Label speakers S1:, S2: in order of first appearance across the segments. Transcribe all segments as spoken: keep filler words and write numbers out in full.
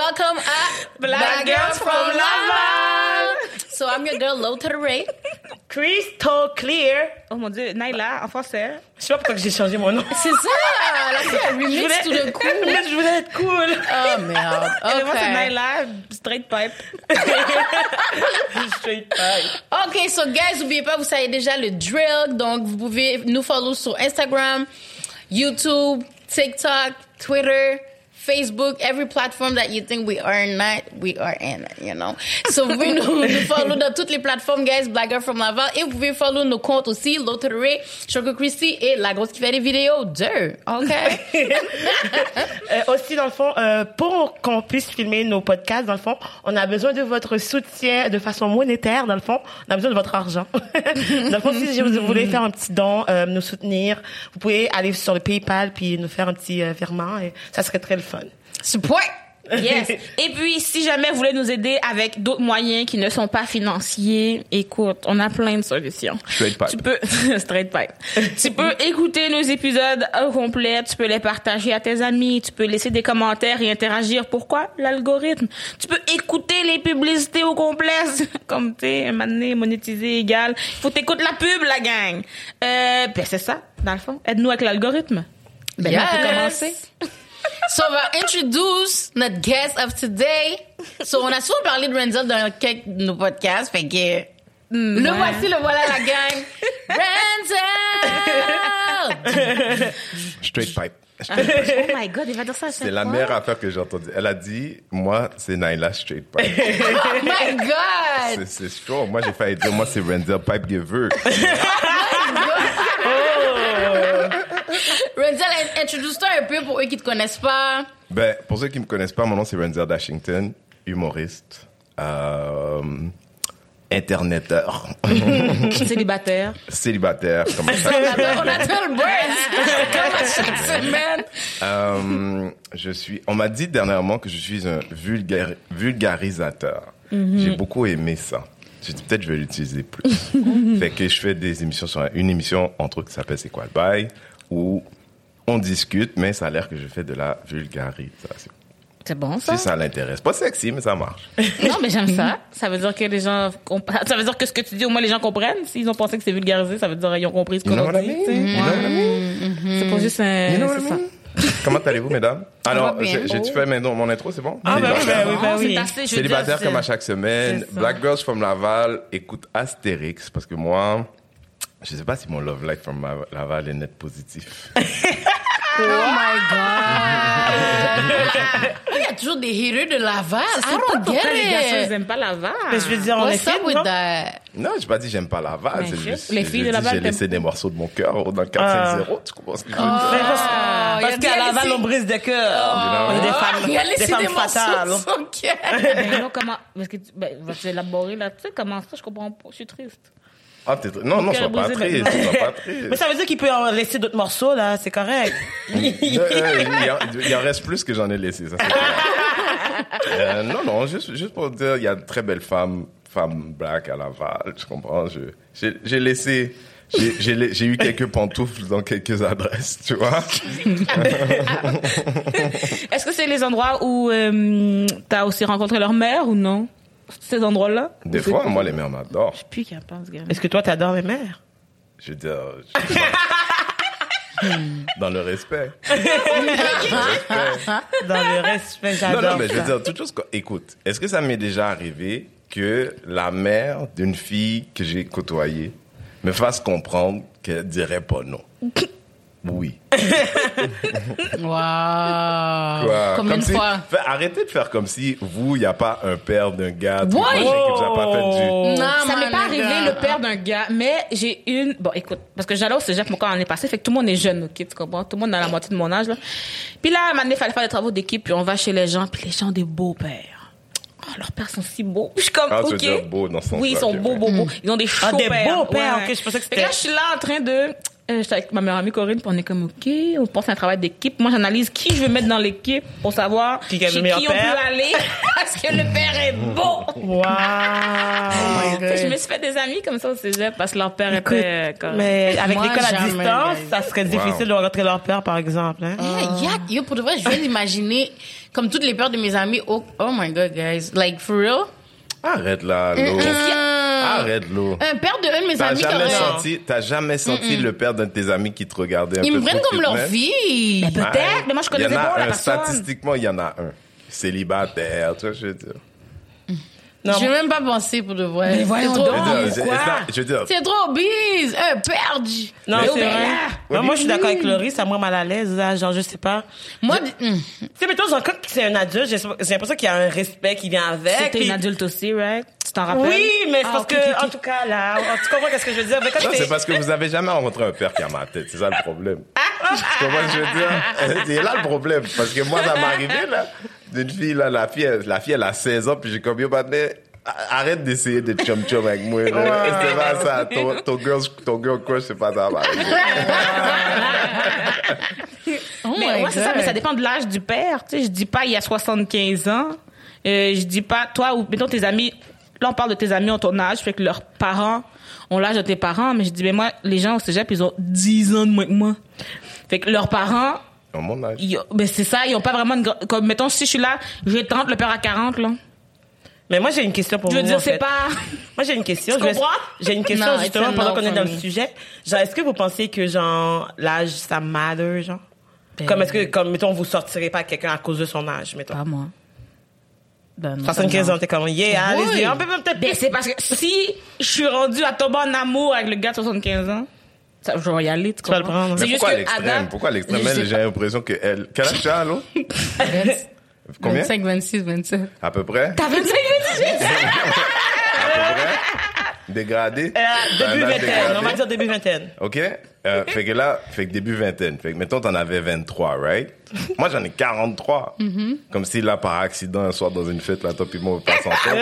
S1: welcome at
S2: Black,
S1: Black
S2: Girls from Laval.
S1: So I'm your girl, Lo to the Ray.
S2: Crystal Clear. Oh mon Dieu, Naila, en français. Je sais pas pourquoi j'ai changé mon nom.
S1: C'est ça, là, c'est un remix tout de coup.
S2: Je voulais être cool.
S1: Oh merde.
S2: Okay.
S1: Okay.
S2: Moi, c'est Naila, straight pipe. Straight pipe.
S1: Ok, so guys, n'oubliez pas, vous savez déjà le drill. Donc, vous pouvez nous follow sur Instagram, YouTube, TikTok, Twitter, Facebook, every platform that you think we are not, we are in, you know. So, vous pouvez nous, nous follow dans toutes les plateformes, guys, Black Girl from Laval. Et vous pouvez follow nos comptes aussi, Lo to the Ray, Choco Christy et la grosse qui fait des vidéos d'eux. OK?
S2: euh, aussi, dans le fond, euh, pour qu'on puisse filmer nos podcasts, dans le fond, on a besoin de votre soutien de façon monétaire, dans le fond. On a besoin de votre argent. Dans le fond, si vous voulez faire un petit don, euh, nous soutenir, vous pouvez aller sur le PayPal puis nous faire un petit euh, virement et ça serait très le fun.
S1: Support!
S3: Yes. Et puis, si jamais vous voulez nous aider avec d'autres moyens qui ne sont pas financiers, écoute, on a plein de solutions.
S4: Straight pipe.
S3: Tu peux, straight pipe. Tu peux écouter nos épisodes au complet, tu peux les partager à tes amis, tu peux laisser des commentaires et interagir. Pourquoi? L'algorithme. Tu peux écouter les publicités au complet, comme t'es, un moment donné, monétisé égal. Faut t'écouter la pub, la gang. Euh, ben c'est ça, dans le fond. Aide-nous avec l'algorithme. Ben,
S1: Yes.
S3: on peut commencer.
S1: So, on va introduce notre guest of today. So, on a souvent parlé de Renzel dans quelques de nos podcasts. Fait que, mm, le
S3: ouais.
S1: voici, le voilà la gang. Renzel!
S4: Straight pipe.
S3: Oh my God, il va dire ça à chaque
S4: C'est la
S3: fois.
S4: meilleure affaire que j'ai entendue. Elle a dit, moi, c'est Naila Straight Pipe.
S1: Oh my God!
S4: c'est, c'est strong. Moi, j'ai failli dire, moi, c'est Renzel Pipe Giver.
S1: Renzel, introduce-toi un peu pour eux qui te connaissent pas.
S4: Ben, pour ceux qui me connaissent pas, mon nom, c'est Renzel Dashington, humoriste, euh, interneteur,
S3: Célibataire.
S4: célibataire, comme ça.
S1: On attend le break. Comme à chaque semaine.
S4: Euh, je suis, on m'a dit dernièrement que je suis un vulgar, vulgarisateur. Mm-hmm. J'ai beaucoup aimé ça. J'ai dit, peut-être je vais l'utiliser plus. Fait que je fais des émissions sur une émission, entre autres, qui s'appelle C'est quoi le bail, où on discute, mais ça a l'air que je fais de la vulgarisation.
S3: C'est bon, ça?
S4: Si ça l'intéresse. Pas sexy, mais ça marche.
S3: Non, mais j'aime ça. Ça veut dire que les gens, comp- ça veut dire que ce que tu dis, au moins les gens comprennent. S'ils ont pensé que c'est vulgarisé, ça veut dire qu'ils ont compris ce qu'on
S4: You know
S3: a
S4: what I
S3: dit.
S4: mean?
S3: tu sais.
S4: You know what I mean?
S3: Mm-hmm. C'est pas juste un,
S4: You know what
S3: c'est
S4: I
S3: ça.
S4: mean? Comment allez-vous, mesdames? Alors,
S1: va bien.
S4: j'ai, j'ai-tu fait mon, mon intro, c'est bon?
S2: Ah, ben oui, ben oui, ben
S3: Oh,
S2: oui.
S3: c'est assez, je veux
S4: Célibataire
S3: dire,
S4: comme à
S3: c'est-
S4: chaque semaine.
S3: c'est ça.
S4: Black Girls from Laval écoute Astérix parce que moi, je sais pas si mon love life from Laval est net positif.
S1: Oh my God. Il y a toujours des haters de Laval. I don't
S3: Pourquoi les garçons,
S1: get
S3: ils
S1: it.
S3: aiment pas Laval?
S2: Mais je veux dire, on est
S1: What's up
S2: fine,
S1: with
S2: non?
S1: that?
S4: Non, j'ai pas dit j'aime pas Laval.
S3: Mais
S4: C'est
S3: je-
S4: juste,
S3: les
S4: j'ai
S3: filles de
S4: dit,
S3: Laval
S4: j'ai
S3: t'aiment
S4: laissé des morceaux de mon cœur dans le quatre cinq zéro. Tu comprends ce que je veux dire?
S2: Mais parce,
S1: Oh,
S2: parce
S1: il a
S2: qu'à
S1: bien
S2: Laval,
S1: laissé-
S2: on brise des cœurs. On est des femmes,
S1: Il a
S2: des
S1: laissé
S2: femmes
S1: des morceaux
S2: fatales.
S1: de son cœur.
S3: Ben non, comment, parce que tu, ben, vas-tu élaborer là-dessus? Comment ça? Je comprends pas. Je suis triste.
S4: Ah, t'es tr- non, non,
S3: cœur
S4: sois pas
S3: brisé
S4: triste.
S3: maintenant.
S4: Sois pas triste.
S2: Mais ça veut dire qu'il peut en laisser d'autres morceaux, là. C'est correct.
S4: Euh, euh, il, en, il en reste plus que j'en ai laissé, ça c'est clair. euh, Non, non, juste, juste pour dire, il y a de très belles femmes, femmes black à Laval, tu comprends? Je, j'ai, j'ai laissé, j'ai, j'ai, j'ai eu quelques pantoufles dans quelques adresses, tu vois?
S3: Est-ce que c'est les endroits où euh, t'as aussi rencontré leur mère ou non? Ces endroits-là?
S4: Des
S3: Ou c'est-
S4: fois, moi, les mères m'adorent.
S3: Je sais plus qui en pense, gars.
S2: Est-ce que toi, t'adores les mères?
S4: Je veux dire, je- dans le respect.
S2: Dans le respect,
S4: Non,
S2: j'adore
S4: non, mais je veux
S2: ça.
S4: dire, toute chose, qu'on- écoute, est-ce que ça m'est déjà arrivé que la mère d'une fille que j'ai côtoyée me fasse comprendre qu'elle dirait pas non? Oui.
S1: Wow.
S4: Quoi?
S1: Combien
S4: Comme
S1: de
S4: si-
S1: fois?
S4: Fait, arrêtez de faire comme si vous, il n'y a pas un père d'un gars.
S1: Ouais.
S4: Qui que vous avez pas fait du...
S1: Non,
S3: Ça m'est
S1: man,
S3: pas
S1: les
S3: arrivé
S1: gars.
S3: le père d'un gars, mais j'ai une... Bon, écoute, parce que j'allais au cégep, moi, quand on est passé, fait que tout le monde est jeune, ok, tu comprends? Tout le monde a la moitié de mon âge, là. Puis là, à un moment donné, il fallait faire des travaux d'équipe, puis on va chez les gens, puis les gens ont des beaux-pères. Oh, leurs pères sont si beaux. Je suis comme,
S4: Ah, tu
S3: ok.
S4: veux dire beau dans ce sens-là,
S3: Oui, ils sont
S4: ok,
S3: beaux,
S4: ouais.
S3: beaux, beaux. Ils ont des
S2: Ah,
S3: chauds
S2: des
S3: pères.
S2: beaux pères,
S3: Ouais.
S2: ok, je pensais que
S3: Fait
S2: c'était-
S3: là, je suis là en train de Euh, j'étais avec ma meilleure amie Corinne, puis on est comme, OK, on pense à un travail d'équipe. Moi, j'analyse qui je veux mettre dans l'équipe pour savoir
S2: Qui
S3: chez
S2: a le meilleur
S3: qui on
S2: père.
S3: peut aller parce que le père est beau.
S2: Wow! Oh my
S3: Fait que je
S2: God.
S3: me suis fait des amis comme ça au cégep parce que leur père
S2: Écoute,
S3: était comme...
S2: mais avec
S1: Moi,
S2: l'école à
S1: jamais,
S2: distance,
S1: guys.
S2: ça serait difficile de rencontrer leur père, par exemple. Hein?
S1: Yeah, yeah, yo, pour de vrai, je viens d'imaginer, comme toutes les peurs de mes amis, oh, oh my God, guys. Like, for real?
S4: Arrête là, l'eau. Arrête l'eau.
S1: Un père de un de mes
S4: T'as
S1: amis qui
S4: jamais
S1: aurait...
S4: senti, t'as jamais senti le père d'un de tes amis qui te regardait un
S1: Ils
S4: peu
S1: me prennent
S4: trop
S1: comme leur
S4: fitness?
S1: vie.
S3: Mais peut-être, mais moi, je
S4: Il y
S3: connaissais
S4: en a
S3: pas la
S4: un,
S3: personne.
S4: statistiquement, il y en a un. Célibataire, tu vois, je veux dire.
S2: Non,
S1: Je vais même pas penser pour de vrai. C'est
S3: voyons
S1: trop,
S3: donc.
S4: Je veux dire,
S3: quoi?
S4: c'est- c'est- je veux dire,
S1: c'est trop bise. Un père du...
S2: non,
S3: Mais
S2: c'est
S3: au ben
S2: vrai.
S3: là.
S2: Ouais, moi, je suis d'accord
S1: Oui.
S2: avec Laurie, ça me rend mal à l'aise, là, genre, je sais pas.
S1: Moi,
S2: Je-
S1: hum.
S2: Tu sais, mettons, genre, quand c'est un adulte, j'ai j'ai l'impression qu'il y a un respect qui vient avec.
S3: C'était
S2: puis-
S3: une adulte aussi, right? Tu t'en rappelles?
S2: Oui, mais c'est
S3: Ah,
S2: parce
S3: ok,
S2: que,
S3: ok, ok.
S2: en tout cas, là, tu comprends qu'est-ce que je veux dire? Mais quand
S4: non,
S2: t'es-
S4: c'est parce que vous avez jamais rencontré un père qui a ma tête. C'est ça le problème. Tu comprends ce que je veux dire? C'est là le problème. Parce que moi, ça m'est arrivé, là, d'une fille, là, la fille, elle- la fille, elle a seize ans, puis j'ai comme, yo, partner, arrête d'essayer d'être chum-chum avec moi, là. C'est pas ça. Ton, ton girl, ton girl crush, c'est pas ça. va arriver.
S1: Oh
S3: Mais
S1: my
S3: ouais, c'est ça,
S1: God.
S3: mais ça dépend de l'âge du père. Tu sais, je dis pas il y a soixante-quinze ans. Euh, je dis pas toi ou mettons tes amis. Là, on parle de tes amis ont ton âge, fait que leurs parents ont l'âge de tes parents. Mais je dis, mais moi, les gens au cégep, ils ont dix ans de moins que moi. Fait que leurs parents,
S4: À mon âge.
S3: ils ont- ben c'est ça, ils ont pas vraiment une gra- comme mettons si je suis là, j'ai trente, le père a quarante là.
S2: Mais moi, j'ai une question pour
S3: Je
S2: vous.
S3: veux dire,
S2: en
S3: c'est
S2: fait.
S3: pas.
S2: Moi, j'ai une question.
S3: Tu
S2: Je vais-
S3: comprends?
S2: J'ai une question,
S1: Non,
S2: justement,
S1: it's a
S2: pendant
S1: no
S2: qu'on est
S1: for
S2: dans le
S1: me.
S2: sujet. Genre, est-ce que vous pensez que, genre, l'âge, ça matter, genre?
S3: Ben,
S2: Comme, est-ce que, comme, mettons, vous sortirez pas avec quelqu'un à cause de son âge, mettons?
S3: Pas moi. Ben, non,
S2: soixante-quinze
S3: non.
S2: ans, t'es comme, yeah, allez-y.
S1: Oui.
S2: On peut peut-être
S3: Ben, c'est parce que si je suis rendue à tomber en amour avec le gars de soixante-quinze ans, ça, je vais y aller, tu
S2: vas le
S3: comprends?
S2: prendre.
S3: C'est
S4: Mais
S3: juste
S4: pourquoi
S3: que
S4: l'extrême?
S3: à date,
S4: Pourquoi l'extrême?
S3: je
S4: Elle,
S3: sais
S4: j'ai l'impression qu'elle, quel âge tu as, allô? Combien?
S1: vingt-cinq, vingt-six, vingt-sept.
S4: À peu près?
S3: T'as vingt-cinq minutes?
S4: À peu près? Dégradé?
S2: Euh,
S4: T'as un
S2: début
S4: âge
S2: vingtaine,
S4: dégradé?
S2: on va dire début vingtaine.
S4: OK? Euh, fait que là, fait que début vingtaine. Fait que mettons, t'en avais vingt-trois, right? Moi, j'en ai quarante-trois. Comme si là, par accident, un soir dans une fête, là, toi puis moi, on peut pas s'entendre.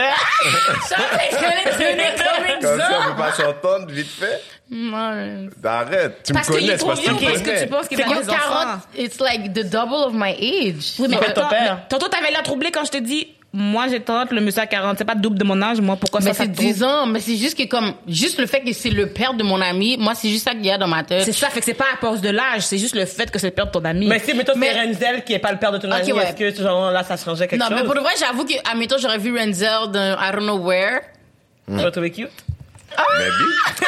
S4: Comme si on peut pas s'entendre, vite fait.
S1: Ouais.
S4: Arrête, tu
S3: Parce
S4: me
S3: qu'il
S4: connais,
S3: est
S4: c'est
S3: trop
S4: parce que tu
S3: vieux,
S4: me
S3: parce que tu
S4: connais.
S3: penses qu'il
S1: C'est
S3: a
S1: comme
S3: des enfants.
S1: quarante, it's like the double of my age.
S3: Oui, mais
S2: Ça fait ton
S3: attends,
S2: père.
S3: mais tantôt, t'avais l'air troublé quand je te dis, moi, j'ai trente, le monsieur a quarante. C'est pas double de mon âge, moi. Pourquoi
S1: Mais
S3: ça, ça
S1: c'est
S3: te trouble?
S1: dix ans, mais c'est juste que comme, juste le fait que c'est le père de mon ami, moi, c'est juste ça qu'il y a dans ma tête.
S3: C'est ça, fait que c'est pas à cause de l'âge, c'est juste le fait que c'est le père de ton ami.
S2: Mais si, mettons,
S1: Mais-
S2: c'est Renzel qui est pas le père de ton
S1: Ok,
S2: ami,
S1: ouais.
S2: est-ce que, genre, là, ça changeait quelque
S1: Non,
S2: chose?
S1: mais pour de vrai, j'avoue que, admettons, j'aurais vu Renzel dans I don't know where.
S2: Tu vas trouver cute?
S4: Maybe.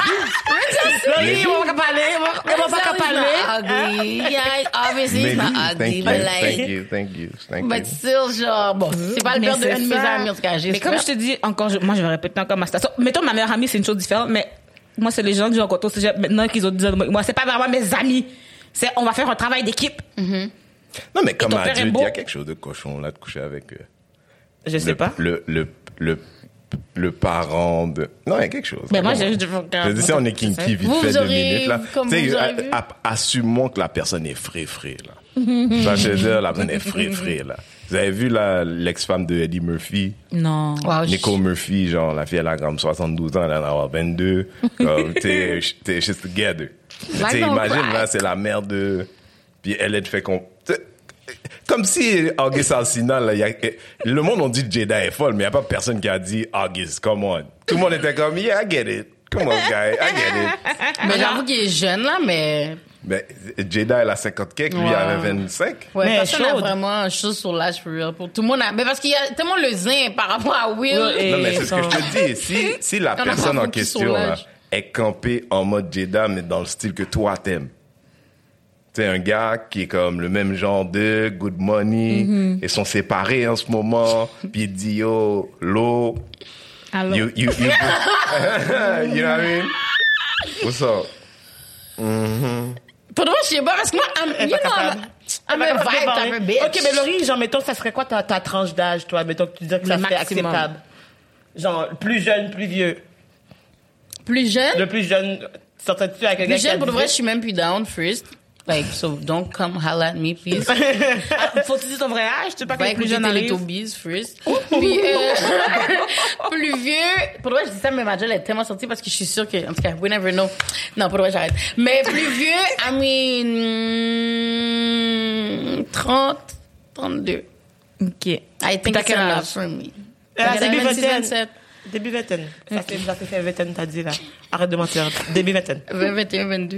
S4: Maybe.
S2: Laurie, on va pas parler, on va- on va pas
S1: Renzel is
S2: parler.
S1: not ugly. Yeah, obviously he's
S4: Maybe.
S1: not
S4: Thank
S1: ugly,
S4: you.
S1: but
S4: Thank
S1: like,
S4: you. Thank you. Thank
S1: but
S4: you.
S1: still, genre, bon, c'est pas le
S3: Mais
S1: père de
S3: c'est
S1: un de mes
S3: ça.
S1: amis, en tout cas,
S3: Mais
S1: j'espère.
S3: comme je te dis, encore, je- moi, je vais répéter encore ma station. Mettons, ma meilleure amie, c'est une chose différente, mais moi, c'est les gens que j'ai rencontrés au cégep maintenant qu'ils ont dix ans de moi. Moi, c'est pas vraiment mes amis. C'est, on va faire un travail d'équipe.
S4: Non, mais comme
S3: ton père est
S4: adulte,
S3: beau?
S4: il y a quelque chose de cochon, là, de coucher avec euh,
S2: Je sais
S4: le,
S2: pas.
S4: le, le, le, le parent de... Non, il y a quelque chose.
S3: Mais moi,
S4: Comment?
S3: j'ai juste...
S4: Je dis, si on est kinky vite
S1: Vous,
S4: fait
S1: vous
S4: deux
S1: auriez-
S4: minutes, là.
S1: comme
S4: Tu sais,
S1: vous
S4: a-
S1: aurez vu?
S4: a- assumons que la personne est frais, frais, là. Ça, je veux dire, la personne est frais, frais, là. Vous avez vu, là, l'ex-femme de Eddie Murphy?
S3: Non.
S1: Wow,
S4: Nico Murphy, genre, la fille, elle a comme soixante-douze ans, elle en a avoir vingt-deux. Comme, t'es, t'es just together. Mais tu sais,
S1: Like on
S4: imagine,
S1: crack.
S4: là, c'est la mère de... Puis elle, elle fait qu'on... t'sais, comme si August Alsina, là, y a... le monde, on dit que Jada est folle, mais il n'y a pas personne qui a dit August, come on. Tout le monde était comme, yeah, I get it. Come on, guy, I get it.
S1: Mais j'avoue qu'il est jeune, là, mais,
S4: Mais Jada, elle a cinquante quelques, lui, il
S1: Ouais.
S4: avait vingt-cinq.
S1: ouais,
S2: Mais
S1: personne n'a
S2: chaude.
S1: vraiment chose sur l'âge for real. Pour tout le monde, a- mais parce qu'il y a tellement le zin par rapport à Will.
S2: Ouais, et-
S4: Non, mais c'est ce que
S2: son-
S4: je te dis. Si, si la
S1: On a
S4: personne
S1: pas
S4: en
S1: beaucoup sur
S4: question là,
S1: l'âge.
S4: est campée en mode Jada, mais dans le style que toi t'aimes. Tu sais, un gars qui est comme le même genre de good money,
S1: Mm-hmm.
S4: ils sont séparés en ce moment, puis il dit, yo, Lo,
S3: Alors,
S4: you, you, you, you know what I mean? What's up?
S1: Pour de vrai, je sais pas, parce que moi, I'm,
S2: Elle est
S1: you
S2: pas
S1: know,
S2: capable.
S1: I'm, I'm a vibe type of bitch.
S2: Ok, mais Laurie, genre, mettons, ça serait quoi ta, ta tranche d'âge, toi? Mettons que tu disais que ça
S3: Le
S2: serait
S3: maximum.
S2: acceptable. Genre, plus jeune, plus vieux.
S1: Plus jeune?
S2: Le plus jeune, sortais-tu avec un gars
S1: Plus
S2: qui a
S1: jeune, pour de vrai, je
S2: dix-huit?
S1: suis même plus down, first. Like, so don't come holla at me, please.
S3: Ah, faut que tu dises ton vrai âge, tu veux pas que
S1: Va
S3: les plus
S1: écouter
S3: jeunes arrivent.
S1: Teletubbies first. Puis, euh, plus vieux, pour le vrai, je dis ça, mais ma gueule est tellement sortie parce que je suis sûre que, en tout cas, we never know. Non, pour le vrai, j'arrête. Mais plus vieux, I mean, trente, trente-deux.
S3: OK.
S1: I think
S3: T'as
S1: it's
S3: quel
S1: enough
S3: âge?
S1: for me.
S2: Ah, début
S1: vingt-six,
S2: vingtaine.
S1: vingt-sept.
S2: Début vingtaine. Ça fait, ça fait vingtaine, t'as dit, là. Arrête de mentir. Début vingtaine.
S1: vingt, vingt et un, vingt-deux.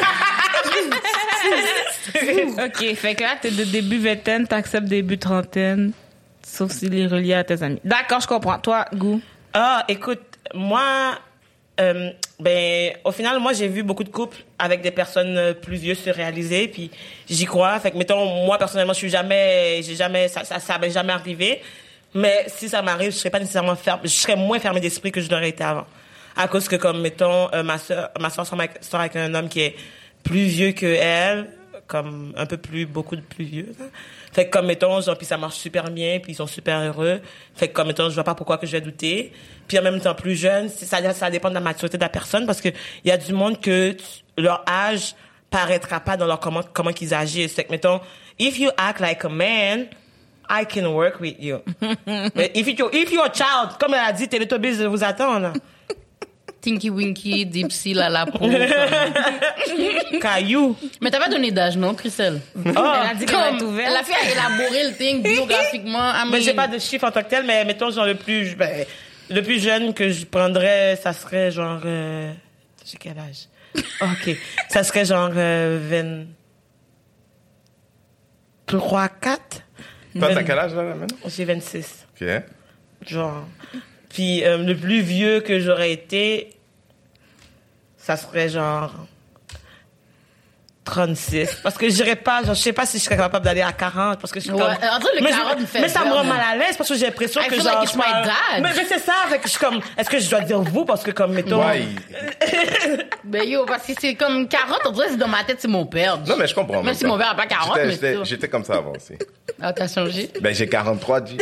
S3: OK, fait que là, t'es de début vingtaine, t'acceptes début trentaine, sauf s'il est relié à tes amis. D'accord, je comprends. Toi, Gou?
S2: Ah, écoute, moi, euh, ben, au final, moi, j'ai vu beaucoup de couples avec des personnes euh, plus vieux se réaliser, puis j'y crois. Fait que, mettons, moi, personnellement, je suis jamais, j'ai jamais, ça, ça, ça m'est jamais arrivé. Mais si ça m'arrive, je serais pas nécessairement ferme, je serais moins fermée d'esprit que je l'aurais été avant. À cause que, comme, mettons, euh, ma soeur, ma soeur sort avec, sort avec un homme qui est plus vieux que elle, comme, un peu plus, beaucoup de plus vieux, là. Fait que, comme, mettons, genre, puis ça marche super bien, puis ils sont super heureux. Fait que, comme, mettons, je vois pas pourquoi que je vais douter. Puis en même temps, plus jeune, c'est- ça, ça dépend de la maturité de la personne, parce que il y a du monde que tu- leur âge paraîtra pas dans leur comment, comment qu'ils agissent. Fait que, mettons, if you act like a man, I can work with you. Mais if you, if you're a child, comme elle a dit, Teletubbies vous attend, là.
S1: Tinky Winky, Dipsy, Lalapo.
S2: Caillou.
S1: Mais t'as pas donné d'âge, non, Christelle?
S3: Elle a dit qu'elle va
S1: Comme,
S3: être ouverte.
S1: elle a fait élaborer le thing biographiquement. I
S2: Mais j'ai
S1: mean,
S2: pas de chiffre en tant que tel, mais mettons, genre, le plus, ben, le plus jeune que je prendrais, ça serait genre, euh, j'ai quel âge? OK. Ça serait genre, euh, vingt-trois, quatre.
S4: Toi, t'as quel âge, là, maintenant?
S2: J'ai vingt-six.
S4: OK.
S2: Genre. Puis, euh, le plus vieux que j'aurais été, ça serait genre, trente-six. Parce que j'irais pas, genre, je sais pas si je serais capable d'aller à quarante, parce que je suis
S1: Ouais,
S2: comme...
S1: en tout cas, le
S2: mais, je-
S1: quarante me fait
S2: mais ça me
S1: peur,
S2: rend
S1: man.
S2: mal à l'aise, parce que j'ai l'impression
S1: I
S2: que
S1: feel
S2: genre...
S1: like it's
S2: je
S1: my
S2: parle-
S1: dad.
S2: Mais, mais c'est ça, fait que je suis comme, est-ce que je dois dire vous, parce que comme, mettons...
S4: Ouais.
S1: Ben yo, parce que c'est comme quarante, on dirait que c'est dans ma tête, c'est mon père.
S4: Non, mais je comprends.
S1: Même
S4: même
S1: si
S4: pas.
S1: mon père a pas quarante,
S4: J'étais-
S1: mais
S4: j'étais-
S1: c'est ça.
S4: J'étais comme ça avant aussi.
S1: Ah, t'as changé?
S4: Ben, j'ai quarante-trois, G.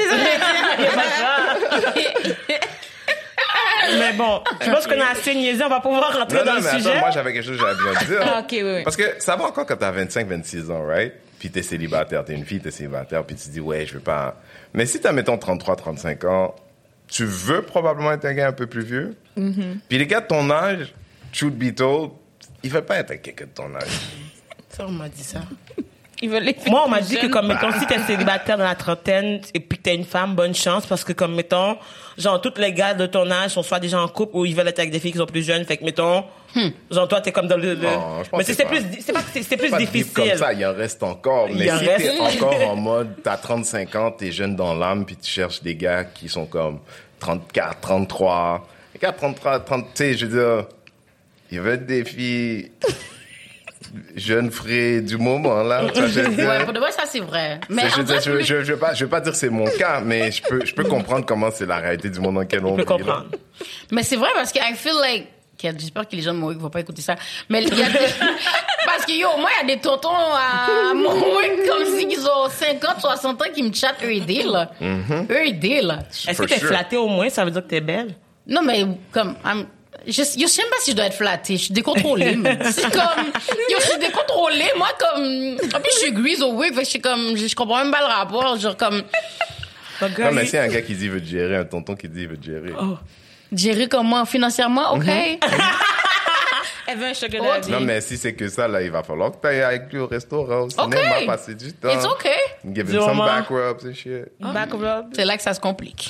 S2: Mais bon, je pense qu'on a assez niaisé, on va pouvoir rentrer
S4: Non,
S2: dans
S4: non,
S2: le
S4: mais
S2: sujet.
S4: attends, moi, j'avais quelque chose que j'avais besoin de dire.
S3: Ah, OK, oui, oui.
S4: Parce que ça va encore quand t'as vingt-cinq, vingt-six ans, right? Puis t'es célibataire, t'es une fille, t'es célibataire, puis tu dis, ouais, je veux pas... Mais si t'as, mettons, trente-trois, trente-cinq ans, tu veux probablement être un gars un peu plus vieux. Puis les gars de ton âge, truth be told, ils veulent pas être avec quelqu'un de ton âge.
S2: Ça, on m'a dit ça.
S3: Ils veulent les filles
S2: Moi, on m'a
S3: plus
S2: dit que
S3: jeunes.
S2: comme, mettons, si t'es célibataire dans la trentaine et puis que t'es une femme, bonne chance, parce que comme, mettons, genre, tous les gars de ton âge sont soit déjà en couple ou ils veulent être avec des filles qui sont plus jeunes, fait que, mettons, genre, toi, t'es comme dans le... le-
S4: Non, je pense
S2: mais
S4: que
S2: c'est
S4: c'est
S2: plus,
S4: pas-
S2: c'est pas que c'est c'est plus
S4: Pas deep
S2: difficile.
S4: comme ça, il en reste encore.
S2: Il
S4: Mais
S2: en
S4: si
S2: reste.
S4: t'es encore en mode, t'as trente-cinq ans, t'es jeune dans l'âme, puis tu cherches des gars qui sont comme trente-quatre, trente-trois. Les gars, trente-trois, trente, tu sais, je veux dire, ils veulent des filles jeunes frais du moment, là. Tu vois, je veux dire.
S1: Ouais, pour de vrai, ça, c'est vrai. Mais
S4: C'est- je,
S1: en
S4: veux dire,
S1: vrai,
S4: je,
S1: plus-
S4: je, je veux pas, je veux pas dire que c'est mon cas, mais je peux, je peux comprendre comment c'est la réalité du monde dans lequel on
S2: Je
S4: vit.
S2: peux
S4: là.
S2: comprendre.
S1: Mais c'est vrai parce que I feel like... Okay, j'espère que les gens de Moïse vont pas écouter ça. Mais il y a des... Parce que yo, moi, il y a des tontons à Moïse comme si ils ont cinquante, soixante ans qui me chattent eux aider, là. Eux aider, là.
S2: Est-ce que
S4: For
S2: t'es
S4: sure.
S2: flattée au moins? Ça veut dire que t'es belle?
S1: Non, mais comme... I'm- Je, yo, je sais même pas si je dois être flattée. Je suis décontrôlée, man. C'est comme... Yo, je suis décontrôlée. Moi, comme... En plus, je suis grise au wig. Fait que je suis comme... Je, je comprends même pas le rapport. Genre, comme...
S2: Donc,
S4: Non, mais
S2: il-
S4: c'est un gars qui dit il veut te gérer, un tonton qui dit il veut te gérer.
S1: Gérer comment? Financièrement? OK.
S3: Elle veut un sugar
S1: Oh,
S3: daddy.
S4: Non, mais si c'est que ça, là, il va falloir que tu ailles avec lui au restaurant, au
S1: OK.
S4: cinéma, passer du temps.
S1: It's OK.
S4: Give
S2: Du
S4: him some
S2: moment.
S4: back rubs and shit.
S3: Back rub.
S1: C'est là que ça se complique.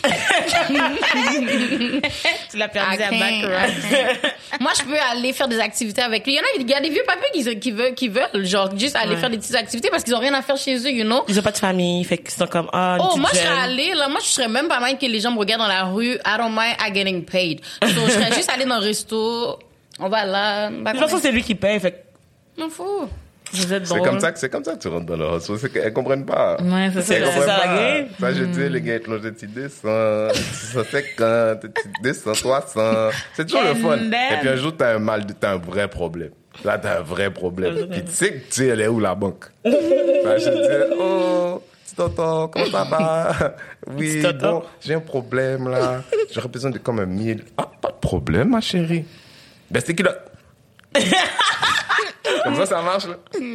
S3: Tu l'as perdu à
S1: I
S3: back
S1: can't-
S3: rub.
S1: Moi, je peux aller faire des activités avec lui. Il y en a, il y a des vieux papiers qui, qui veulent, qui veulent, genre, juste aller
S2: Ouais.
S1: faire des petites activités parce qu'ils ont rien à faire chez eux, you know.
S2: Ils ont pas de famille, fait qu'ils sont comme, ah, une
S1: Oh,
S2: petite
S1: moi, je
S2: jeune.
S1: serais allée, là, moi, je serais même pas mal que les gens me regardent dans la rue. I don't mind I getting paid. So, je serais juste allée dans le resto. On va là.
S2: De toute façon, c'est lui qui paye, fait que
S1: m'en fous.
S2: vous êtes
S4: C'est
S2: drôle.
S4: comme ça que c'est comme ça que tu rentres dans le hustle. C'est qu'elles comprennent pas.
S3: Ouais, c'est ça.
S4: Elles
S2: c'est
S4: comprennent
S2: ça, la
S4: pas.
S2: game.
S4: Ça, je dis, les gars, ils te logent des petits deux cents, six cent cinquante, des petits deux cents, trois cents. C'est toujours le fun.
S3: And then-
S4: Et puis un jour, t'as un mal, de- t'as un vrai problème. Là, t'as un vrai problème. Puis tu sais que tu sais, elle est où la banque? Ça, je dis, oh, petit tonton, comment ça va? Oui,
S2: Petit tonton.
S4: bon, j'ai un problème là. J'aurais besoin de comme un mille. Ah, pas de problème, ma chérie. Ben, c'est qui là? Comme ça, ça marche, là.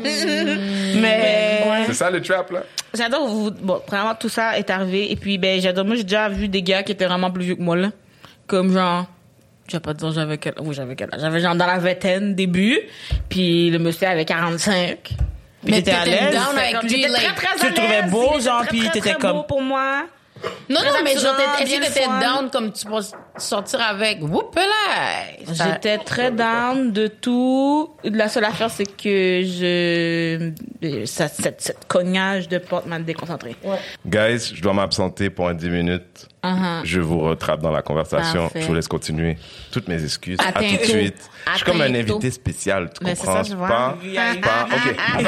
S2: Mais
S3: Ouais.
S4: C'est ça, le trap, là.
S3: J'adore vous. Bon, premièrement, tout ça est arrivé. Et puis, ben, j'adore. Moi, j'ai déjà vu des gars qui étaient vraiment plus vieux que moi, là. Comme genre. Je vais pas dire j'avais quel. Oui, j'avais quel âge. J'avais genre dans la vingtaine, début. Puis le monsieur avait quarante-cinq. Puis
S1: Mais
S2: t'étais à
S1: t'étais
S2: l'aise?
S1: down avec lui,
S3: J'étais
S1: like-
S3: très, très
S2: Tu
S3: à
S2: le trouvais
S3: l'aise.
S2: beau,
S3: Il était
S2: genre,
S3: très,
S2: puis
S3: très,
S2: t'étais
S3: très
S2: comme-
S3: beau pour moi.
S1: Non, non,
S3: Très
S1: mais genre,
S3: attirant,
S1: t'étais- est-ce
S3: bien
S1: que
S3: le
S1: t'étais
S3: fun.
S1: down comme tu peux sortir avec? Whoop là!
S3: J'étais très down de tout. La seule affaire, c'est que je, ça, cette, cette cognage de porte m'a déconcentrée.
S4: Guys, je dois m'absenter pour un dix minutes.
S3: Uh-huh.
S4: Je vous rattrape dans la conversation.
S3: Parfait.
S4: Je vous laisse continuer. Toutes mes excuses.
S3: À
S4: À, tout de
S3: bientôt.
S4: suite. Je suis
S3: À
S4: comme un
S3: bientôt.
S4: invité spécial. Tu
S3: Mais c'est
S4: comprends?
S3: ça, je vois.
S4: Pas, pas, ok. Attends.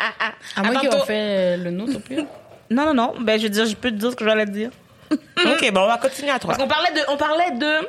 S1: À moins
S3: À
S1: qu'ils
S3: tantôt.
S1: ont fait euh, le nôtre au plus.
S3: Non, non, non. Ben, je veux dire, je peux te dire ce que j'allais te dire.
S2: OK, bon, on va continuer à toi.
S3: Parce qu'on parlait de, on parlait de,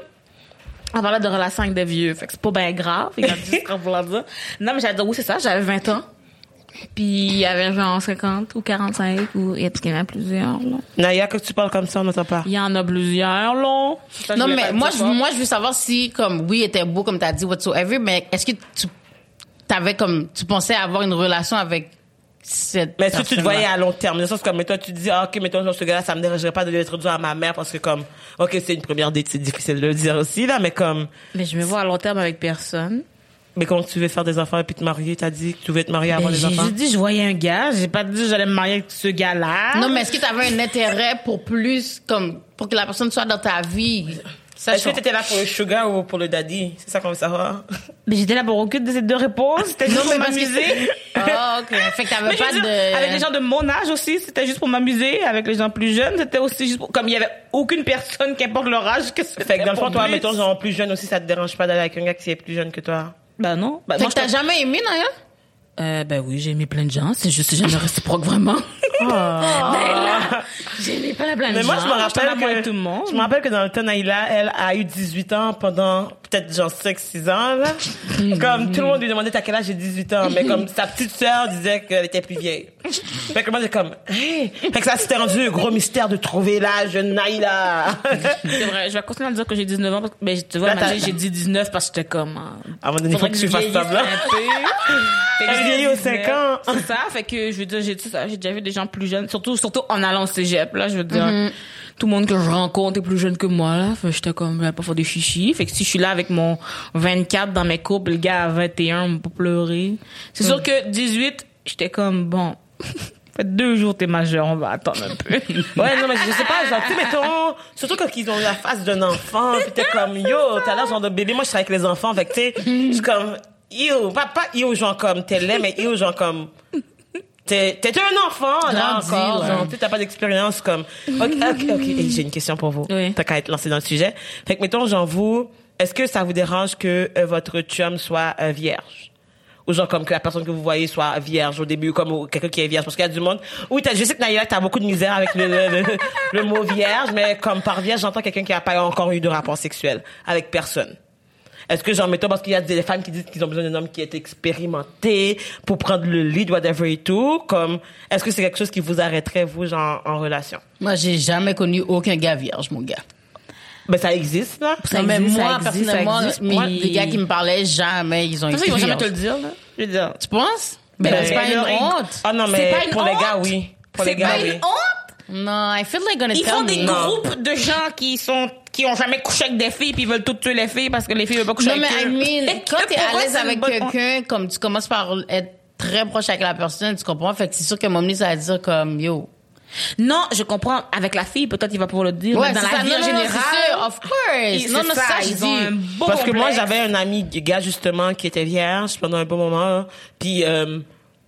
S3: on parlait de relations avec des vieux. Fait que c'est pas bien grave. Il a dit ce qu'on voulait dire. Non, mais j'allais dire, oui, c'est ça. J'avais vingt ans. Puis il y avait genre cinquante ou quarante-cinq ou, il y en a plusieurs, là.
S2: Naya, que tu parles comme ça, on n'entend pas.
S3: Il y en a plusieurs, là. Ça, je
S1: Non,
S3: voulais
S1: mais
S3: pas
S1: moi,
S3: dire
S1: je,
S3: ça.
S1: moi, je veux savoir si, comme, oui, il était beau, comme t'as dit, whatsoever, mais est-ce que tu, t'avais comme, tu pensais avoir une relation avec cette
S2: Mais est-ce que tu te
S1: personne-là?
S2: voyais à long terme? Dans le sens comme, mettons, tu te dis, ah, OK, mettons, genre, ce gars-là, ça me dérangerait pas de l'introduire à ma mère parce que, comme, OK, c'est une première date, c'est difficile de le dire aussi, là, mais comme,
S3: Mais je me vois à long terme avec personne.
S2: mais comment tu veux faire des enfants et puis te marier? T'as dit que tu veux te marier avant
S3: Ben,
S2: les
S3: j'ai
S2: enfants?
S3: juste dit, je voyais un gars. J'ai pas dit, j'allais me marier avec ce gars-là.
S1: Non, mais est-ce que t'avais un intérêt pour plus, comme, pour que la personne soit dans ta vie? Ça,
S2: Est-ce que
S1: je-
S2: t'étais là pour le sugar ou pour le daddy? C'est ça qu'on veut savoir.
S3: Mais j'étais là pour aucune de ces deux réponses. C'était juste
S1: Non,
S3: pour
S1: mais parce que
S3: m'amuser.
S1: Ah, ok. Fait que t'avais
S3: Mais je
S1: pas
S3: veux dire,
S1: de...
S3: avec les gens de mon âge aussi, c'était juste pour m'amuser. Avec les gens plus jeunes, c'était aussi juste pour... Comme il y avait aucune personne, qu'importe leur âge, que c'était
S2: Fait que dans le fond,
S3: pour
S2: toi,
S3: plus.
S2: mettons, genre, plus jeune aussi, ça te dérange pas d'aller avec un gars qui est plus jeune que toi?
S3: Ben non. Ben,
S1: Fait
S3: moi,
S1: que t'as
S3: je-
S1: jamais aimé, Naya?
S3: Euh, ben oui, j'ai aimé plein de gens. C'est juste que jamais réciproque, vraiment. Ben là, j'ai aimé plein, plein de
S2: Mais
S3: gens.
S2: moi, je me
S3: J'étais
S2: rappelle
S3: en amour avec
S2: que,
S3: tout le monde.
S2: je me rappelle que dans le temps, Naïla, elle a eu dix-huit ans pendant peut-être genre cinq six ans, là. Comme tout le monde lui demandait t'as quel âge, j'ai dix-huit ans. Mais comme sa petite sœur disait qu'elle était plus vieille. Fait que moi, j'ai comme, hey! Fait que ça s'était rendu un gros mystère de trouver l'âge de Naïla.
S3: C'est vrai, je vais continuer à dire que j'ai dix-neuf ans. Parce que, ben, tu vois,
S2: Là,
S3: imagine,
S2: t'as-
S3: j'ai dit dix-neuf parce que j'étais comme... euh,
S2: À un moment donné, il faut
S3: faudrait
S2: que tu
S3: je
S2: fasses
S3: vieillisse
S2: semblant.
S3: un peu. Fait que
S2: Elle
S3: j'ai
S2: vieillit
S3: dit
S2: aux
S3: dix-neuf.
S2: cinq ans.
S3: C'est ça, fait que je veux dire, j'ai tout ça, j'ai déjà vu des gens plus jeunes, surtout, surtout en allant au cégep, là, je veux dire. Tout le monde que je rencontre est plus jeune que moi, là. Fait que j'étais comme, j'allais pas faire des chichis. Fait que si je suis là avec mon vingt-quatre dans mes couples, le gars à vingt et un, on peut pleurer. C'est sûr que dix-huit, j'étais comme, bon, fait deux jours t'es majeur, on va attendre un peu.
S2: Ouais, non, mais je sais pas, genre, tu sais, mettons, surtout quand ils ont la face d'un enfant, pis t'es comme, yo, t'as l'air genre de bébé, moi, je travaille avec les enfants, fait que, tu sais, je suis comme, yo, pas, pas yo, genre, comme, t'es laid, mais yo, genre, comme, t'es, t'es un enfant, là,
S1: Grandi,
S2: encore,
S1: ouais.
S2: genre, tu sais, t'as pas d'expérience, comme, ok, ok, ok, hey, j'ai une question pour vous.
S3: Oui.
S2: T'as qu'à être lancé dans le sujet. Fait que, mettons, genre, vous, est-ce que ça vous dérange que euh, votre chum soit euh, vierge? Ou genre comme que la personne que vous voyez soit vierge au début, comme ou quelqu'un qui est vierge. Parce qu'il y a du monde. Oui, t'as, je sais que Naïla, t'as beaucoup de misère avec le, le, le, le mot vierge, mais comme par vierge, j'entends quelqu'un qui a pas encore eu de rapport sexuel avec personne. Est-ce que genre, mettons, parce qu'il y a des femmes qui disent qu'ils ont besoin d'un homme qui est expérimenté pour prendre le lead, whatever et tout, comme, est-ce que c'est quelque chose qui vous arrêterait, vous, genre, en relation?
S1: Moi, j'ai jamais connu aucun gars vierge, mon gars.
S2: Ben, ça existe, là.
S3: Ça
S1: non, mais
S3: existe,
S1: moi,
S3: ça existe,
S1: personnellement,
S3: ça existe,
S1: moi,
S3: puis-
S1: les gars qui me parlaient, jamais, ils ont
S3: De toute
S1: été
S3: façon, ils vont jamais
S1: vierges.
S3: te le dire, là. Je veux dire.
S1: Tu penses? Ben,
S2: Ben,
S1: c'est pas
S3: leur-
S1: une
S3: ils-
S1: honte.
S2: Ah non,
S3: C'est
S2: mais
S3: pas une
S2: pour les gars,
S3: honte?
S2: oui. Pour
S3: C'est
S2: les gars,
S3: pas
S2: oui.
S3: une honte?
S1: Non, I feel like gonna
S3: Ils
S1: tell
S3: font
S1: me.
S3: des
S2: Non.
S3: groupes de gens qui sont qui ont jamais couché avec des filles puis ils veulent toutes tuer les filles parce que les filles veulent pas coucher
S1: Non, mais
S3: avec
S1: I
S3: eux.
S1: mean,
S3: Et
S1: quand
S3: que
S1: t'es
S3: pour
S1: à
S3: eux,
S1: l'aise
S3: c'est une
S1: avec
S3: bonne
S1: quelqu'un, comme tu commences par être très proche avec la personne, tu comprends? Fait que c'est sûr que mon ça va dire comme, yo.
S3: honte. Non, je comprends. Avec la fille, peut-être il va pouvoir le dire.
S1: Ouais,
S3: mais dans
S1: c'est
S3: la
S1: ça.
S3: vie
S1: Non,
S3: en
S1: non, non,
S3: général,
S1: c'est sûr, of course.
S3: ils-
S1: Non,
S3: c'est
S1: non, ça, je
S3: ils ont un
S1: dis.
S3: beau
S2: Parce que moi,
S3: complexe.
S2: j'avais un ami gars, justement, qui était vierge pendant un bon moment, là. Puis, euh,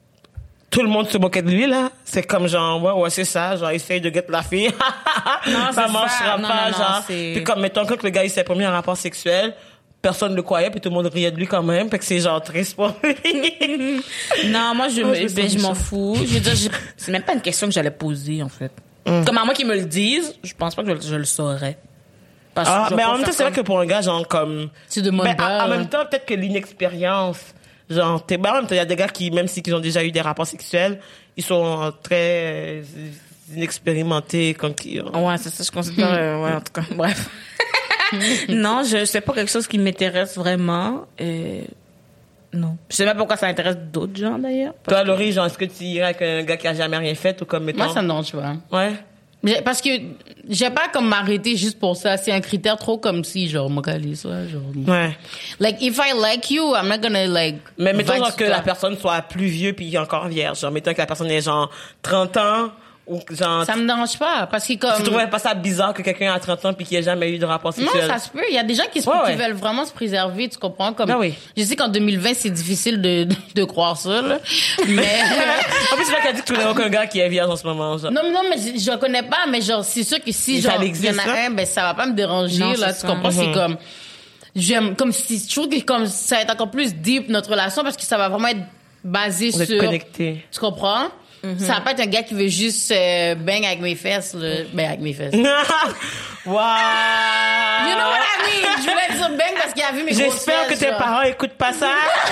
S2: tout le monde se moquait de lui, là. C'est comme genre, ouais, ouais, c'est ça, genre, essaye de guetter la fille.
S3: Non,
S2: ça
S3: c'est
S2: marchera
S3: ça. Non,
S2: pas,
S3: non, non,
S2: genre.
S3: c'est-
S2: Puis comme, mettons, quand le gars, il s'est promis un rapport sexuel, personne ne le croyait, puis tout le monde riait de lui quand même, fait que c'est genre triste pour lui.
S3: Non, moi, je,
S2: Oh,
S3: me-
S2: je me
S3: ben,
S2: sens
S3: je m'en
S2: méchant.
S3: fous. Je veux dire, j'ai- c'est même pas une question que j'allais poser, en fait. Comme à moi qu'ils me le disent, je pense pas que je, je le saurais. Parce que
S2: Ah,
S3: je vais
S2: mais
S3: pas
S2: en même temps,
S3: faire
S2: c'est vrai
S3: comme-
S2: que pour un gars, genre, comme...
S1: Tu demandes
S2: Ben,
S1: pas.
S2: en, en
S1: euh,
S2: même temps, peut-être que l'inexpérience, genre, t'es, ben, en même temps, il y a des gars qui, même si qu'ils ont déjà eu des rapports sexuels, ils sont très euh, inexpérimentés, comme qui,
S3: Ouais, c'est ça, je considère. euh, ouais, en tout cas, bref. non, je c'est pas quelque chose qui m'intéresse vraiment. Euh, non. Je sais pas pourquoi ça intéresse d'autres gens, d'ailleurs.
S2: Toi, Laurie, genre, est-ce que tu irais avec un gars qui a jamais rien fait ou comme mettons...
S1: Moi, ça me dérange pas.
S2: Ouais.
S1: J'ai- Parce que j'ai pas comme m'arrêter juste pour ça. C'est un critère trop comme si, genre, moi, calé ça, genre.
S2: Ouais.
S1: Like, if I like you, I'm not gonna, like.
S2: Mais mettons
S1: vibe
S2: genre que
S1: sur
S2: la
S1: toi.
S2: personne soit plus vieux puis encore vierge. Genre, mettons que la personne ait genre trente ans ou genre...
S1: Ça me dérange pas. Parce que comme.
S2: Tu trouverais pas ça bizarre que quelqu'un a trente ans puis qu'il ait jamais eu de rapport
S1: Non,
S2: sexuel?
S1: ça se peut. Il y a des gens qui, se,
S2: Ouais,
S1: qui
S2: ouais.
S1: veulent vraiment se préserver, tu comprends? Comme,
S2: Ben oui.
S1: Je sais qu'en deux mille vingt, c'est difficile de, de, de croire ça, là. Mais.
S2: En plus, c'est là qu'elle dit que tu connais aucun gars qui est vierge en ce moment. Genre.
S1: Non, non, mais je, je connais pas, mais genre, c'est sûr que si,
S2: Mais ça
S1: genre, il y
S2: existe,
S1: en a
S2: ça?
S1: un, ben, ça va pas me déranger,
S3: Non,
S1: là,
S3: c'est
S1: tu
S3: ça.
S1: comprends?
S2: Mhm.
S1: C'est comme, j'aime, comme si, je trouve que comme, ça va être encore plus deep, notre relation, parce que ça va vraiment être basé
S2: Vous êtes
S1: sur,
S2: connectés.
S1: tu comprends? Ça va pas être un gars qui veut juste, euh, bang avec mes fesses, là. Bang avec mes fesses.
S2: Wow!
S1: You know what I mean? Je voulais dire bang parce qu'il a vu mes grosses
S2: J'espère que
S1: fesses,
S2: tes
S1: genre.
S2: parents écoutent pas ça.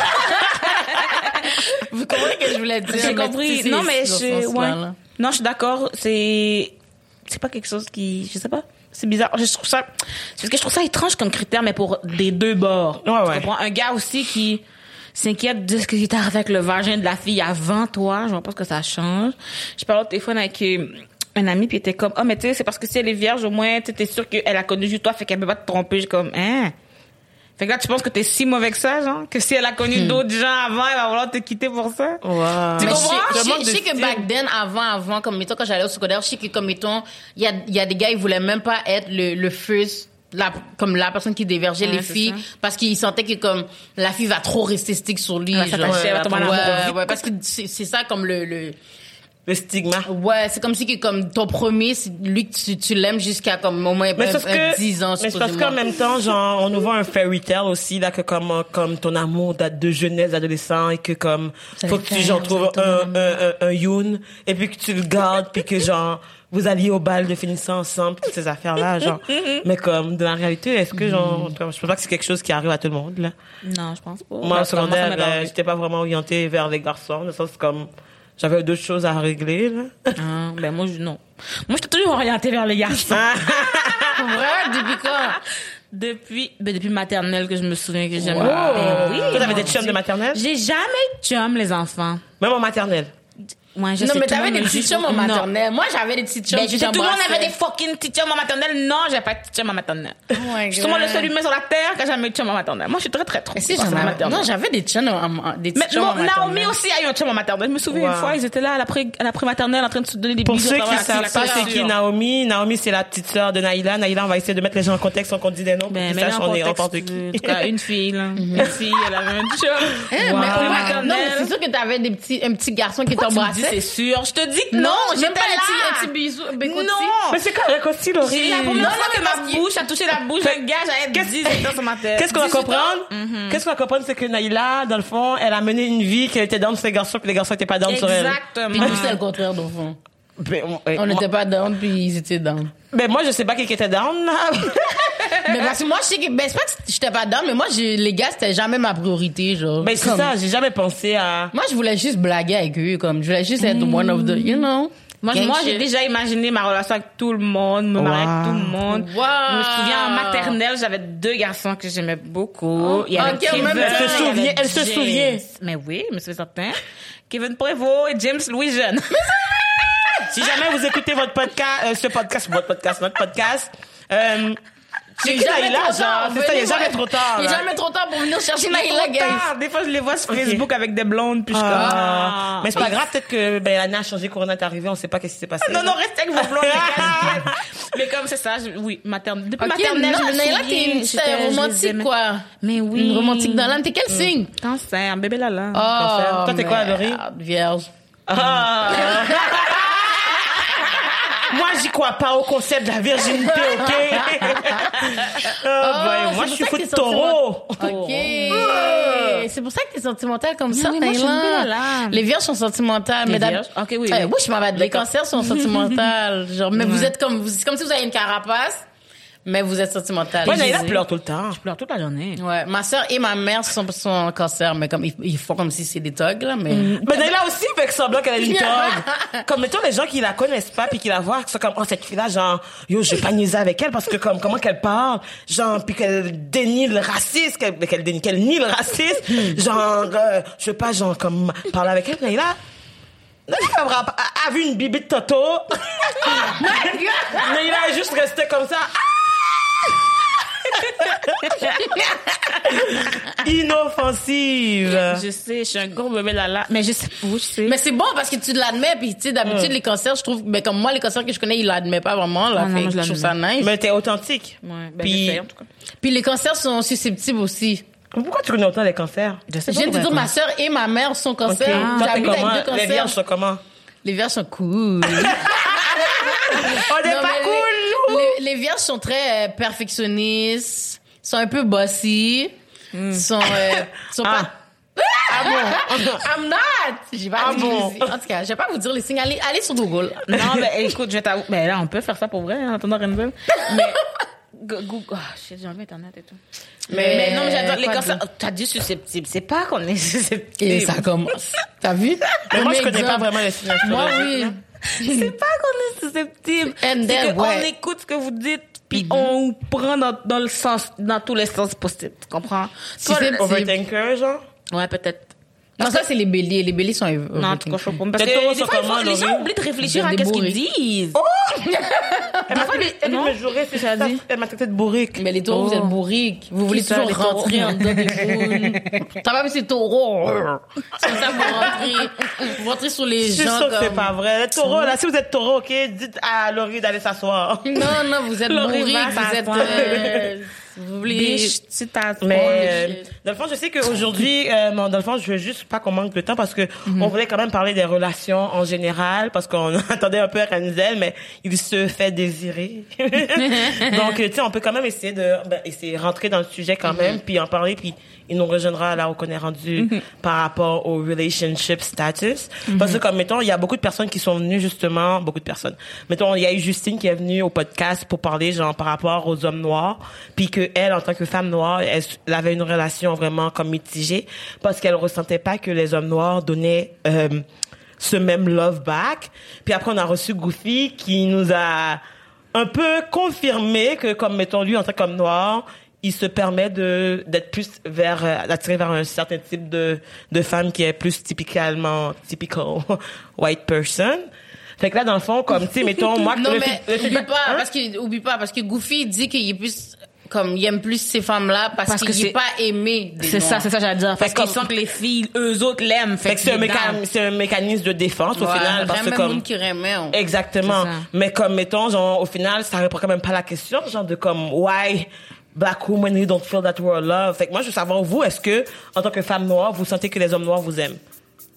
S1: Vous comprenez ce que je voulais dire?
S3: J'ai
S1: mais
S3: compris.
S1: c'est-
S3: Non, mais
S1: c'est dans ce
S3: je,
S1: sens-là,
S3: ouais.
S1: là.
S3: Non, je suis d'accord. C'est, c'est pas quelque chose qui, je sais pas. C'est bizarre. Je trouve ça, c'est parce que je trouve ça étrange comme critère, mais pour des deux bords.
S2: Ouais,
S3: Tu
S2: ouais.
S3: comprends? Un gars aussi qui s'inquiète de ce qui est arrivé avec le vagin de la fille avant toi. Je vois pas ce que ça change. Je parlais au téléphone avec euh, un ami puis il était comme, oh, mais tu sais, c'est parce que si elle est vierge, au moins, tu sais, t'es sûr qu'elle a connu juste toi, fait qu'elle peut pas te tromper. J'ai comme, hein? Fait que là, tu penses que t'es si mauvais que ça, genre? Que si elle a connu d'autres gens avant, elle va vouloir te quitter pour ça?
S2: Wow.
S3: Tu
S1: Mais
S3: comprends?
S1: je sais-
S2: Le manque
S1: je
S2: de
S1: sais que
S2: style.
S1: back then, avant, avant, comme mettons quand j'allais au secondaire, je sais que comme mettons, il y a, il y a des gars, ils voulaient même pas être le, le first, la, comme la personne qui dévergeait
S3: Ouais,
S1: les
S3: c'est
S1: filles,
S3: ça.
S1: parce qu'ils sentaient que comme la fille va trop rester stick sur lui.
S3: Elle va
S1: genre.
S3: s'attacher, elle va tomber en amour
S1: ouais,
S3: vite.
S1: ouais, parce que c'est c'est ça comme le, le
S2: Le stigma.
S1: ouais, c'est comme si que comme ton premier, c'est lui que tu, tu l'aimes jusqu'à comme au moins
S2: Mais
S1: un-
S2: sauf
S1: un
S2: que,
S1: dix ans.
S2: mais c'est parce qu'en
S1: supposément.
S2: même temps, genre, on nous voit un fairy tale aussi, là, que comme, comme ton amour date de jeunesse, d'adolescent, et que comme,
S1: Vous
S2: faut
S1: allez
S2: que tu,
S1: faire,
S2: genre,
S1: vous
S2: trouves
S1: allez
S2: un,
S1: tomber
S2: un, un, un youn, et puis que tu le gardes, puis que genre, vous alliez au bal de finissant ensemble, toutes ces affaires-là, genre. Mais comme, dans la réalité, est-ce que genre, je pense pas que c'est quelque chose qui arrive à tout le monde, là.
S3: Non, je pense pas.
S2: Moi,
S3: Ben,
S2: au secondaire,
S3: ça m'est
S2: euh,
S3: arrivé.
S2: j'étais pas vraiment orientée vers les garçons, dans le sens comme, j'avais d'autres choses à régler, là.
S3: Ah, ben moi, je, non. Moi, j'étais toujours orientée vers les garçons.
S1: Vrai, depuis quand?
S3: Depuis, ben depuis maternelle que je me souviens que j'aimais.
S1: Wow.
S3: Ben oui.
S2: Toi, t'avais
S3: mon
S2: des chums
S3: Dieu.
S2: de maternelle?
S3: J'ai jamais eu de chum, les enfants.
S2: Même en maternelle.
S3: Ouais, je
S1: Non,
S3: sais,
S1: mais
S3: tout le
S1: t'avais
S3: monde
S1: des
S3: me
S1: petits
S3: juge
S1: chums
S3: pour-
S1: en
S3: Non.
S1: maternelle. Moi, j'avais des petits chums
S3: Ben,
S1: qui
S3: tout le monde
S1: j'embrassais.
S3: avait des fucking petits chums en maternelle. Non, j'ai pas de petits chums en maternelle.
S1: Oh my
S3: Je suis sûrement le
S1: God.
S3: seul humain sur la terre qui a jamais eu de chum en maternelle. Moi, je suis très, très trop.
S1: Mais si, j'en avais- non, j'avais des chums en, en- des petits
S3: Mais
S1: chums en
S3: non, Naomi
S1: maternelle.
S3: aussi a eu un chum en maternelle. Je me souviens
S2: Wow.
S3: une fois, ils étaient là à la pré, à la pré-maternelle en train de se donner des
S2: Pour
S3: bisous.
S2: ceux
S3: à
S2: qui
S3: travers
S2: savent
S3: la
S2: pas
S3: classe.
S2: c'est qui Naomi, Naomi c'est la petite sœur de Naïla. Naïla, on va essayer de mettre les gens en contexte sans qu'on dise des noms pour
S3: Ben,
S2: qu'ils
S3: mais
S2: sachent
S3: là, en
S2: on est
S3: contexte,
S2: n'importe qui.
S3: en tout cas, une fille, là. Une fille, elle avait un chum.
S1: Hein, mais
S3: Wow.
S1: au mat-
S3: Maternelle.
S1: non, mais c'est sûr que t'avais des petits, un petit garçon qui
S3: Pourquoi tu me dis,
S1: t'embrassait.
S3: c'est sûr? Je te dis que
S1: Non,
S3: non,
S1: même
S3: j'étais
S1: pas un petit, un
S3: là.
S1: petit bisou, un bécotis.
S3: Non.
S2: Mais c'est correct aussi,
S3: C'est
S2: Laurie.
S3: la première
S1: Non,
S3: fois
S1: non,
S3: que
S1: mais
S3: ma
S1: parce que-
S3: bouche a touché la bouche d'un gars, j'avais
S2: Qu'est-ce-
S3: dix-huit ans sur ma tête.
S2: Qu'est-ce qu'on va
S1: dix-huit
S2: comprendre?
S3: Mm-hmm.
S2: Qu'est-ce qu'on va comprendre, c'est que Naïla, dans le fond, elle a mené une vie qu'elle était down sur les garçons, puis les garçons étaient pas down sur elle.
S1: Puis
S3: Exactement.
S1: nous, c'était le contraire, dans le fond.
S2: Ben, on- ouais,
S1: On
S2: moi-
S1: n'était pas down, puis ils étaient down.
S2: ben, moi, je sais pas qui était down, là.
S1: Mais parce que moi, je sais que, ben, c'est pas que j'étais pas down, mais moi, j'ai- les gars, c'était jamais ma priorité, genre.
S2: Ben, c'est
S1: Comme-
S2: ça, j'ai jamais pensé à...
S1: Moi, je voulais juste blaguer avec eux, comme, je voulais juste être one of the, you know.
S3: Moi,
S1: gang
S3: moi j'ai
S1: shit.
S3: déjà imaginé ma relation avec tout le monde, me marier avec
S2: Wow.
S3: tout le monde.
S1: Wow.
S3: Je me souviens, en maternelle, j'avais deux garçons que j'aimais beaucoup. Il y avait
S1: ok,
S3: Kevin,
S1: même
S3: il y
S1: temps.
S3: avait
S2: Elle se souvient, elle se
S3: James.
S2: souvient.
S3: Mais oui, mais c'est certain. Kevin Prévost et James Louis Jeune.
S2: Si jamais vous écoutez votre podcast, euh, ce podcast, votre podcast, notre podcast, euh,
S1: Il
S2: j'ai
S1: est
S2: dit
S1: jamais
S2: Naïla,
S1: trop
S2: genre,
S1: tard.
S2: c'est ça, il est
S1: Venez,
S2: jamais
S1: ouais.
S2: trop tard.
S1: Il est
S2: là.
S1: jamais trop tard pour venir chercher
S3: Il est
S1: Naïla,
S3: trop
S1: guys.
S3: tard. Des fois, je les vois sur Facebook avec des blondes, puis je suis comme,
S2: Ah.
S3: ah.
S2: Mais c'est pas grave, peut-être que ben, l'année a changé, Corona est arrivé, on sait pas qu'est-ce qui s'est passé.
S3: Non, non, restez avec vos blondes, les gars. Mais comme c'est ça, je- oui, maternelle. Depuis
S1: Ok,
S3: maternelle,
S1: non,
S3: je me
S1: Naïla,
S3: souviens,
S1: t'es une
S3: j'étais-
S1: t'es
S3: je les
S1: romantique,
S3: aimais.
S1: quoi.
S3: Mais oui.
S1: Une romantique dans l'âme. T'es quel signe?
S3: Cancer, bébé Lala.
S1: Oh,
S2: Toi, t'es quoi, Laurie?
S1: merde, Vierge.
S2: Ah. Moi, j'y crois pas au concept de la virginité, ok? oh, boy, moi,
S1: c'est
S2: je suis
S1: pour ça
S2: fou
S1: que
S2: de
S1: t'es
S2: taureau.
S1: Ok. C'est pour ça que t'es sentimentale comme ça,
S3: oui, moi, je suis
S1: Naïla.
S3: une belle âme.
S1: Les vierges sont sentimentales.
S3: Les
S1: mais d'hab-
S3: vierges? Ok, oui,
S1: Euh,
S3: oui.
S1: oui, je m'en vais. Les cancers sont sentimentales. Genre, mais vous êtes comme, vous- c'est comme si vous avez une carapace. Mais vous êtes sentimental.
S2: Ouais, Naïla pleure tout le temps.
S3: Je pleure toute la journée.
S1: Ouais, ma sœur et ma mère sont, sont en cancer, mais comme ils, ils font comme si c'est des thugs, là, mais...
S2: Mm. Mais Naïla aussi fait semblant qu'elle a une togue. Comme, mettons, les gens qui la connaissent pas puis qui la voient, qui sont comme, oh, cette fille-là, genre, yo, je vais pas niaiser avec elle parce que, comme, comment qu'elle parle, genre, puis qu'elle dénie le racisme, qu'elle, qu'elle dénie, qu'elle nie le racisme, genre, euh, je veux pas, genre, comme, parler avec elle. Naïla, Naïla a, a vu une bibi de Toto. Naïla est juste restée comme ça. Inoffensive.
S3: Je sais, je suis un gros bébé là-là. Mais je sais pas, je sais.
S1: Mais c'est bon parce que tu l'admets, puis tu sais, d'habitude, mm. les cancers, je trouve, ben, comme moi, les cancers que je connais, ils l'admettent pas vraiment, là.
S3: Ah, non,
S1: fait
S3: moi,
S1: je,
S3: je
S1: trouve ça nice.
S2: Mais t'es authentique.
S3: Ouais, ben,
S2: puis,
S3: j'essaie, en tout cas.
S1: Puis les cancers sont susceptibles aussi.
S2: Pourquoi tu connais autant les cancers?
S3: Je sais
S1: Je viens de te dire,
S3: pourquoi.
S1: ma sœur et ma mère sont cancers.
S2: Okay. Ah,
S1: J'habite avec
S2: comment?
S1: deux cancers.
S2: Les vierges sont comment?
S1: Les vierges sont cool.
S2: On n'est
S1: Non,
S2: pas
S1: mais
S2: cool,
S1: les, les, les vierges sont très euh, perfectionnistes, sont un peu bossy, mm. sont, euh, sont
S2: ah.
S1: pas...
S2: Ah bon?
S1: I'm not! J'ai pas
S2: Ah
S1: dit
S2: bon?
S1: les- En tout cas, je vais pas vous dire les signes. Allez, allez sur Google.
S3: Non, mais écoute, je vais t'avouer. Ben là, on peut faire ça pour vrai, en attendant rien de nouvelle. Mais. Google. Oh, shit, j'ai enlevé Internet et tout. Mais, mais non, mais j'adore les
S1: Quoi
S3: cancers.
S1: d'autre?
S3: T'as dit susceptible. C'est pas qu'on est susceptible.
S1: Et ça commence. T'as vu?
S2: Mais moi, je
S1: Premier
S2: connais pas
S1: exemple.
S2: vraiment les signes
S1: Moi,
S2: astrologiques,
S3: C'est
S1: oui.
S3: pas qu'on est susceptible.
S1: And
S3: C'est
S1: then,
S3: qu'on
S1: ouais.
S3: écoute ce que vous dites, puis on prend dans, dans le sens, dans tous les sens possibles. Tu comprends?
S1: Si
S3: Toi,
S1: c'est-
S3: le-
S2: Overthinker, genre?
S3: Ouais, peut-être.
S1: Non, ça, c'est les béliers. Les béliers sont...
S3: Non, en tout cas, je comprends. Parce
S2: Les
S3: que
S2: taureaux
S3: des
S2: sont
S3: fois, ils
S2: comment,
S3: font- les
S2: Laurie?
S3: gens oublient de réfléchir
S1: Vous
S3: à
S1: êtes
S3: qu'est-ce qu'ils
S1: débourrés.
S3: disent.
S2: Elle m'a
S3: Parfois, les-
S2: elle
S3: non.
S2: me jurer, c'est
S1: T'as
S2: ça.
S1: dit?
S2: Elle m'a traité de bourrique.
S1: Mais les taureaux,
S3: Oh.
S1: vous êtes bourriques. Vous voulez
S3: ça,
S1: toujours
S3: les taureaux?
S1: rentrer en dedans des boules. T'as pas vu ces taureaux? C'est comme ça que vous rentrez. Vous rentrez sur les
S2: Je suis
S1: gens
S2: sûre que
S1: comme...
S2: c'est pas vrai. Les taureaux, là, si vous êtes taureau, ok, dites à Laurie d'aller s'asseoir.
S1: Non, non, vous êtes
S3: Laurie
S1: bourriques.
S3: va
S1: Vous êtes...
S3: s'asseoir.
S1: euh, Vous voulez...
S3: Biche, tu t'as
S2: Mais
S1: Oh,
S2: euh,
S1: shit.
S2: dans le fond, je sais qu'aujourd'hui, euh, non, dans le fond, je veux juste pas qu'on manque de temps parce que on voulait quand même parler des relations en général parce qu'on attendait un peu Renzel, mais il se fait désirer. Donc, tu sais, on peut quand même essayer de ben, essayer de rentrer dans le sujet quand même, puis en parler, puis il nous rejoindra là où on est rendu par rapport au relationship status. Parce que comme mettons, il y a beaucoup de personnes qui sont venues justement, beaucoup de personnes. Mettons, il y a eu Justine qui est venue au podcast pour parler genre par rapport aux hommes noirs, puis que elle, en tant que femme noire, elle, elle avait une relation vraiment comme mitigée parce qu'elle ressentait pas que les hommes noirs donnaient euh, ce même love back. Puis après, on a reçu Goofy qui nous a un peu confirmé que comme mettons lui en tant qu'homme noir, il se permet de d'être plus vers euh, d'attirer vers un certain type de de femme qui est plus typiquement typical white person. Fait que là dans le fond comme tu sais mettons moi
S1: Non,
S2: le
S1: mais
S2: fait- le fait-
S1: oublie pas,
S2: Hein?
S1: parce que, oublie pas, parce que Goofy dit qu'il est plus, comme, il aime plus ces femmes-là parce,
S3: Parce que
S1: qu'il
S3: c'est-
S1: est pas aimé des
S3: C'est ça,
S1: Noirs.
S3: c'est ça, j'allais dire. Parce
S2: comme-
S3: qu'ils sentent que les filles, eux autres, l'aiment.
S2: Fait que c'est un,
S3: qu'il est
S2: méca-
S3: down.
S2: c'est un mécanisme de défense au
S1: Ouais,
S2: final parce que
S1: vraiment
S2: comme
S1: monde qui remet, on-
S2: exactement.
S3: C'est ça.
S2: Mais comme mettons genre au final ça répond quand même pas à la question genre de comme why black women you don't feel that we're loved. Fait que moi je veux savoir vous est-ce que en tant que femme noire vous sentez que les hommes noirs vous aiment?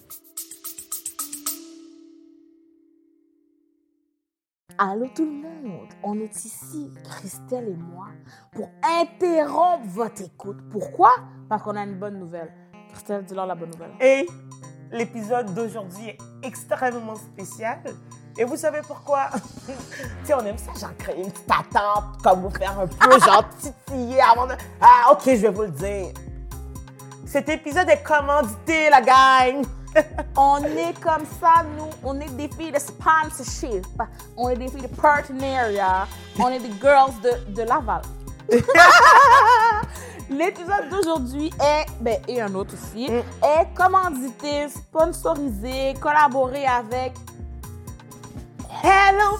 S5: Allô tout le monde, on est ici, Christelle et moi, pour interrompre votre écoute. Pourquoi? Parce qu'on a une bonne nouvelle. Christelle, dis-leur la bonne nouvelle.
S2: Et l'épisode d'aujourd'hui est extrêmement spécial. Et vous savez pourquoi? Tu sais, on aime ça, genre créer une petite attente, comme vous faire un peu genre titiller avant de... Ah, ok, je vais vous le dire. Cet épisode est commandité, la gang.
S5: On est comme ça, nous. On est des filles de sponsorship. On est des filles de partenariat. On est des girls de, de Laval. L'épisode d'aujourd'hui est, ben, et un autre aussi, est commandité, sponsorisé, collaboré avec Hello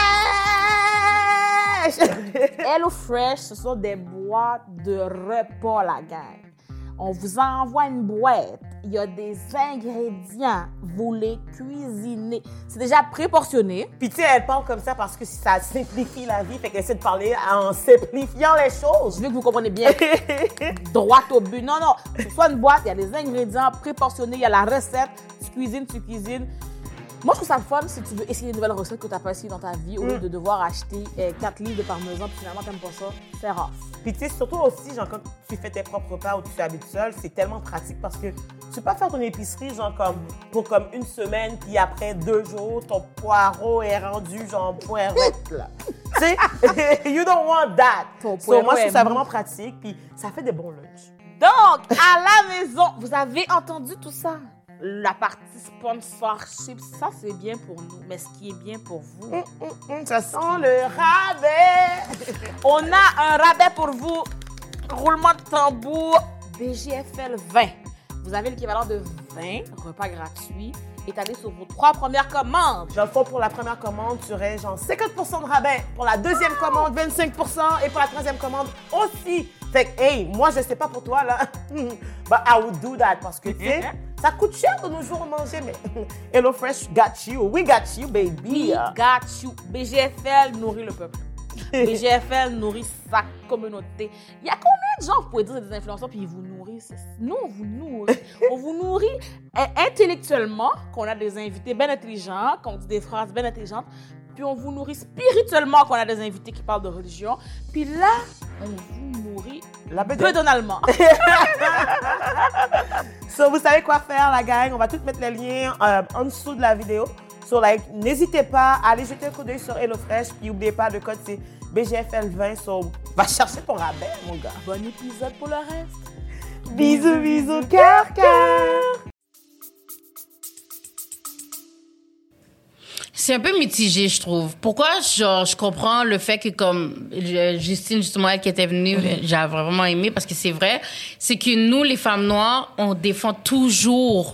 S5: Fresh. Hello Fresh, ce sont des boîtes de repas, la gang. On vous envoie une boîte. Il y a des ingrédients. Vous les cuisinez. C'est déjà préportionné.
S2: Puis tu sais, elle parle comme ça parce que ça simplifie la vie, fait qu'elle essaie de parler en simplifiant les choses.
S5: Je veux que vous compreniez bien. Droit au but. Non, non. C'est soit une boîte, il y a des ingrédients préportionnés, il y a la recette. Tu cuisines, tu cuisines. Moi, je trouve ça le fun si tu veux essayer une nouvelle recette que tu n'as pas essayé dans ta vie, au lieu
S2: Mm.
S5: de devoir acheter euh, quatre livres de parmesan, puis finalement, tu n'aimes pas ça, c'est rare.
S2: Puis tu sais, surtout aussi, genre, quand tu fais tes propres repas ou tu habites seul, c'est tellement pratique parce que tu peux pas faire ton épicerie, genre, comme, pour comme une semaine, puis après deux jours, ton poireau est rendu, genre, poireau, là. Tu sais, you don't want that.
S5: Ton
S2: So,
S5: poireau
S2: moi, je trouve
S5: est
S2: ça
S5: mou.
S2: vraiment pratique, puis ça fait des bons lunchs.
S5: Donc, à la maison, vous avez entendu tout ça? La partie sponsorship, ça, c'est bien pour nous. Mais ce qui est bien pour vous,
S2: Hum, hum, hum, ça sent le rabais.
S5: on a un rabais pour vous. Roulement de tambour, B G F L vingt. Vous avez l'équivalent de vingt repas gratuits étalés sur vos trois premières commandes.
S2: Dans le fond, pour la première commande, tu aurais genre cinquante pour cent de rabais. Pour la deuxième commande, vingt-cinq pour cent. Et pour la troisième commande aussi. Fait que, hey, moi, je sais pas pour toi, là. But I would do that parce que, tu sais, ça coûte cher de nos jours manger, mais HelloFresh got you. We got you, baby.
S5: We got you. B G F L nourrit le peuple. B G F L nourrit sa communauté. Il y a combien de gens, vous pouvez dire, des influenceurs, puis ils vous nourrissent? Nous, on vous nourrit. On vous nourrit euh, intellectuellement, qu'on a des invités bien intelligents, qu'on dit des phrases bien intelligentes, puis on vous nourrit spirituellement, qu'on a des invités qui parlent de religion, puis là, on vous nourrit
S2: La bedaine.
S5: bedonalement.
S2: So, vous savez quoi faire, la gang? On va tout mettre les liens euh, en dessous de la vidéo. So, like, n'hésitez pas à aller jeter un coup d'œil sur HelloFresh. Puis, n'oubliez pas, le code, c'est B G F L vingt. So, va chercher ton rabais, mon gars.
S5: Bon épisode pour le reste.
S2: Bisous, bisous, cœur, cœur.
S1: C'est un peu mitigé, je trouve. Pourquoi, genre, je comprends le fait que, comme euh, Justine, justement, elle qui était venue,
S2: Mm-hmm.
S1: j'ai vraiment aimé, parce que c'est vrai, c'est que nous, les femmes noires, on défend toujours,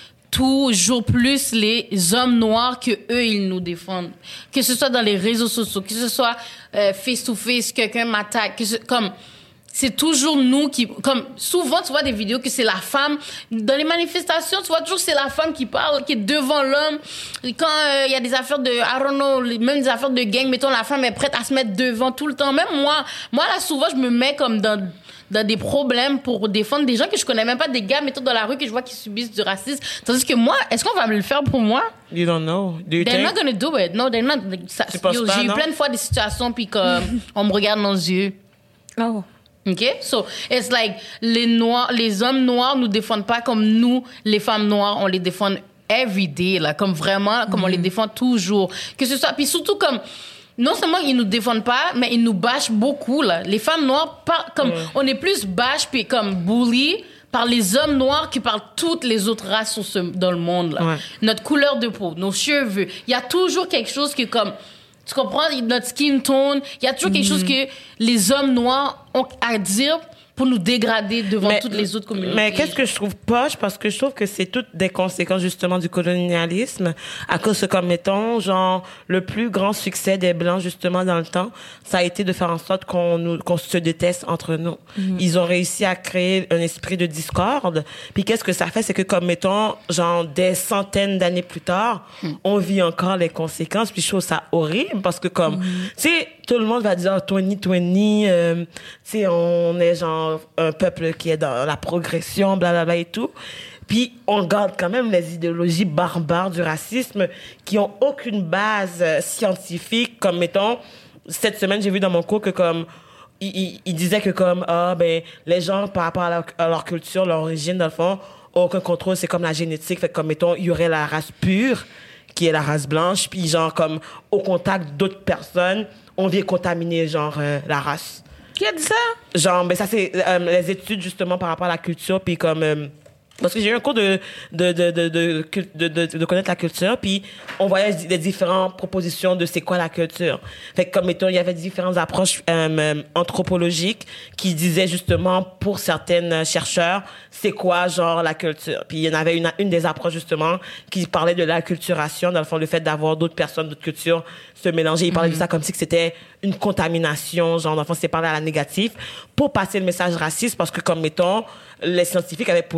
S1: toujours plus les hommes noirs que eux, ils nous défendent. Que ce soit dans les réseaux sociaux, que ce soit euh, face-to-face, quelqu'un m'attaque, que ce, comme... C'est toujours nous qui, comme souvent tu vois des vidéos que c'est la femme dans les manifestations, tu vois toujours que c'est la femme qui parle, qui est devant l'homme. Quand il euh, y a des affaires de, I don't know, même des affaires de gang, mettons la femme est prête à se mettre devant tout le temps. Même moi, moi là souvent je me mets comme dans dans des problèmes pour défendre des gens que je connais même pas, des gars mettons dans la rue que je vois qui subissent du racisme. Tandis que moi, est-ce qu'on va me le faire pour moi?
S2: You don't know. Do you
S1: They're
S2: think?
S1: not gonna do it. No, they're not. Ça,
S2: Tu penses
S1: yo,
S2: pas,
S1: j'ai eu
S2: non?
S1: plein de fois des situations puis comme on me regarde dans les yeux.
S3: Oh.
S1: OK? So, it's like, les noirs, les hommes noirs nous défendent pas comme nous, les femmes noires, on les défend every day, là, comme vraiment, comme on les défend toujours. Que ce soit, puis surtout comme, non seulement ils nous défendent pas, mais ils nous bâchent beaucoup, là. Les femmes noires, par, comme,
S2: Ouais.
S1: on est plus bâches puis comme bully par les hommes noirs qui parlent toutes les autres races sur ce, dans le monde, là.
S2: Ouais.
S1: Notre couleur de peau, nos cheveux. Il y a toujours quelque chose qui est comme, tu comprends, notre skin tone, il y a toujours quelque chose que les hommes noirs ont à dire pour nous dégrader devant
S2: Mais-
S1: toutes les autres communautés.
S2: Mais qu'est-ce que je trouve poche, parce que je trouve que c'est toutes des conséquences justement du colonialisme, à cause que, comme mettons, genre, le plus grand succès des Blancs justement dans le temps, ça a été de faire en sorte qu'on nous, qu'on se déteste entre nous. Ils ont réussi à créer un esprit de discorde. Puis qu'est-ce que ça fait, c'est que comme mettons, genre, des centaines d'années plus tard, on vit encore les conséquences. Puis je trouve ça horrible parce que comme, tu sais, tout le monde va dire oh, vingt vingt, euh, tu sais, on est genre un peuple qui est dans la progression, blablabla et tout. Puis on garde quand même les idéologies barbares du racisme qui ont aucune base euh, scientifique. Comme mettons, cette semaine j'ai vu dans mon cours que comme il, il, il disait que comme ah ben les gens par rapport à leur, à leur culture, leur origine dans le fond, aucun contrôle, c'est comme la génétique. Fait que comme mettons il y aurait la race pure qui est la race blanche, puis genre comme au contact d'autres personnes, on vient contaminer genre euh, la race.
S3: Qui a dit ça?
S2: Genre, ben ça, c'est euh, les études, justement, par rapport à la culture, puis comme... euh, parce que j'ai eu un cours de de de de de, de, de, de connaître la culture, puis on voyait des différentes propositions de c'est quoi la culture. Fait que comme mettons, il y avait différentes approches euh, euh, anthropologiques qui disaient justement pour certaines chercheurs c'est quoi genre la culture. Puis il y en avait une une des approches justement qui parlait de l'acculturation, dans le fond le fait d'avoir d'autres personnes d'autres cultures se mélanger. Ils parlaient de ça comme si que c'était une contamination, genre dans le fond c'est parler à la négative pour passer le message raciste parce que comme mettons les scientifiques avaient prouvé que le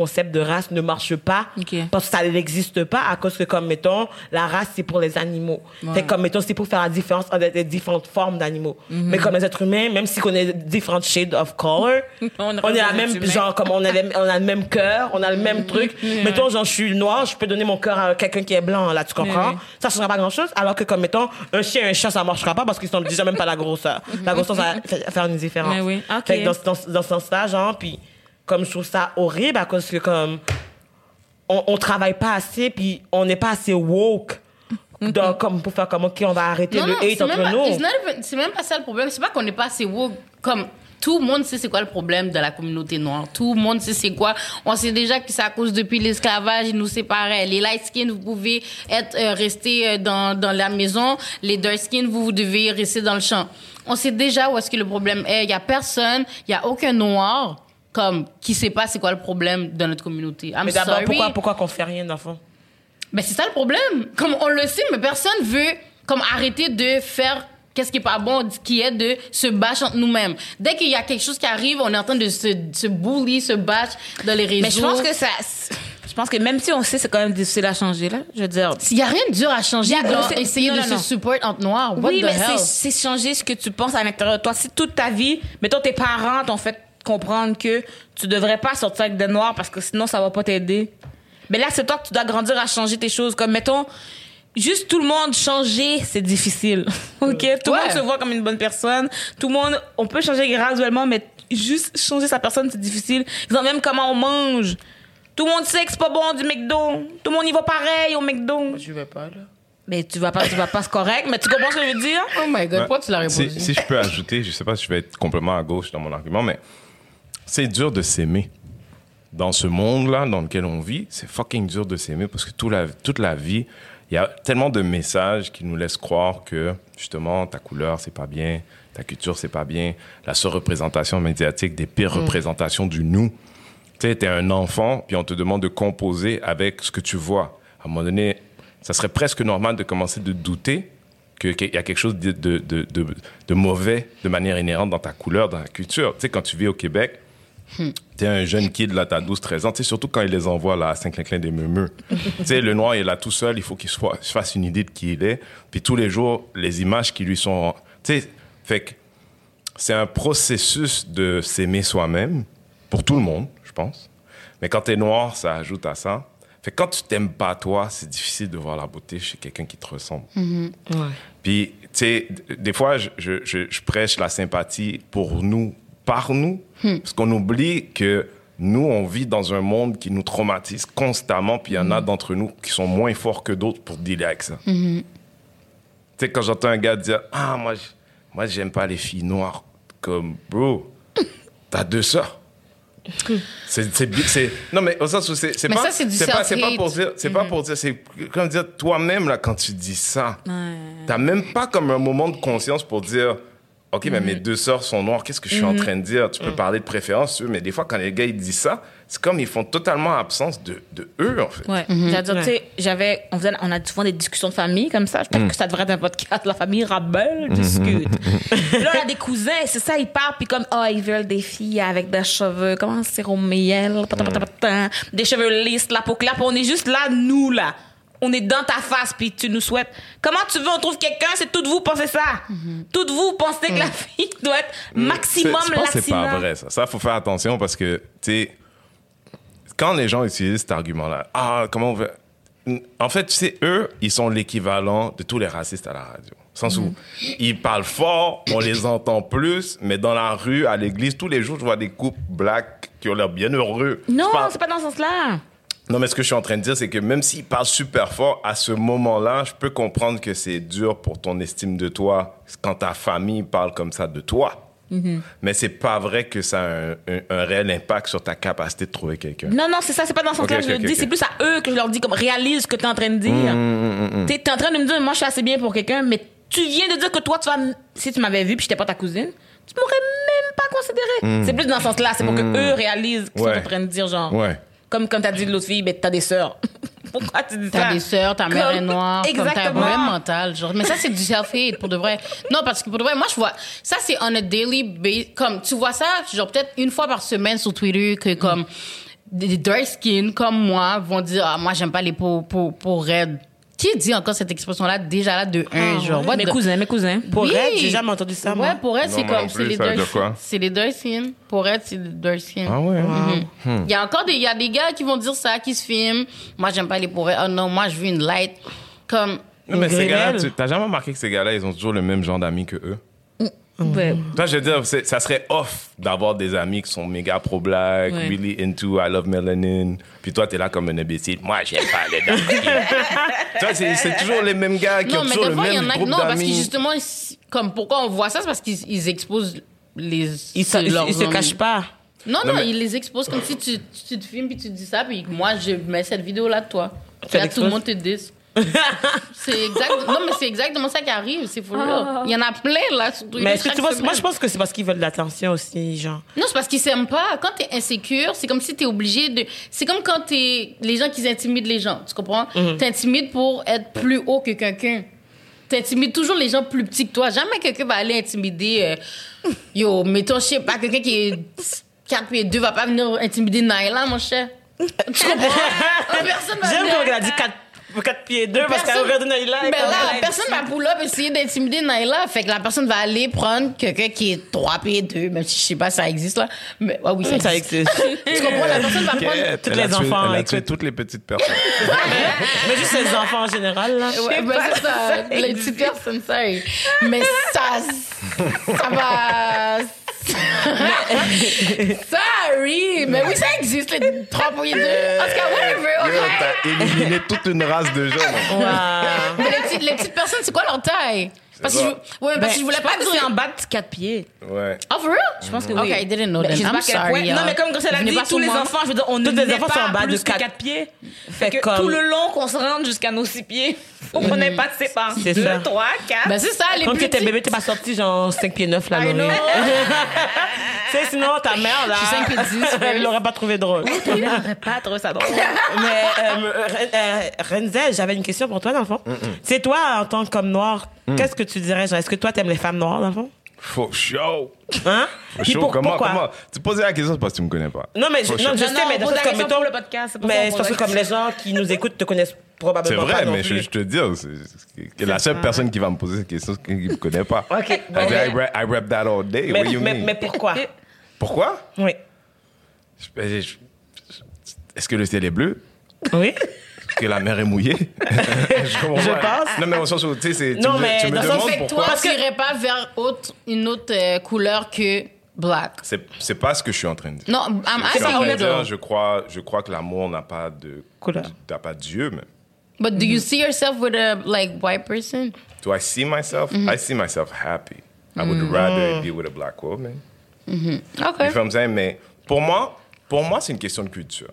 S2: concept de race ne marche pas
S3: Ok.
S2: parce que ça n'existe pas à cause que, comme, mettons, la race, c'est pour les animaux.
S3: Ouais.
S2: Fait que, comme, mettons, c'est pour faire la différence entre les différentes formes d'animaux.
S3: Mm-hmm.
S2: Mais comme les êtres humains, même si on est différentes shades of color,
S3: On
S2: on,
S3: reste
S2: est la
S3: des
S2: même,
S3: êtres humains.
S2: genre, comme on a, les- on a le même cœur, on a le même truc.
S3: Mm-hmm.
S2: Mettons, genre, je suis noir, je peux donner mon cœur à quelqu'un qui est blanc, là, tu comprends?
S3: Ouais.
S2: Ça ne changera pas grand-chose. Alors que, comme, mettons, un chien et un chat, ça marchera pas parce qu'ils sont déjà même pas la grosseur. La grosseur, ça va fa- faire une différence.
S3: Mais oui, ok.
S2: Fait que dans, dans, dans ce sens-là, genre, puis comme je trouve ça horrible à cause que, comme, on, on travaille pas assez, puis on n'est pas assez woke. Donc, comme pour faire comme, OK, on va arrêter
S1: Non,
S2: le
S1: non,
S2: hate
S1: c'est même,
S2: entre
S1: pas,
S2: nous.
S1: it's not even- c'est même pas ça le problème. C'est pas qu'on n'est pas assez woke. Comme tout le monde sait c'est quoi le problème de la communauté noire. Tout le monde sait c'est quoi. On sait déjà que c'est à cause depuis l'esclavage, ils nous séparaient. Les light skin, vous pouvez être euh, restés euh, dans dans la maison. Les dark skin, vous, vous devez rester dans le champ. On sait déjà où est-ce que le problème est. Il y a personne, il y a aucun noir comme qui sait pas c'est quoi le problème de notre communauté. I'm
S2: Mais d'abord,
S1: sorry.
S2: pourquoi, pourquoi qu'on fait rien, dans le fond?
S1: Ben, c'est ça le problème. Comme on le sait, mais personne veut comme arrêter de faire qu'est-ce qui est pas bon, qui est de se bâcher entre nous-mêmes. Dès qu'il y a quelque chose qui arrive, on est en train de se, se bully, se battre dans les réseaux.
S3: Mais je pense que ça. Je pense que même si on sait, c'est quand même difficile à changer, là. Je veux dire.
S1: Il y a rien de dur à changer.
S3: Il y a-
S1: dans
S3: c'est-
S1: essayer
S3: non,
S1: de
S3: non,
S1: se
S3: non.
S1: support entre noirs. What
S3: Oui,
S1: the
S3: mais
S1: hell?
S3: c'est, c'est changer ce que tu penses à l'intérieur de toi. Si toute ta vie, mettons, tes parents t'ont fait comprendre que tu devrais pas sortir avec des noirs parce que sinon, ça va pas t'aider. Mais là, c'est toi que tu dois grandir à changer tes choses. Comme, mettons, juste tout le monde changer, c'est difficile. OK? Tout le
S1: Ouais.
S3: monde se voit comme une bonne personne. Tout le monde, on peut changer graduellement, mais juste changer sa personne, c'est difficile. Ils ont même comment on mange. Tout le monde sait que c'est pas bon du McDo. Tout le monde y va pareil au McDo.
S2: Je vais pas, là.
S3: Mais tu vas pas, tu vas pas, c'est correct, mais tu comprends ce que je veux dire?
S1: Oh my God, pourquoi tu l'as répondu?
S4: Si, si je peux ajouter, je sais pas si je vais être complètement à gauche dans mon argument, mais c'est dur de s'aimer. Dans ce monde-là dans lequel on vit, c'est fucking dur de s'aimer parce que toute la, toute la vie, il y a tellement de messages qui nous laissent croire que, justement, ta couleur, c'est pas bien, ta culture, c'est pas bien, la surreprésentation médiatique des pires représentations du nous. Tu sais, t'es un enfant, puis on te demande de composer avec ce que tu vois. À un moment donné, ça serait presque normal de commencer de douter que- qu'il y a quelque chose de, de, de, de, de mauvais de manière inhérente dans ta couleur, dans la culture. Tu sais, quand tu vis au Québec, t'es un jeune kid, là, t'as douze treize ans, tu sais, surtout quand il les envoie, là, à Saint-Clinclin des Meumeux. Tu sais, le noir, il est là tout seul, il faut qu'il soit, se fasse une idée de qui il est. Puis tous les jours, les images qui lui sont... Tu sais, fait que c'est un processus de s'aimer soi-même, pour tout le monde, je pense. Mais quand t'es noir, ça ajoute à ça. Fait que quand tu t'aimes pas toi, c'est difficile de voir la beauté chez quelqu'un qui te ressemble.
S2: Ouais.
S4: Puis, tu sais, d- des fois, je, je, je, je prêche la sympathie pour nous, par nous, parce qu'on oublie que nous, on vit dans un monde qui nous traumatise constamment, puis il y en a d'entre nous qui sont moins forts que d'autres pour dealer avec ça. Tu sais, quand j'entends un gars dire « Ah, moi, j- moi, j'aime pas les filles noires. » Comme, bro, t'as deux sœurs. C'est, c'est, c'est, non, mais au sens où c'est, c'est
S1: Mais
S4: pas,
S1: ça, c'est du
S4: pas, c'est pas
S1: self-hate.
S4: pour dire, c'est pas pour dire, c'est comme dire toi-même, là, quand tu dis ça, t'as même pas comme un moment de conscience pour dire, OK, mais mes deux sœurs sont noires, qu'est-ce que je suis en train de dire? Tu peux parler de préférence, mais des fois, quand les gars, ils disent ça, c'est comme ils font totalement absence de, de eux, en fait.
S3: Ouais. C'est-à-dire, tu sais, j'avais, on, faisait, on a souvent des discussions de famille comme ça. Je pense que ça devrait être un podcast. La famille Rabel discute. Puis là, on a des cousins, c'est ça, ils parlent, puis comme, oh, ils veulent des filles avec des cheveux, comment c'est au miel, pata, pata, pata, des cheveux lisses, la peau claire, puis on est juste là, nous, là. On est dans ta face, puis tu nous souhaites. Comment tu veux, on trouve quelqu'un, c'est toutes vous pensez ça. Toutes vous pensez que la fille doit être maximum
S4: C'est- je pense que c'est
S3: latina.
S4: pas vrai, ça. Ça, faut faire attention parce que, tu sais, quand les gens utilisent cet argument-là, ah, comment on veut. En fait, tu sais, eux, ils sont l'équivalent de tous les racistes à la radio. Au sens où ils parlent fort, on les entend plus, mais dans la rue, à l'église, tous les jours, je vois des couples blacks qui ont l'air bien heureux.
S3: Non,
S4: Je parle-
S3: c'est pas dans ce sens-là.
S4: Non, mais ce que je suis en train de dire, c'est que même s'ils parlent super fort, à ce moment-là, je peux comprendre que c'est dur pour ton estime de toi quand ta famille parle comme ça de toi.
S3: Mm-hmm.
S4: Mais c'est pas vrai que ça a un, un- un réel impact sur ta capacité de trouver quelqu'un.
S3: Non, non, c'est ça, c'est pas dans ce sens-là
S4: Ok,
S3: que je
S4: ok,
S3: le dis.
S4: ok.
S3: C'est plus à eux que je leur dis, comme, réalise ce que t'es en train de dire. T'es, t'es en train de me dire, moi, je suis assez bien pour quelqu'un, mais tu viens de dire que toi, tu vas, m- si tu m'avais vu puis j'étais pas ta cousine, tu m'aurais même pas considéré. C'est plus dans ce sens-là, c'est pour que eux réalisent qu'ils
S4: Ouais.
S3: sont en train de dire, genre,
S4: Ouais.
S3: comme quand t'as dit de l'autre fille, ben, t'as des sœurs. Pourquoi tu dis ça?
S1: T'as des sœurs, ta mère
S3: Comme-
S1: est noire, comme t'as un
S3: Exactement.
S1: problème mental. Genre. Mais ça, c'est du self-hate, pour de vrai. Non, parce que pour de vrai, moi, je vois... Ça, c'est on a daily base... Comme, tu vois ça, genre, peut-être une fois par semaine sur Twitter, que comme... des dark skin comme moi vont dire ah, moi j'aime pas les peaux peaux peaux raides. Qui dit encore cette expression-là déjà là de un
S3: Ah,
S1: genre
S3: ouais.
S1: what
S3: Mes
S1: the-
S3: cousins, mes cousins.
S2: Pour
S1: Oui.
S2: elle, j'ai jamais entendu ça, moi.
S1: Ouais, pour elle,
S4: Non,
S1: c'est
S4: moi non
S1: comme,
S4: plus,
S1: c'est les
S4: ça veut
S1: dark
S4: dire quoi?
S1: C'est les dark skin. Pour elle, c'est les dark skin.
S4: Ah ouais.
S1: Il y a encore des, il y a des gars qui vont dire ça, qui se filment. Moi, j'aime pas les pourrets. Oh non, moi, je veux une light. Comme,
S4: Non, mais ces gars-là,
S2: Grenelle.
S4: tu t'as jamais remarqué que ces gars-là, ils ont toujours le même genre d'amis que eux?
S3: Ouais.
S4: Toi, je veux dire, c'est- ça serait off d'avoir des amis qui sont méga pro-black,
S3: Ouais.
S4: really into I love melanin. Puis toi, t'es là comme un imbécile. Moi, j'aime pas les dark skin. Tu vois, c'est, c'est toujours les mêmes gars qui
S1: non,
S4: ont
S1: mais
S4: toujours
S1: des
S4: le
S1: fois, il y
S4: même
S1: en a,
S4: groupe
S1: non, parce que
S4: d'amis.
S1: justement, ils- comme, pourquoi on voit ça? C'est parce qu'ils ils exposent les,
S2: Ils se, ils,
S1: leurs
S2: ils se
S1: hommes.
S2: cachent pas.
S1: Non,
S4: Non,
S1: non,
S4: mais-
S1: ils les exposent comme si tu, tu te filmes puis tu dis ça, puis moi, je mets cette vidéo-là de toi.
S2: Tu
S1: Là, tout le
S2: l'exposes?
S1: monde te dit. c'est exact, non, mais c'est exactement ça qui arrive, c'est fou. Il y en a plein, là, sur Twitter,
S2: Mais est-ce que
S1: chaque
S2: tu vois, moi,
S1: semaine.
S2: je pense que c'est parce qu'ils veulent de l'attention aussi, genre.
S1: Non, c'est parce qu'ils s'aiment pas. Quand t'es insécure, c'est comme si t'es obligé de. C'est comme quand t'es. Les gens qui intimident les gens, tu comprends? T'intimides pour être plus haut que quelqu'un. T'intimides toujours les gens plus petits que toi. Jamais quelqu'un va aller intimider. euh, Yo, mettons, je sais pas, quelqu'un qui est quatre pieds deux va pas venir intimider Naila, mon cher. Tu comprends? Personne va
S2: J'aime
S1: venir-
S2: quand elle a dit quatre pieds deux parce qu'elle
S1: Personne-
S2: regarde Naïla.
S1: Mais là, personne va pull up essayer d'intimider Naila. Fait que la personne va aller prendre quelqu'un qui est trois pieds deux, même si je sais pas si ça existe là. Mais ah oui, ça
S2: Ça
S1: existe.
S2: existe.
S1: Tu comprends? La personne va prendre.
S4: Quête.
S2: Tous
S4: Elle a
S2: les
S4: tué-
S2: enfants,
S4: Elle a
S2: écoute.
S4: tué toutes les petites personnes.
S2: Mais juste les enfants en général, là.
S1: Ouais, ben c'est ça, les petites personnes, ça. Mais ça, ça va. Sorry, mais oui, ça existe, les trois pieds deux. En tout cas, whatever,
S4: Yo,
S1: ok.
S4: t'as éliminé toute une race de gens. là.
S2: Wow.
S1: Mais les petites, les petites personnes, c'est quoi leur taille? Parce que, je,
S4: ça.
S1: ouais, parce que je voulais pas
S3: que c'est
S1: dire.
S3: en bas de quatre pieds.
S4: Ouais.
S1: Oh, for real?
S3: Je pense que
S1: Ok,
S3: oui.
S1: I didn't know
S3: Ben,
S1: that.
S3: je sais pas
S1: I'm
S3: à quel
S1: sorry,
S3: point.
S1: y'all.
S3: Non, mais comme Grace elle a
S1: Venez
S3: dit,
S1: pas
S3: tous
S1: sur
S3: les
S1: moi.
S3: enfants, je veux dire, on ne
S2: Tous les
S3: naît
S2: enfants
S3: pas
S2: sont en bas
S3: plus
S2: de
S3: que
S2: quatre-
S3: quatre pieds.
S2: Fait
S3: Fait que
S2: comme-
S3: tout le long qu'on se rende jusqu'à nos six pieds, faut qu'on ait pas de ses parents.
S2: C'est
S3: Deux,
S2: ça.
S3: trois, quatre.
S1: Ben, c'est ça, les
S2: Quand
S1: plus
S2: t'étais
S1: petits.
S2: bébé, t'es pas sorti genre cinq pieds neuf, là,
S1: I
S2: Laurie.
S1: know.
S2: Tu sais, sinon, ta mère, là.
S1: Je suis cinq pieds dix,
S2: Elle l'aurait pas trouvé drôle.
S3: Ta mère n'aurait pas trouvé ça drôle.
S2: Mais, euh, Ren- euh, Renzel, j'avais une question pour toi, dans le fond. C'est toi, en tant qu'homme noir, qu'est-ce que tu dirais? Genre, est-ce que toi, t'aimes les femmes noires, dans le fond?
S4: For sure.
S2: Hein?
S4: For
S2: Puis
S4: sure.
S2: pour-
S4: comment,
S2: pourquoi?
S4: comment? Tu posais la question parce que tu me connais pas.
S2: Non, mais je,
S4: For
S2: non,
S4: sure.
S2: je
S3: Non,
S2: sais,
S3: non,
S2: mais
S3: on
S2: dans
S3: pose
S2: ce
S3: la
S2: comme
S3: question
S2: mettons-
S3: pour le podcast, c'est pour ça
S2: Mais
S3: qu'on
S2: c'est
S3: pose
S2: parce que
S3: la
S2: comme les gens qui nous écoutent te connaissent
S4: C'est
S2: probablement pas
S4: vrai,
S2: non
S4: mais je,
S2: plus.
S4: je te dis, c'est, c'est- que la seule personne qui va me poser cette question, c'est qui ne me connaît pas.
S2: Ok,
S4: I,
S2: bon,
S4: I,
S2: mais-
S4: rap, I rap that all day.
S2: Mais,
S4: What do you
S2: mais,
S4: mean?
S2: mais pourquoi?
S4: Pourquoi?
S2: Oui.
S4: Je- je- je- Est-ce que le ciel est bleu?
S2: Oui?
S4: Que la mer est mouillée? je, comprends
S2: Je
S4: pas.
S2: pense.
S4: Non, mais au sens où, tu sais, c'est- tu
S2: Non,
S4: me,
S2: mais
S4: tu me
S2: dans le
S1: Ça
S4: demandes
S1: fait que
S4: pourquoi.
S1: toi, tu n'irais pas vers autre, une autre euh, couleur que black.
S4: C'est, c'est pas ce que je suis en train de dire.
S1: Non, I'm
S4: Je suis en
S1: asking
S4: train
S1: you
S4: de dire,
S1: though.
S4: je crois, je crois que l'amour n'a pas de
S2: Couleur.
S4: n'a pas d'yeux, même.
S1: But do you see yourself with a like white person?
S4: Do I see myself? I see myself happy. I would rather be with a black woman.
S1: Okay.
S4: Tu vois what I'm saying? Mais pour moi, pour moi, c'est une question de culture.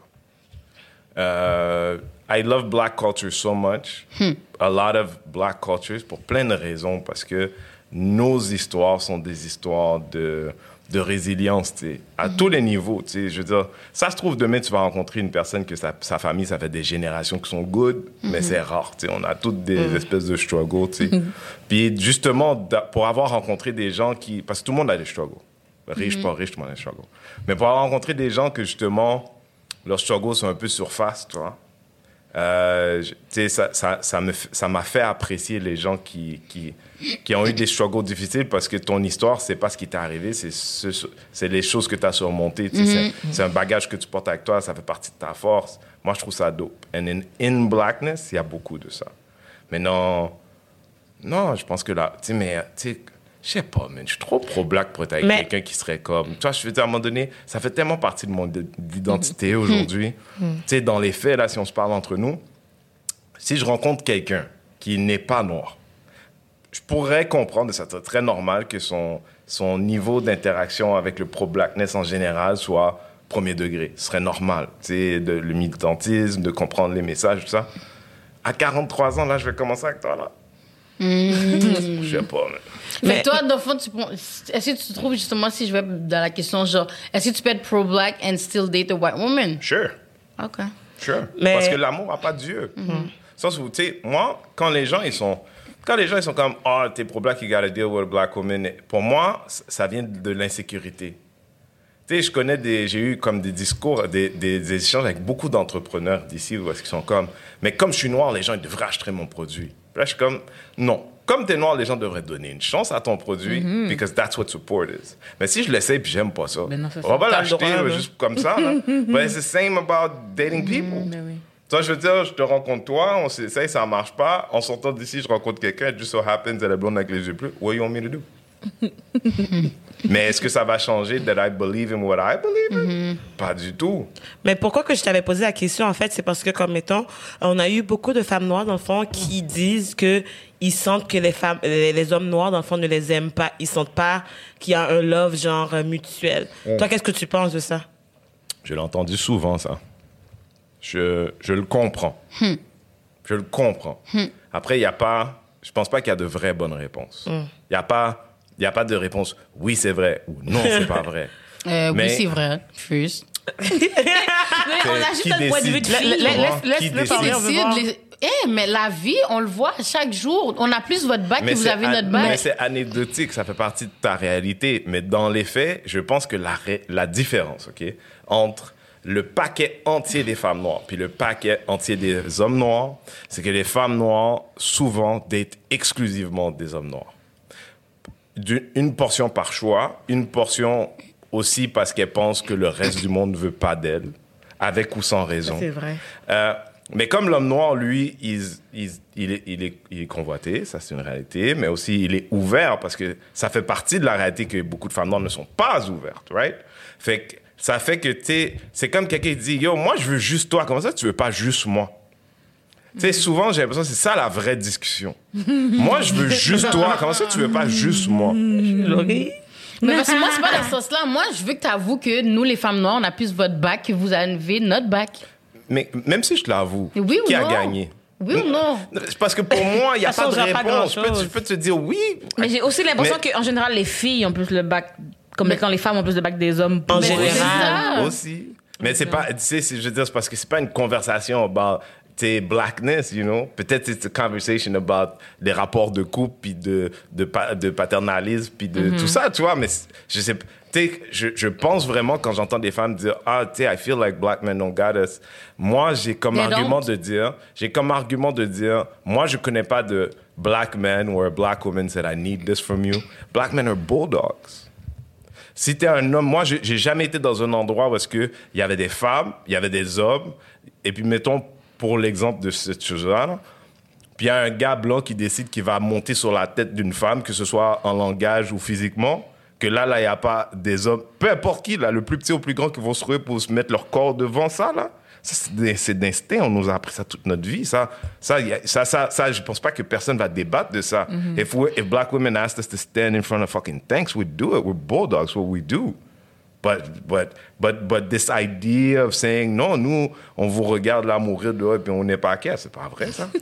S4: Euh, I love black culture so much. A lot of black cultures pour plein de raisons parce que nos histoires sont des histoires de de résilience, tu sais, à tous les niveaux, tu sais, je veux dire, ça se trouve demain tu vas rencontrer une personne que sa, sa famille ça fait des générations qui sont good, mais c'est rare, tu sais, on a toutes des espèces de struggles, tu sais. Puis justement da- pour avoir rencontré des gens qui parce que tout le monde a des struggles. Riche, pas riche, tout le monde a des struggles. Mais pour avoir rencontré des gens que justement leurs struggles sont un peu surface, tu vois. Euh, je- tu sais, ça, ça, ça, me, f- ça m'a fait apprécier les gens qui, qui, qui ont eu des struggles difficiles parce que ton histoire, c'est pas ce qui t'est arrivé, c'est, ce, c'est les choses que tu as surmontées. Tu sais, c'est, c'est un bagage que tu portes avec toi, ça fait partie de ta force. Moi, je trouve ça dope. And in, in blackness, il y a beaucoup de ça. Mais non, non, je pense que là, tu sais, mais, tu sais, je sais pas, man, je suis trop pro-black pour être avec
S2: Mais-
S4: quelqu'un qui serait comme... Tu vois, je veux dire, à un moment donné, ça fait tellement partie de mon de- d'identité aujourd'hui. Tu sais, dans les faits, là, si on se parle entre nous, si je rencontre quelqu'un qui n'est pas noir, je pourrais comprendre, et ça serait très normal, que son, son niveau d'interaction avec le pro-blackness en général soit premier degré. Ce serait normal, tu sais, de, le militantisme, de comprendre les messages, tout ça. À quarante-trois ans, là, je vais commencer avec toi, là. Je sais pas, mais...
S1: Mais,
S2: Mais-
S1: toi, dans le fond, tu, penses- est-ce que tu trouves justement, si je vais dans la question, genre, est-ce que tu peux être pro-black and still date a white woman?
S4: Sure.
S1: OK.
S4: Sure.
S2: Mais-
S4: Parce que l'amour n'a pas d'yeux. Sens où, tu sais, moi, quand les gens, ils sont... Quand les gens, ils sont comme, « Oh, t'es pro-black, you gotta deal with a black woman. » Pour moi, c- ça vient de l'insécurité. Tu Tu sais, je connais des, j'ai eu comme des discours, des, des, des échanges avec beaucoup d'entrepreneurs d'ici où est-ce qu'ils sont comme, mais comme je suis noir, les gens ils devraient acheter mon produit. Puis là, je suis comme, non. Comme t'es noir, les gens devraient donner une chance à ton produit, mm-hmm. because that's what support is. Mais si je l'essaye puis j'aime pas ça,
S3: non,
S4: on va pas l'acheter juste comme ça. Là. But it's the same about dating people.
S3: Mm-hmm. Oui.
S4: Toi, je veux dire, je te rencontre toi, on s'essaye, ça marche pas. En sortant d'ici, je rencontre quelqu'un, it just so happens, elle est blonde avec les yeux bleus. What you want me to do? Mais est-ce que ça va changer that I believe in what I believe in? Mm-hmm. Pas du tout.
S2: Mais pourquoi que je t'avais posé la question, en fait, c'est parce que, comme mettons, on a eu beaucoup de femmes noires, dans le fond, qui disent que ils sentent que les femmes, les, les hommes noirs, dans le fond, ne les aiment pas. Ils sentent pas qu'il y a un love, genre, mutuel. Mm. Toi, qu'est-ce que tu penses de ça?
S4: Je l'ai entendu souvent, ça. Je, je le comprends.
S1: Hmm.
S4: Je le comprends.
S1: Hmm.
S4: Après, il y a pas... Je pense pas qu'il y a de vraies bonnes réponses. Il mm. y a pas... Il n'y a pas de réponse « oui, c'est vrai » ou « non, c'est pas vrai
S1: euh, ». Oui, c'est vrai. Juste.
S3: Mais on a juste un point de vue de fille.
S2: Laisse-le parler, on veut voir.
S1: Eh, mais la vie, on le voit chaque jour. On a plus votre bac
S4: mais
S1: que vous avez
S4: an-
S1: notre bac.
S4: Mais c'est anecdotique, ça fait partie de ta réalité. Mais dans les faits, je pense que la, ré- la différence, OK, entre le paquet entier des femmes noires puis le paquet entier des hommes noirs, c'est que les femmes noires, souvent, datent exclusivement des hommes noirs. D'une, une portion par choix, une portion aussi parce qu'elles pensent que le reste du monde ne veut pas d'elles, avec ou sans raison.
S2: C'est vrai.
S4: Euh, mais comme l'homme noir, lui, il, il, il, est, il, est, il est convoité, ça c'est une réalité, mais aussi il est ouvert parce que ça fait partie de la réalité que beaucoup de femmes noires ne sont pas ouvertes, right? Fait que ça fait que, tu sais, c'est comme quelqu'un qui dit « Yo, moi, je veux juste toi. Comment ça, tu veux pas juste moi? » Tu sais, souvent, j'ai l'impression que c'est ça la vraie discussion. Moi, je veux juste toi. Comment ça, tu veux pas juste moi?
S1: Mais parce que moi, c'est pas dans ce sens-là. Moi, je veux que tu avoues que nous, les femmes noires, on a plus votre bac que vous avez notre bac.
S4: Mais même si je te l'avoue,
S1: oui
S4: qui
S1: ou
S4: a
S1: non?
S4: gagné?
S1: Oui ou non?
S4: Parce que pour moi, il n'y a
S2: Ça
S4: pas de
S2: changera pas
S4: réponse. Je peux,
S2: grand-chose.
S4: je peux te dire oui.
S3: Mais j'ai aussi l'impression
S4: Mais-
S3: qu'en général, les filles ont plus le bac, comme
S1: Mais-
S3: quand les femmes ont plus de bac des hommes.
S2: En
S3: pour-
S2: général.
S1: c'est ça.
S4: Aussi. Mais c'est pas, tu sais, c'est- je veux dire, c'est parce que c'est pas une conversation about, tu sais, blackness, you know. Peut-être c'est une conversation about des rapports de couple, puis de, de, pa- de paternalisme, puis de tout ça, tu vois. Mais c'est- je sais, tu sais, je, je pense vraiment quand j'entends des femmes dire, ah, tu sais, I feel like black men don't got us. Moi, j'ai comme
S1: They
S4: argument
S1: don't.
S4: de dire, j'ai comme argument de dire, moi, je connais pas de black man or a black woman said, I need this from you. Black men are bulldogs. Si t'es un homme, moi, j'ai j'ai jamais été dans un endroit où est-ce que il y avait des femmes, il y avait des hommes, et puis mettons pour l'exemple de cette chose-là, là, puis il y a un gars blanc qui décide qu'il va monter sur la tête d'une femme, que ce soit en langage ou physiquement, que là, là, il n'y a pas des hommes, peu importe qui, là, le plus petit ou le plus grand, qui vont se trouver pour se mettre leur corps devant ça, là. Ça, c'est des- c'est d'instinct, on nous a appris ça toute notre vie. Ça, ça, y a- ça, ça, ça, je pense pas que personne va débattre de ça. If, we, if black women asked us to stand in front of fucking tanks, we'd do it. We're bulldogs, what we do. But, but, but, but this idea of saying, non, nous, on vous regarde là mourir dehors et puis on n'est pas à quai, c'est pas vrai, ça.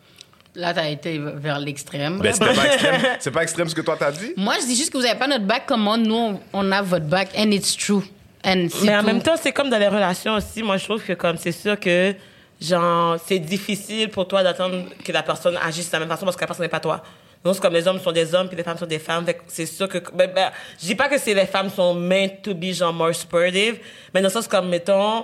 S1: Là, t'as été vers l'extrême.
S4: Ben, c'était pas extrême. C'est pas extrême ce que toi t'as dit?
S1: Moi, je dis juste que vous n'avez pas notre bac comme moi. Nous, on- on a votre bac. And it's true. And c'est
S2: Mais en
S1: tout.
S2: même temps, c'est comme dans les relations aussi. Moi, je trouve que comme c'est sûr que genre c'est difficile pour toi d'attendre que la personne agisse de la même façon parce que la personne n'est pas toi. Donc, c'est comme les hommes sont des hommes puis les femmes sont des femmes. Fait que c'est sûr que ben, ben, je dis pas que c'est les femmes sont meant to be genre more sportive, mais dans le sens comme mettons.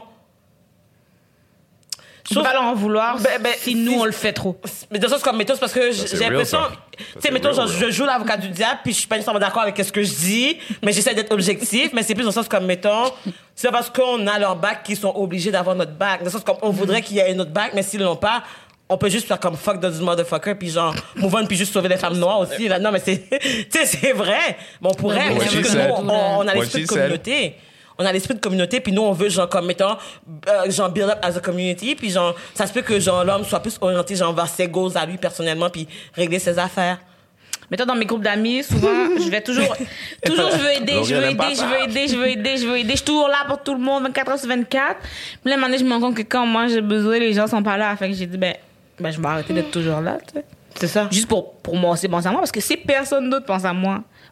S3: Tu peux pas leur en vouloir
S2: Ben, ben,
S3: si nous, on le fait trop.
S2: Mais dans le sens comme mettons, c'est parce que
S4: c'est
S2: j'ai
S4: real,
S2: l'impression,
S4: ça.
S2: tu
S4: Ça,
S2: sais,
S4: c'est
S2: mettons,
S4: real,
S2: genre,
S4: real.
S2: je joue l'avocat du diable, puis je suis pas nécessairement d'accord avec ce que je dis, mais j'essaie d'être objectif, mais c'est plus dans le sens comme mettons, c'est parce qu'on a leur bac qu'ils sont obligés d'avoir notre bac. Dans le sens comme on voudrait qu'il y ait notre bac, mais s'ils l'ont pas, on peut juste faire comme fuck those motherfucker, puis genre, move on, puis juste sauver les femmes noires aussi. Là. Non, mais c'est, tu sais, c'est vrai. Mais on pourrait,
S1: What
S2: mais c'est
S4: she
S2: parce que
S4: said.
S2: nous, on, on a
S4: What
S2: l'esprit de
S4: she said.
S2: communauté. On a l'esprit de communauté, puis nous, on veut, genre, comme, mettons, euh, genre, build up as a community, puis genre, ça se peut que, genre, l'homme soit plus orienté, genre, vers ses goals à lui, personnellement, puis régler ses affaires.
S3: Mais toi, dans mes groupes d'amis, souvent, je vais toujours, toujours, je veux aider, je veux
S4: L'on vient
S3: aider, je veux aider, je veux aider, je veux aider. Je suis toujours là pour tout le monde, vingt-quatre heures sur vingt-quatre. Puis là, un moment donné, je me rends compte que quand moi, j'ai besoin, les gens sont pas là. Fait que j'ai dit, ben, ben, je vais arrêter d'être toujours là, tu sais.
S2: C'est ça.
S3: Juste pour, pour moi, c'est penser à moi, parce que si personne d'autre pense à moi,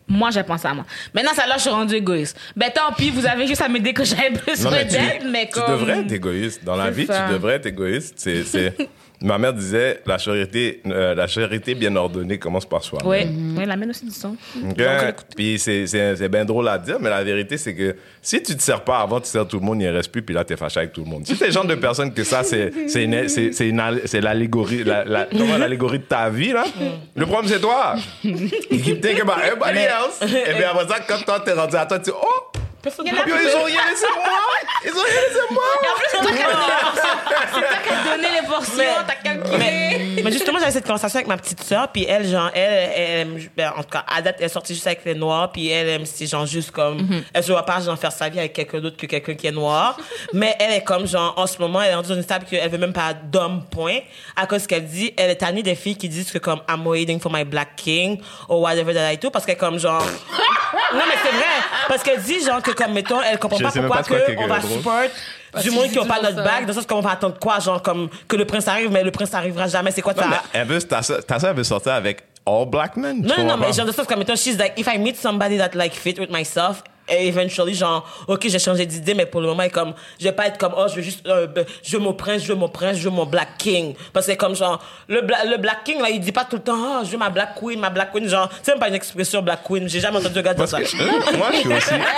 S3: Moi, j'ai pensé à moi. Maintenant, ça là, je suis rendue égoïste. Ben, tant pis, vous avez juste à m'aider que j'avais besoin
S4: Non, mais tu-
S3: d'aide, mais
S4: Tu
S3: comme...
S4: devrais être égoïste. Dans la
S3: C'est
S4: vie,
S3: ça.
S4: tu devrais être égoïste. C'est, c'est... Ma mère disait, la charité, euh, la charité bien ordonnée commence par soi.
S3: Oui, oui, la mienne aussi, du son.
S4: OK? Puis c'est, c'est, c'est bien drôle à dire, mais la vérité, c'est que si tu te sers pas avant, tu sers tout le monde, il ne reste plus, puis là, t'es fâché avec tout le monde. Si t'es le genre de personne que ça, c'est, c'est, une, c'est, c'est, une, all- c'est l'allégorie, la, la, comment, l'allégorie de ta vie, là, le problème, c'est toi. You keep thinking about everybody else. Et puis après ça, quand toi, t'es rendu à toi, tu dis, oh,
S3: Personne
S4: yo, ils ont rien laissé moi. Ils ont rien laissé moi.
S3: C'est toi qui as donné les portions. C'est toi qui as donné les portions. T'as calculé.
S2: Mais, mais justement, j'avais cette conversation avec ma petite sœur, puis elle, genre, elle, elle aime, ben, en tout cas, à date, elle est sortie juste avec les noirs, puis elle aime, c'est genre juste comme,
S3: Mm-hmm.
S2: elle se voit pas, genre, faire sa vie avec quelqu'un d'autre que quelqu'un qui est noir. Mais elle est comme, genre, en ce moment, elle est rendue dans une stade qu'elle veut même pas d'homme, point, à cause qu'elle dit, elle est tannée des filles qui disent que, comme, I'm waiting for my black king, or whatever that I do, parce qu'elle est comme, genre, non, mais c'est vrai, parce qu'elle dit, genre, que, comme, mettons, elle comprend
S4: Je
S2: pas
S4: sais même
S2: pourquoi
S4: pas c'est quoi
S2: que on va
S4: qui est drôle.
S2: support du monde qui n'a pas notre
S1: ça.
S2: bague, dans le sens qu'on va attendre quoi, genre, comme, que le prince arrive, mais le prince arrivera jamais, c'est quoi
S4: Non,
S2: ça?
S4: mais elle veut, ta soeur, ta soeur, elle veut sortir avec all black men.
S2: Non,
S4: Tu
S2: non, non,
S4: comprends
S2: mais
S4: pas?
S2: genre de sens comme étant, she's like, if I meet somebody that like fit with myself, et eventually, genre, ok, j'ai changé d'idée, mais pour le moment, elle est comme, je vais pas être comme, oh, je veux juste, euh, ben, je veux mon prince, je veux mon prince, je veux mon black king. Parce que comme, genre, le, bla- le black king, là, il dit pas tout le temps, oh, je veux ma black queen, ma black queen, genre, c'est même pas une expression black queen, j'ai jamais entendu un gars dire
S4: Parce
S2: ça.
S4: que là, moi, je suis aussi,
S2: Mais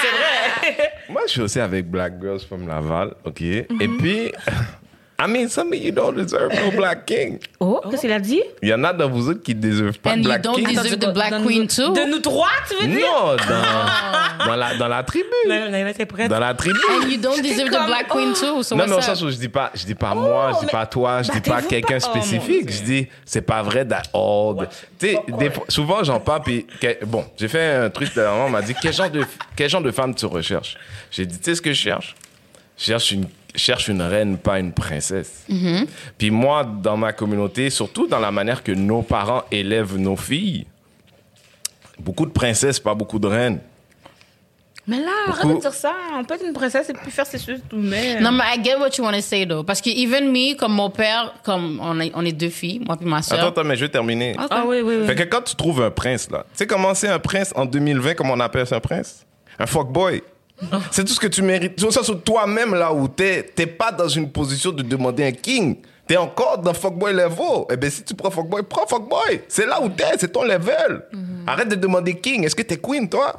S2: c'est vrai.
S4: moi, je suis aussi avec Black Girls from Laval, OK? Et puis, I mean, some of you don't deserve no black king.
S3: Oh, qu'est-ce qu'il a dit?
S4: Il y en a dans vous autres qui ne déservent pas
S1: And
S4: de
S1: you
S4: black
S1: don't
S4: king.
S1: deserve the black
S3: Dans
S1: queen
S3: nous-
S1: too.
S3: De nous trois, tu veux dire?
S4: Non, dans, dans, la, dans la tribu.
S2: Non, non, non, t'es prête?
S4: Dans la tribu.
S1: And you don't deserve the
S3: comme,
S1: black queen too. So
S4: Non, mais au
S1: what's
S4: sens
S1: up?
S4: où je dis pas, je dis pas moi, je dis
S3: mais
S4: pas toi, je dis pas
S3: battez-vous
S4: quelqu'un
S3: pas. Oh, mon
S4: spécifique.
S3: Dieu.
S4: Je dis, c'est pas vrai that all. the- Tu sais, des fois- souvent j'en parle puis que- bon, j'ai fait un truc dernièrement, on m'a dit quel genre de quel genre de femme tu recherches. J'ai dit, tu sais ce que je cherche? Je cherche une je cherche une reine, pas une princesse. Puis moi, dans ma communauté, surtout dans la manière que nos parents élèvent nos filles, beaucoup de princesses, pas beaucoup de reines.
S3: Mais là, arrête
S4: Beaucoup-
S3: de dire ça. On peut être une princesse et puis faire ses choses tout mais.
S1: Non, mais I get what you want to say, though. Parce que even me, comme mon père, comme on est, on est deux filles, moi puis ma soeur.
S4: Attends, attends, mais je vais terminer.
S3: Ah oui, oui, oui.
S4: Fait que quand tu trouves un prince, là, tu sais comment c'est un prince en deux mille vingt, comment on appelle ça un prince? Un fuckboy. C'est tout ce que tu mérites. C'est au sens où toi-même, là où t'es, t'es pas dans une position de demander un king. T'es encore dans fuckboy level. Eh bien, si tu prends fuckboy, prends fuckboy. C'est là où t'es, c'est ton level. Arrête de demander king. Est-ce que t'es queen, toi?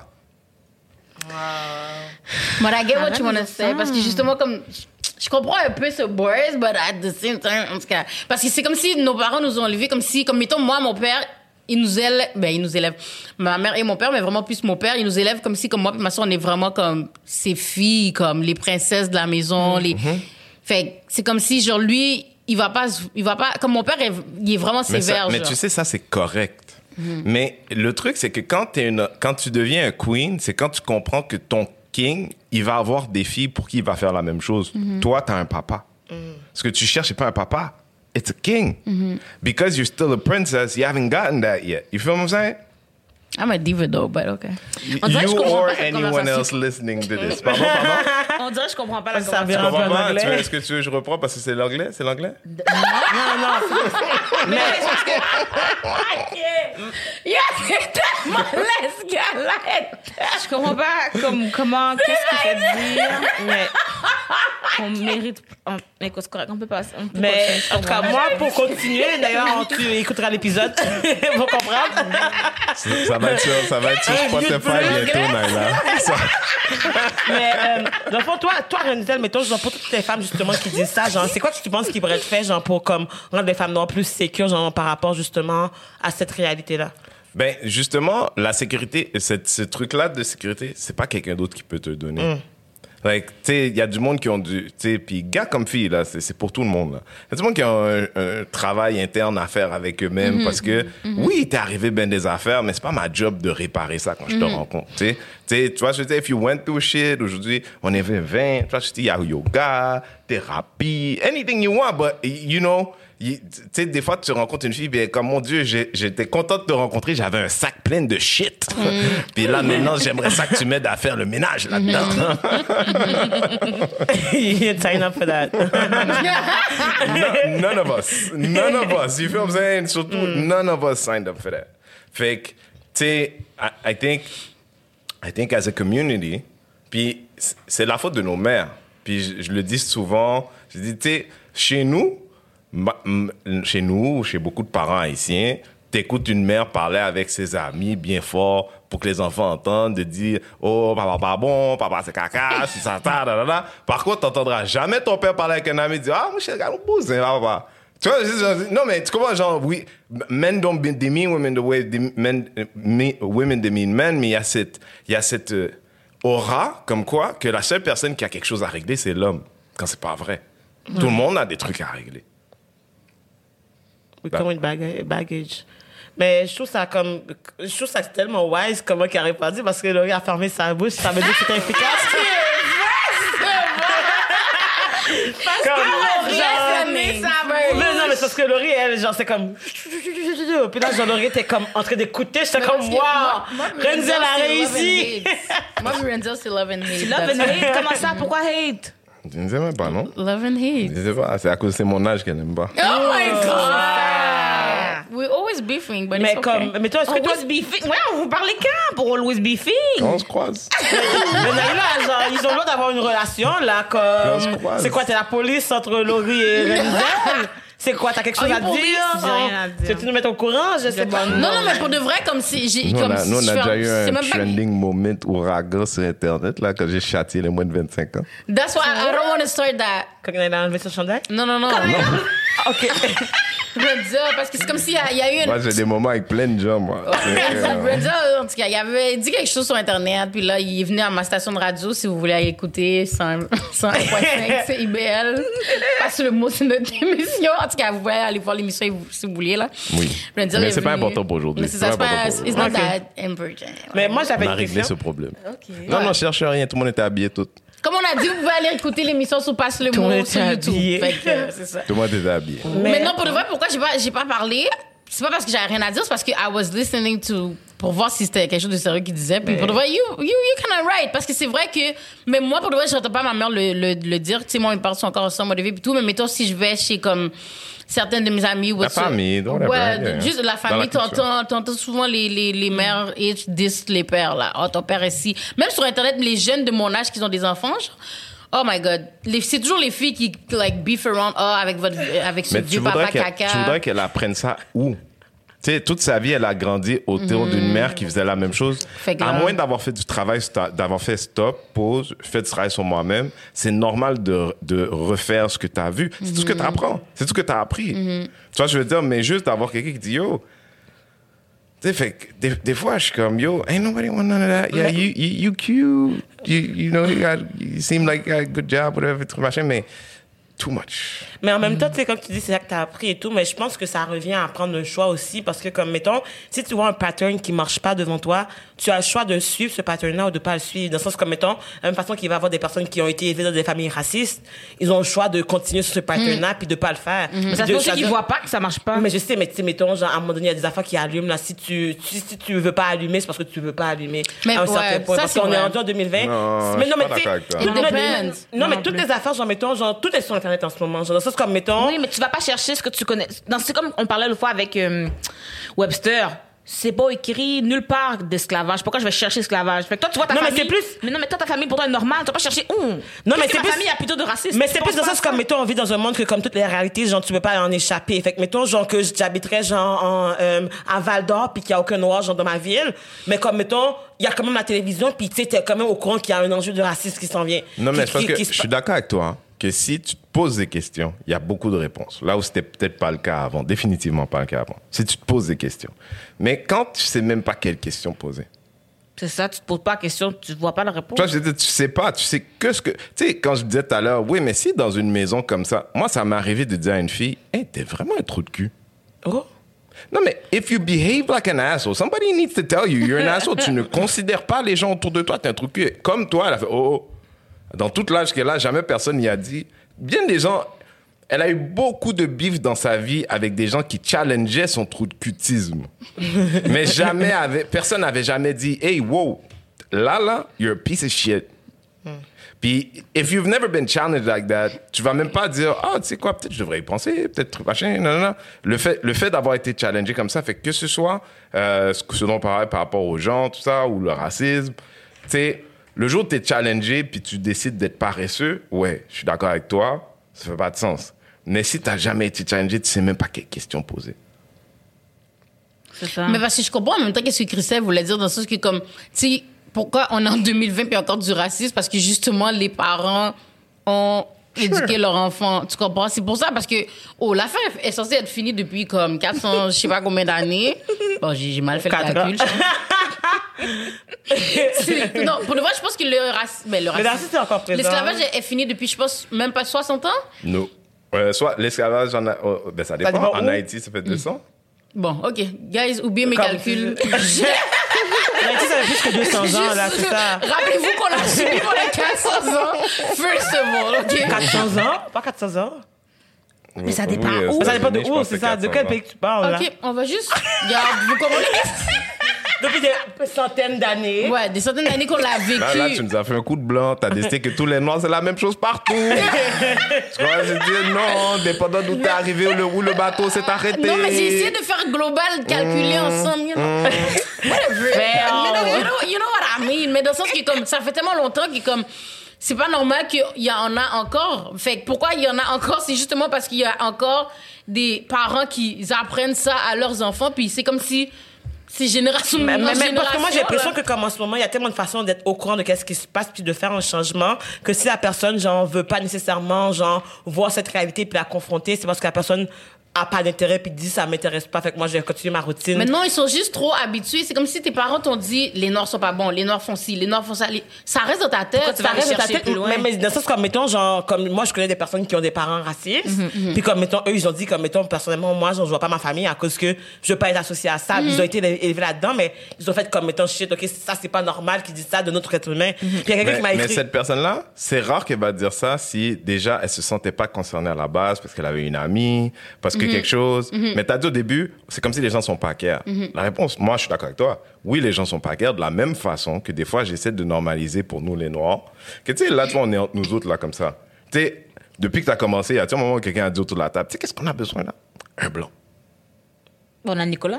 S1: But I get what
S3: Arrête
S1: you want
S3: de
S1: to
S3: dire
S1: say.
S3: ça.
S1: Parce que justement, comme. Je comprends un peu ce boys, but at the same time, en tout cas. Parce que c'est comme si nos parents nous ont élevés, comme si, comme mettons, moi, mon père, il nous élève. Ben, il nous élève. Ma mère et mon père, mais vraiment plus mon père, il nous élève comme si, comme moi et ma soeur, on est vraiment comme ses filles, comme les princesses de la maison. Les... Fait que c'est comme si, genre, lui, il va pas. Il va pas. Comme mon père, il est vraiment
S4: Mais, ça-
S1: sévère.
S4: mais
S1: genre.
S4: tu sais, ça, c'est correct. Mais le truc, c'est que quand, t'es une, quand tu deviens un queen, c'est quand tu comprends que ton king, il va avoir des filles pour qui il va faire la même chose. Toi, t'as un papa. Ce que tu cherches, c'est pas un papa. It's a king. Because you're still a princess, you haven't gotten that yet. You feel what I'm saying?
S1: I'm a diva, though, but okay.
S3: On dirait que je
S4: You
S3: comprends
S4: or
S3: pas cette
S4: anyone
S3: conversation.
S4: else listening to this. Pardon, pardon?
S3: On dirait que je comprends pas la
S2: Ça
S3: conversation.
S2: vient un peu
S4: Comprends
S2: en
S4: pas? Tu veux-
S2: anglais.
S4: Est-ce que tu veux que je reprends parce que c'est l'anglais? C'est l'anglais?
S2: Non, non. Mais,
S1: Yeah, c'est tellement l'escalade.
S3: Je comprends pas comme, comment, qu'est-ce qui fait dire
S2: mais,
S3: qu'on mérite. On, écoute, c'est correct, on peut passer. On peut
S2: mais,
S3: continuer,
S2: en tout cas, moi, pour continuer, d'ailleurs, tu écouteras l'épisode pour comprendre.
S4: Ça va être sur, ça va être sur
S2: Un
S4: Spotify
S2: vieux de
S4: bientôt, Naila. Ça-
S2: Mais, euh, dans le fond, toi, toi, Renzel, mettons, genre, pour toutes les femmes, justement, qui disent ça, genre, c'est quoi que tu penses qui pourrait être fait, genre, pour, comme, rendre les femmes noires plus sécures, genre, par rapport, justement, à cette réalité-là?
S4: Ben, justement, la sécurité, cette- ce truc-là de sécurité, c'est pas quelqu'un d'autre qui peut te le donner. Like, tu sais, il y a du monde qui ont du, tu sais, puis gars comme filles, là, c'est, c'est pour tout le monde, là. Il y a du monde qui a un, un travail interne à faire avec eux-mêmes parce que, oui, t'es arrivé ben des affaires, mais c'est pas ma job de réparer ça quand je te rencontre, tu sais. Tu sais, tu vois, je veux dire, if you went through shit, aujourd'hui, on est vingt, tu vois, je te dis, il y a yoga, thérapie, anything you want, but, you know, tu sais, des fois, tu rencontres une fille, bien, comme mon Dieu, j'ai- j'étais content de te rencontrer, j'avais un sac plein de shit. Puis là, maintenant, j'aimerais ça que tu m'aides à faire le ménage là-dedans.
S2: You sign up for that.
S4: No- none of us. None of us. You feel what I'm saying? Surtout, none of us signed up for that. Fait que, sais, I, I think, I think as a community, puis c'est la faute de nos mères. Puis je, je le dis souvent, je dis, tu sais, chez nous, ma, m, chez nous, chez beaucoup de parents haïtiens, t'écoutes une mère parler avec ses amis bien fort pour que les enfants entendent, de dire « Oh, papa pas bon, papa c'est caca, c'est ça, ta, da, da, da. » Par contre, t'entendras jamais ton père parler avec un ami et dire « Ah, moi, je suis un bousin, papa. » Tu vois, non, mais tu comprends, genre, oui, men don't be, demean women the way the men, me, women demean men, mais il y a cette, il y a cette euh, aura, comme quoi, que la seule personne qui a quelque chose à régler, c'est l'homme, quand c'est pas vrai. Mm. Tout le monde a des trucs à régler.
S2: We come with baggage. baggage. Mais je trouve ça comme, je trouve ça tellement wise comment qu'il n'aurait pas dit parce que Laurie a fermé sa bouche, ça veut dire que c'était efficace. Parce que Laurie a fermé sa bouche. Mais non, mais c'est parce que Laurie, elle, genre, c'est comme, puis là, genre, Laurie était comme en train d'écouter, j'étais comme, wow, Renzel a réussi.
S1: Moi, Renzel, c'est love and hate.
S3: Love and hate, comment ça? Pourquoi hate?
S4: Je ne sais même pas, non?
S1: Love and hate.
S4: Je ne sais pas, c'est à cause de c'est mon âge qu'elle n'aime pas.
S1: Oh my God! We're always beefing, but
S2: mais
S1: it's
S2: comme,
S1: okay.
S2: mais toi, est-ce que toi,
S3: Always beefing? Ouais, vous parlez quand pour always beefing?
S4: Quand on se croise.
S2: mais Naïla, genre, ils ont le droit d'avoir une relation, là,
S4: on se
S2: comme,
S4: croise.
S2: c'est quoi, t'es la police entre Laurie et Renzel? C'est quoi, t'as quelque chose
S1: Oh,
S2: à
S1: police,
S2: dire?
S3: j'ai rien à dire.
S2: Tu veux tu nous mettre au courant? Je sais pas.
S1: Non, non, mais pour de vrai, comme si j'ai.
S4: Nous, on
S1: comme
S4: a,
S1: si
S4: nous, on
S1: je
S4: a
S1: fais
S4: déjà eu
S1: c'est
S4: un
S1: même pas-
S4: trending moment ouragan sur Internet, là, quand j'ai châtié les moins de vingt-cinq ans.
S1: That's why I don't want to start that.
S2: Quand elle a enlevé son chandail?
S1: Non, non, non.
S2: OK.
S1: Renzel, parce que c'est comme s'il y, a- il y a eu une.
S4: Moi, j'ai des moments avec plein de gens, moi.
S1: Renzel, Renzel, en tout cas, il avait dit quelque chose sur Internet, puis là, il est venu à ma station de radio, si vous voulez aller écouter, cent un virgule cinq, c'est I B L. Passe le mot, c'est notre émission. En tout cas, vous pouvez aller voir l'émission si vous voulez, là.
S4: Oui.
S1: Renzel
S4: Mais
S1: est
S4: c'est pas
S1: venu-
S4: important pour aujourd'hui.
S1: Mais c'est
S4: C'est
S1: ça,
S4: pas
S1: c'est pas,
S4: important pour
S1: it's not
S2: aujourd'hui.
S1: that important.
S2: Mais moi, j'avais
S4: On a
S2: une
S4: réglé
S2: question.
S4: ce problème.
S1: OK.
S4: Non, non, je cherche rien. Tout le monde était habillé, tout.
S1: Comme on a dit, vous pouvez aller écouter l'émission sur Passe le
S2: Tout le
S1: mot
S2: monde
S1: sur
S2: était
S1: YouTube.
S2: habillé.
S1: Fait que, euh, c'est ça.
S4: Tout le monde était habillé.
S1: Mais non, pour de vrai, pourquoi j'ai pas, j'ai pas parlé? C'est pas parce que j'avais rien à dire, c'est parce que I was listening to, pour voir si c'était quelque chose de sérieux qu'il disait. Puis pour de vrai, you, you, you kind of right. Parce que c'est vrai que, mais moi, pour de vrai, je n'entends pas ma mère le, le, le dire. Tu sais, moi, mes parents sont encore ensemble, et tout. Mais mettons, si je vais chez comme, certaines de mes amies.
S4: La famille, whatever,
S1: ouais,
S4: yeah.
S1: juste la
S4: Dans
S1: famille,
S4: la culture.
S1: t'entends, t'entends souvent les, les, les mères et tu dis les pères, là. Oh, ton père est si. Même sur Internet, les jeunes de mon âge qui ont des enfants, genre, oh my God. Les, c'est toujours les filles qui, like, beef around, oh, avec votre, avec ce
S4: Mais tu
S1: vieux
S4: voudrais,
S1: papa
S4: qu'elle,
S1: caca.
S4: tu voudrais qu'elle apprenne ça où? Tu sais, toute sa vie, elle a grandi autour d'une mère qui faisait la même chose.
S1: Fait que
S4: À
S1: là-
S4: moins d'avoir fait du travail, sta- d'avoir fait stop, pause, fait du travail sur moi-même, c'est normal de, de refaire ce que tu as vu. C'est tout ce que tu apprends. C'est tout ce que tu as appris. Tu vois, je veux dire, mais juste d'avoir quelqu'un qui dit, yo, tu sais, fait que des, des fois, je suis comme, yo, ain't nobody want none of that. Yeah, you, you, you cute. You, you know, you, got, you seem like you got a good job, whatever, tout machin, mais too much.
S2: Mais en même temps, tu sais, comme tu dis, c'est ça que tu as appris et tout, mais je pense que ça revient à prendre un choix aussi, parce que, comme, mettons, si tu vois un pattern qui marche pas devant toi, tu as le choix de suivre ce pattern-là ou de pas le suivre. Dans le sens, comme, mettons, de la même façon qu'il va y avoir des personnes qui ont été élevées dans des familles racistes, ils ont le choix de continuer sur ce pattern-là puis de pas le faire.
S3: Mais ça se
S2: De-
S3: peut aussi qu'ils
S2: veut-
S3: voient pas que ça marche pas.
S2: Mais je sais, mais tu sais, mettons, genre, à un moment donné, il y a des affaires qui allument, là. Si tu, tu- si tu veux pas allumer, c'est parce que tu veux pas allumer.
S1: Mais
S2: à un
S1: ouais,
S2: certain point.
S1: ça,
S2: parce
S1: c'est
S2: qu'on est
S1: vrai.
S2: rendu en deux mille vingt.
S4: Non,
S2: mais
S4: je
S2: non,
S4: suis
S2: mais
S4: pas
S2: tu sais,
S4: d'accord avec toi.
S2: tout-
S1: It
S2: non, mais-
S1: depends.
S2: non, mais
S3: Non
S2: toutes
S3: plus.
S2: les affaires, genre, mettons, genre, tout est sur Internet en ce moment. Genre, dans le sens comme, mettons.
S3: Oui, mais tu vas pas chercher ce que tu connais. Non, c'est comme on parlait l'autre fois avec euh, Webster. C'est pas écrit nulle part d'esclavage. Pourquoi je vais chercher esclavage? Fait que toi, tu vois ta
S2: Non, mais
S3: famille.
S2: c'est plus-
S3: Mais non, mais toi, ta famille, pour toi, est normale. Tu vas pas chercher où?
S2: Non,
S3: Qu'est-ce
S2: mais
S3: que
S2: c'est
S3: ma
S2: plus-
S3: famille a plutôt de racisme.
S2: Mais
S3: Tu
S2: c'est plus
S3: penses
S2: dans le
S3: pas
S2: sens
S3: à ça?
S2: comme, mettons, on vit dans un monde que, comme toutes les réalités, genre, tu peux pas en échapper. Fait que, mettons, genre, que j'habiterais, genre, en, euh, à Val d'Or, puis qu'il y a aucun noir, genre, dans ma ville. Mais comme, mettons, il y a quand même la télévision, puis tu sais, t'es quand même au courant qu'il y a un enjeu de racisme qui s'en vient.
S4: Non, mais
S2: Qui-
S4: je pense
S2: qui-
S4: que
S2: qui
S4: je
S2: se-
S4: suis d'accord avec toi, hein, que si tu te poses des questions, il y a beaucoup de réponses. Là où c'était peut-être pas le cas avant, définitivement pas le cas avant. Si tu te poses des questions. Mais quand tu sais même pas quelles questions poser.
S3: C'est ça, tu te poses pas la question, tu vois pas la réponse.
S4: Toi, je dis, tu sais pas, tu sais que ce que... Tu sais, quand je disais tout à l'heure, oui, mais si dans une maison comme ça, moi, ça m'est arrivé de dire à une fille, « Hey, t'es vraiment un trou de cul. »
S2: Oh.
S4: Non, mais if you behave like an asshole, somebody needs to tell you you're an asshole. Tu ne considères pas les gens autour de toi, t'es un trou de cul. Comme toi, elle a fait, oh, oh. Dans toute l'âge qu'elle a, jamais personne n'y a dit. Bien des gens... Elle a eu beaucoup de bif dans sa vie avec des gens qui challengeaient son trou de cutisme. Mais jamais avait, personne n'avait jamais dit, hey, wow, là, là, you're a piece of shit. Hmm. Puis, if you've never been challenged like that, tu vas même pas dire, ah, oh, tu sais quoi, peut-être je devrais y penser, peut-être truc machin, non, non, non. Le fait, le fait d'avoir été challengé comme ça fait que ce soit euh, ce dont on parlait par rapport aux gens, tout ça, ou le racisme, tu sais, le jour où tu es challengé puis tu décides d'être paresseux, ouais, je suis d'accord avec toi, ça fait pas de sens. Mais si tu n'as jamais été challengé, tu sais même pas quelles questions poser.
S3: C'est ça.
S1: Mais parce que je comprends en même temps qu'est-ce que Christelle voulait dire dans le sens que, comme, tu sais, pourquoi on est en deux mille vingt puis encore du racisme? Parce que justement, les parents ont éduqué sure. leur enfant. Tu comprends? C'est pour ça, parce que, oh, l'affaire est censée être finie depuis comme quatre cents, je sais pas combien d'années. Bon, j'ai, j'ai mal fait le calcul. Non, pour le vrai, je pense que le racisme. Ben, le racisme,
S2: le racisme est encore présent.
S1: L'esclavage est fini depuis, je pense, même pas soixante ans?
S4: Non. Euh, soit l'esclavage, en a, oh, ben ça dépend. Ça dépend en où? Haïti, ça fait deux cents.
S1: Bon, OK. Guys, oubliez mes Comme calculs.
S2: Haïti, ça fait plus que deux cents ans, là, c'est ça.
S1: Rappelez-vous qu'on a subi pendant quatre cents ans. First of all, OK?
S2: quatre cents ans? Pas quatre cents ans?
S3: Mais ça dépend
S4: oui,
S3: où?
S2: Ça dépend de où, c'est ça? De quel pays que tu parles, là?
S1: OK, on va juste... Regarde, vous comprenez?
S2: Depuis des centaines d'années.
S1: Ouais, des centaines d'années qu'on l'a vécu.
S4: Là, là, tu nous as fait un coup de blanc. T'as décidé que tous les Noirs, c'est la même chose partout. Tu vois, je dis non, dépendant d'où t'es arrivé, où le, où le bateau s'est arrêté.
S1: Non, mais j'ai essayé de faire global, calculer mmh, ensemble. You know? mmh. Whatever. Mais oh. you, know, you, know, you know what I mean? Mais dans le sens que comme, ça fait tellement longtemps que comme... C'est pas normal qu'il y en a encore. Fait que pourquoi il y en a encore? C'est justement parce qu'il y a encore des parents qui apprennent ça à leurs enfants. Puis c'est comme si... C'est génération
S2: mais, mais,
S1: génération.
S2: Parce que moi, j'ai l'impression là. que comme en ce moment, il y a tellement de façons d'être au courant de qu'est-ce qui se passe puis de faire un changement que si la personne, genre, veut pas nécessairement, genre, voir cette réalité puis la confronter, c'est parce que la personne a pas d'intérêt puis dit ça m'intéresse pas, fait que moi, je vais continuer ma routine.
S1: Mais non, ils sont juste trop habitués. C'est comme si tes parents t'ont dit, les Noirs sont pas bons, les Noirs font ci, les Noirs font ça. Les... Ça reste dans ta tête.
S2: Pourquoi
S1: tu
S2: ça
S1: vas
S2: reste dans ta tête.
S1: Plus loin.
S2: Mais, mais dans le sens, comme, mettons, genre, comme moi, je connais des personnes qui ont des parents racistes. Mm-hmm, mm-hmm. Puis comme, mettons, eux, ils ont dit, comme, mettons, personnellement, moi, genre, je vois pas ma famille à cause que je veux pas être associée à ça. Mm-hmm. Ils ont été élevés là-dedans, mais ils ont fait comme, mettons, shit, OK, ça, c'est pas normal qu'ils disent ça de notre être humain. Mm-hmm. Puis il y a quelqu'un
S4: mais,
S2: qui m'a écrit.
S4: Mais cette personne-là, c'est rare qu'elle va dire ça si déjà elle se sentait pas concernée à la base parce qu'elle avait une amie, parce que mm-hmm. quelque chose. Mm-hmm. Mais t'as dit au début, c'est comme si les gens sont pas clairs. Mm-hmm. La réponse, moi, je suis d'accord avec toi. Oui, les gens sont pas clairs de la même façon que des fois, j'essaie de normaliser pour nous, les Noirs. Que tu sais, là, tu vois, on est entre nous autres, là, comme ça. Tu sais, depuis que t'as commencé, il y a un moment où quelqu'un a dit autour de la table, tu sais, qu'est-ce qu'on a besoin, là? Un blanc.
S3: On a Nicolas.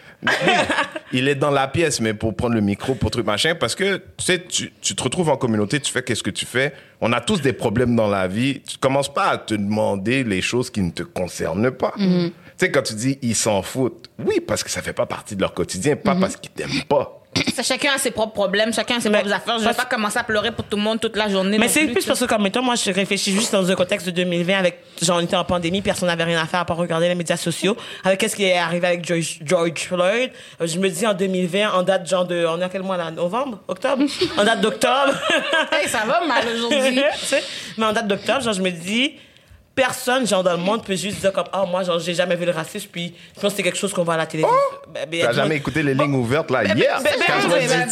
S4: Il est dans la pièce, mais pour prendre le micro, pour truc machin, parce que tu sais, tu, tu te retrouves en communauté, tu fais qu'est-ce que tu fais. On a tous des problèmes dans la vie. Tu commences pas à te demander les choses qui ne te concernent pas. Mm-hmm. Tu sais, quand tu dis ils s'en foutent, oui, parce que ça fait pas partie de leur quotidien, pas mm-hmm. parce qu'ils t'aiment pas.
S3: Ça, chacun a ses propres problèmes, chacun a ses mais, propres affaires. Je vais pas commencer à pleurer pour tout le monde toute la journée.
S2: Mais c'est
S3: plus,
S2: plus parce que, comme mettons, moi, je réfléchis juste dans un contexte de deux mille vingt avec, genre, on était en pandémie, personne n'avait rien à faire à part regarder les médias sociaux. Avec qu'est-ce qui est arrivé avec George, George Floyd. Je me dis en deux mille vingt, en date, genre de, on est à quel mois là? Novembre? Octobre? En date d'octobre.
S1: Hey, ça va mal aujourd'hui.
S2: Mais en date d'octobre, genre, je me dis, personne, genre, dans le monde peut juste dire comme, ah, oh, moi, genre, j'ai jamais vu le racisme, puis je pense que c'est quelque chose qu'on voit à la télévision.
S4: Oh! Ben, ben, t'as jamais écouté les lignes ouvertes, là, hier? Yeah! Ben, ben,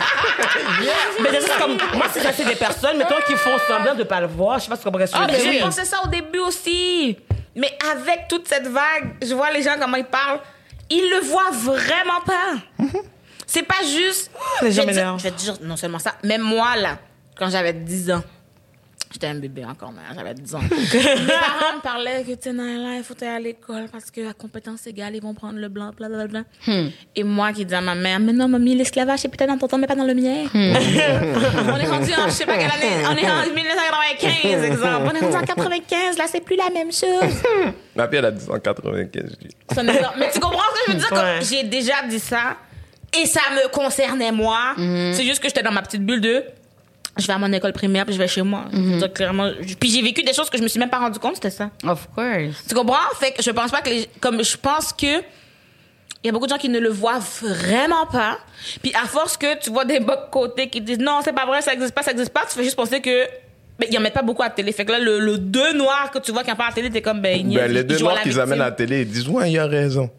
S2: mais c'est comme, moi, c'est ça, c'est des personnes, mettons, qui font semblant de pas le voir. Je sais pas ce qu'on pourrait se dire.
S3: Ah, mais j'ai pensé ça au début aussi. Mais avec toute cette vague, je vois les gens, comment ils parlent, ils le voient vraiment pas. Mm-hmm. C'est pas juste.
S2: Oh, les gens m'énervent.
S3: Je vais te dire, non seulement ça, même moi, là, quand j'avais dix ans, j'étais un bébé encore, mais j'avais dix ans. Mes parents me parlaient que, tu sais, là, il faut aller à l'école parce qu'à compétence égale, ils vont prendre le blanc, blablabla. Hmm. Et moi qui dis à ma mère, mais non, mamie, l'esclavage, c'est peut-être dans ton temps, mais pas dans le mien. Hmm. On est rendu en, je sais pas quelle année, on est en dix-neuf cent quatre-vingt-quinze, exemple. On est rendu en quatre-vingt-quinze, là, c'est plus la même chose.
S4: Ma fille, elle a dit en quatre-vingt-quinze, je dis.
S3: Mais tu comprends ce que je veux dire? Ouais. J'ai déjà dit ça et ça me concernait, moi. Mm-hmm. C'est juste que j'étais dans ma petite bulle de. Je vais à mon école primaire, puis je vais chez moi. Mm-hmm. Donc, clairement, puis j'ai vécu des choses que je me suis même pas rendu compte, c'était ça.
S1: Of course.
S3: Tu comprends? Fait que je pense pas que les, comme je pense que il y a beaucoup de gens qui ne le voient vraiment pas. Puis à force que tu vois des bas de côté qui disent non, c'est pas vrai, ça existe pas, ça existe pas, tu fais juste penser que ben, ils en mettent pas beaucoup à la télé. Fait que là, le, le deux noirs que tu vois qui en parle à la télé, t'es comme, ben,
S4: ben les deux noirs qu'ils amènent à la télé, ils disent, ouais, il a raison.